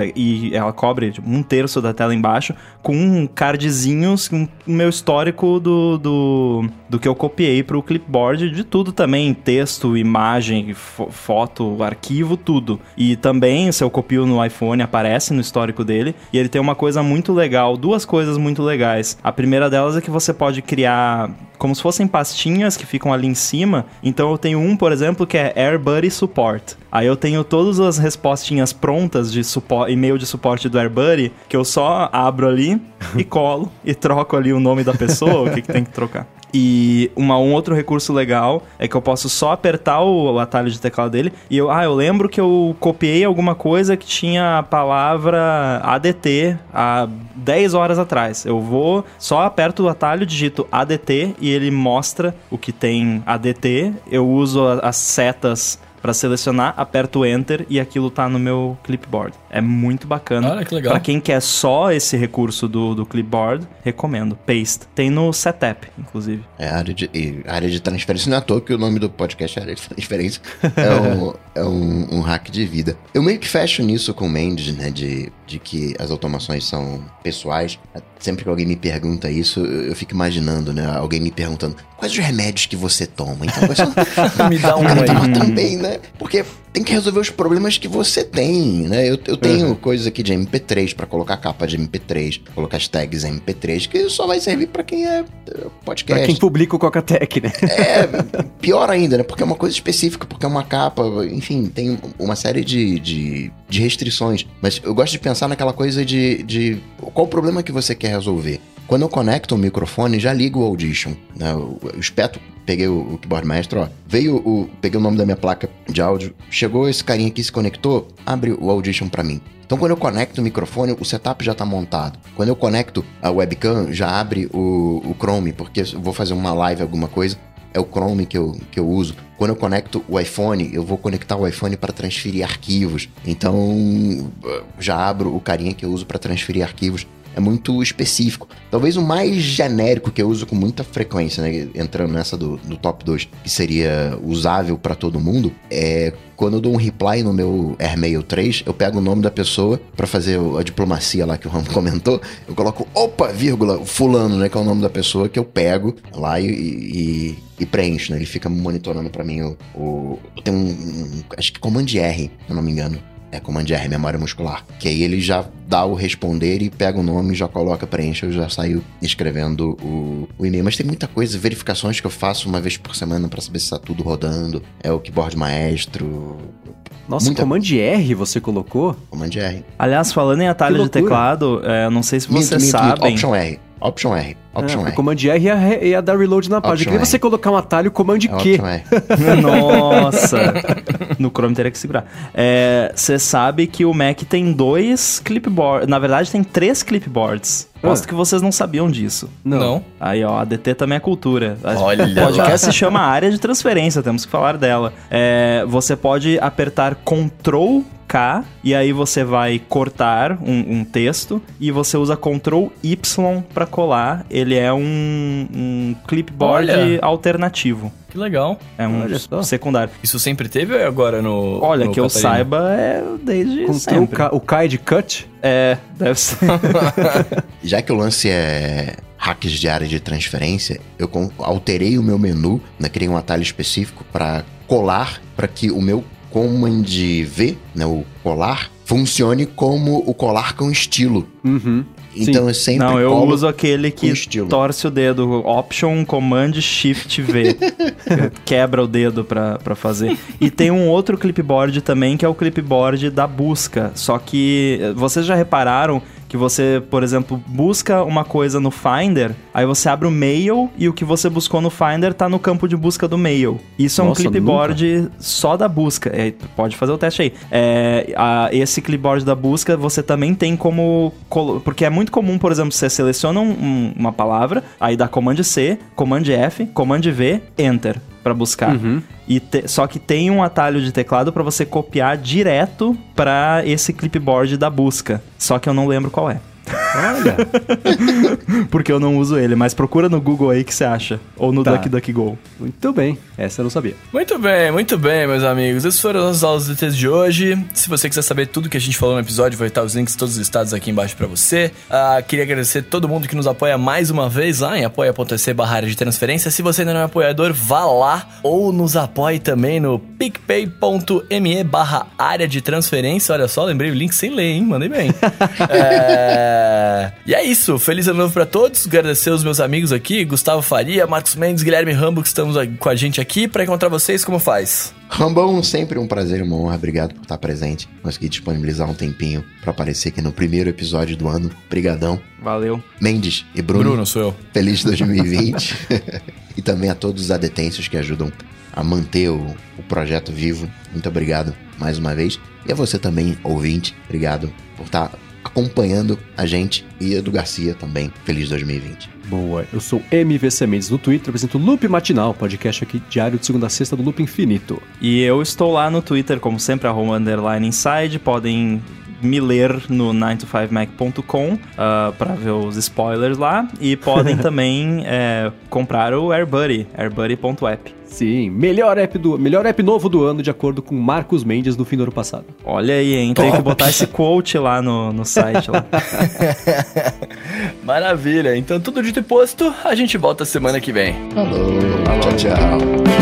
e ela cobre tipo, um terço da tela embaixo, com cardzinhos, com o meu histórico do, do, do que eu copiei pro clipboard, de tudo também, texto, imagem, fo- foto, arquivo, tudo. E também, se eu copio no iPhone, aparece no histórico dele, e ele tem uma coisa muito legal, duas coisas muito legais. A primeira delas é que você pode criar como se fossem pastinhas que ficam ali em cima. Então eu tenho um, por exemplo, que é AirBuddy Support. Aí eu tenho todas as respostinhas prontas de supo- e-mail de suporte do AirBuddy, que eu só abro ali e colo e troco ali o nome da pessoa, o que, que tem que trocar. E uma, um outro recurso legal é que eu posso só apertar o, o atalho de teclado dele e eu, ah, eu lembro que eu copiei alguma coisa que tinha a palavra A D T há dez horas atrás. Eu vou, só aperto o atalho, digito A D T e ele mostra o que tem A D T. Eu uso a, as setas para selecionar, aperto o Enter e aquilo tá no meu clipboard. É muito bacana.
Olha que legal.
Pra quem quer só esse recurso do, do clipboard, recomendo. Paste. Tem no Setup, inclusive.
É a área de, área de transferência. Não é à toa que o nome do podcast é área de transferência. É, um, é um, um hack de vida. Eu meio que fecho nisso com o Mendes, né? De, de que as automações são pessoais. Sempre que alguém me pergunta isso, eu, eu fico imaginando, né? Alguém me perguntando, quais os remédios que você toma? Então, só...
Me dá um
aí.
aí.
Também, né? Porque tem que resolver os problemas que você tem, né? Eu, eu tenho uhum. coisas aqui de M P três pra colocar capa de M P três, colocar as tags M P três, que só vai servir pra quem é podcast.
Pra quem publica o Coca-Tech, né?
É, pior ainda, né? Porque é uma coisa específica, porque é uma capa, enfim, tem uma série de, de, de restrições. Mas eu gosto de pensar naquela coisa de, de qual o problema que você quer resolver. Quando eu conecto o microfone, já ligo o Audition, né? Eu, eu espeto, peguei o, o keyboard maestro, ó, veio o, peguei o nome da minha placa de áudio, chegou esse carinha aqui, se conectou, abre o Audition pra mim. Então quando eu conecto o microfone, o setup já tá montado. Quando eu conecto a webcam, já abre o, o Chrome, porque eu vou fazer uma live, alguma coisa, é o Chrome que eu, que eu uso. Quando eu conecto o iPhone, eu vou conectar o iPhone para transferir arquivos. Então já abro o carinha que eu uso para transferir arquivos. É muito específico. Talvez o mais genérico que eu uso com muita frequência, né, entrando nessa do, do top dois, que seria usável para todo mundo, é quando eu dou um reply no meu AirMail três, eu pego o nome da pessoa para fazer a diplomacia lá que o Ram comentou, eu coloco, opa, vírgula, fulano, né, que é o nome da pessoa, que eu pego lá e, e, e preencho, né, ele fica monitorando para mim o... o tem um, um, acho que Command R, se eu não me engano. É Command R, memória muscular. Que aí ele já dá o responder e pega o nome, já coloca, preenche, eu já saio escrevendo o, o e-mail. Mas tem muita coisa, verificações que eu faço uma vez por semana pra saber se tá tudo rodando. É o keyboard maestro.
Nossa,
muita...
Command R você colocou?
Command R.
Aliás, falando em atalho de teclado, é, não sei se vocês
minto,
sabem...
Minto, Option R. Option R. Option
ah,
R.
Command R ia, ia dar reload na página. Eu queria você colocar um atalho Command
é
Q.
Nossa! No Chrome teria que segurar. Você é, sabe que o Mac tem dois clipboards. Na verdade, tem três clipboards. Posto ah. que vocês não sabiam disso.
Não. não.
Aí, ó, A D T também é cultura.
Olha
o podcast se chama Área de Transferência, temos que falar dela. É, você pode apertar Ctrl K e aí você vai cortar um, um texto e você usa Ctrl Y pra colar. Ele é um, um clipboard Olha. alternativo.
Que legal.
É um secundário.
Isso sempre teve ou é agora no...
Olha,
no
que Catarina? Eu saiba, é desde
Com
sempre.
O, o K de cut?
É, deve ser.
Já que o lance é hacks de área de transferência, eu alterei o meu menu, né, criei um atalho específico para colar, para que o meu Command V, né, o colar, funcione como o colar com estilo.
Uhum.
Então Sim. eu sempre
Não, eu
colo
uso aquele que torce o dedo. Option, Command, Shift, V. Quebra o dedo pra, pra fazer. E tem um outro clipboard também, que é o clipboard da busca. Só que vocês já repararam que você, por exemplo, busca uma coisa no Finder, aí você abre o Mail e o que você buscou no Finder tá no campo de busca do Mail. Isso Nossa, é um clipboard nunca. só da busca. É, pode fazer o teste aí. É, a, esse clipboard da busca você também tem como... Porque é muito comum, por exemplo, você seleciona um, uma palavra, aí dá Command C, Command F, Command V, Enter para buscar. Uhum. E te, só que tem um atalho de teclado para você copiar direto para esse clipboard da busca. Só que eu não lembro qual é.
Olha!
Porque eu não uso ele, mas procura no Google aí que você acha. Ou no
tá.
DuckDuckGo.
Muito bem, essa eu não sabia.
Muito bem, muito bem, meus amigos. Essas foram as aulas de texto de hoje. Se você quiser saber tudo que a gente falou no episódio, vai estar os links todos listados aqui embaixo pra você. Uh, queria agradecer todo mundo que nos apoia mais uma vez lá em apoia.se barra área de transferência. Se você ainda não é apoiador, vá lá ou nos apoie também no picpay.me barra área de transferência. Olha só, lembrei o link sem ler, hein? Mandei bem. é... E é isso. Feliz ano novo pra todos. Agradecer os meus amigos aqui, Gustavo Faria, Marcos Mendes, Guilherme Rambo, que estamos com a gente aqui. Pra encontrar vocês, como faz?
Rambão, sempre um prazer e uma honra. Obrigado por estar presente. Consegui disponibilizar um tempinho pra aparecer aqui no primeiro episódio do ano. Brigadão.
Valeu.
Mendes e Bruno.
Bruno, sou eu.
Feliz dois mil e vinte. e também a todos os adetêncios que ajudam a manter o, o projeto vivo. Muito obrigado mais uma vez. E a você também, ouvinte, obrigado por estar acompanhando a gente e a do Garcia também. Feliz dois mil e vinte.
Boa, eu sou M V C Mendes no Twitter, apresento o Loop Matinal, podcast aqui diário de segunda a sexta do Loop Infinito.
E eu estou lá no Twitter, como sempre, arroba underline inside, podem me ler no nine to five mac ponto com uh, para ver os spoilers lá, e podem também é, comprar o AirBuddy, airbuddy ponto app.
Sim, melhor app, do, melhor app novo do ano, de acordo com Marcos Mendes do fim do ano passado.
Olha aí, hein? Tem que botar esse quote lá no, no site. Lá.
Maravilha. Então, tudo dito e posto, a gente volta semana que vem.
Falou, tchau, tchau.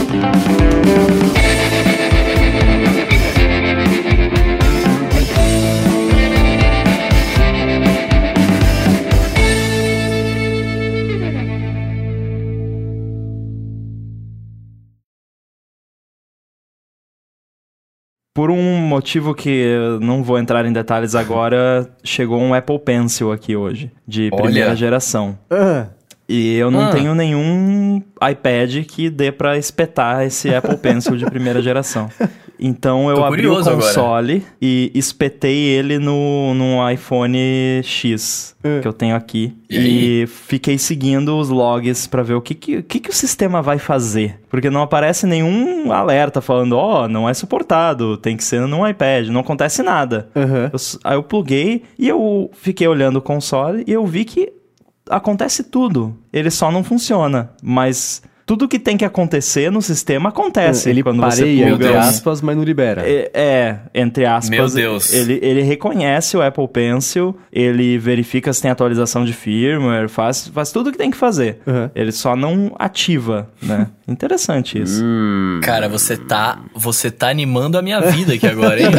Por um motivo que eu não vou entrar em detalhes agora, chegou um Apple Pencil aqui hoje, de primeira
Olha.
geração.
Ah.
E eu não
Ah.
tenho nenhum iPad que dê pra espetar esse Apple Pencil de primeira geração. Então eu
Tô
abri o
curioso
console agora. E espetei ele no, no iPhone X
É.
que eu tenho aqui.
E
E, fiquei seguindo os logs pra ver o que, que, que, que o sistema vai fazer. Porque não aparece nenhum alerta falando, ó, oh, não é suportado, tem que ser no iPad, não acontece nada.
Uhum.
Eu, aí eu pluguei e eu fiquei olhando o console e eu vi que acontece tudo. Ele só não funciona, mas tudo que tem que acontecer no sistema acontece.
Ele
quando
pareia,
você pluga
entre
um-
aspas, mas não libera.
É, é, entre aspas.
Meu Deus.
Ele, ele reconhece o Apple Pencil, ele verifica se tem atualização de firmware, faz, faz tudo o que tem que fazer.
Uhum.
Ele só não ativa, né? Interessante isso.
Cara, você tá, você tá animando a minha vida aqui agora, hein?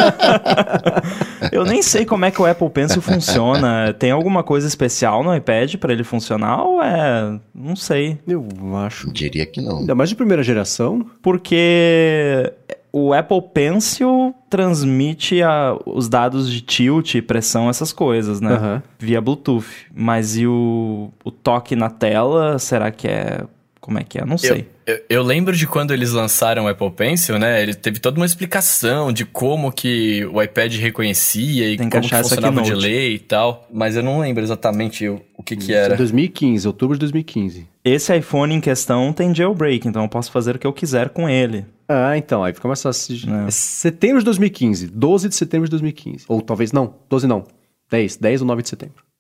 Eu nem sei como é que o Apple Pencil funciona. Tem alguma coisa especial no iPad pra ele funcionar ou é... Não sei.
Eu acho.
Diria que não.
Ainda mais de primeira geração.
Porque o Apple Pencil transmite a- os dados de tilt, pressão, essas coisas, né?
Aham.
Via Bluetooth. Mas e o, o toque na tela, será que é... Como é que é? Não sei.
Eu, eu, eu lembro de quando eles lançaram o Apple Pencil, né? Ele teve toda uma explicação de como que o iPad reconhecia e
Tem que
como que
achar essa
funcionava o
keynote.
delay e tal. Mas eu não lembro exatamente o, o que que era.
dois mil e quinze, outubro de dois mil e quinze.
Esse iPhone em questão tem jailbreak, então eu posso fazer o que eu quiser com ele.
Ah, então, aí fica mais fácil.
É.
É setembro de dois mil e quinze, doze de setembro de dois mil e quinze. Ou talvez não, doze não, dez, dez ou nove de setembro.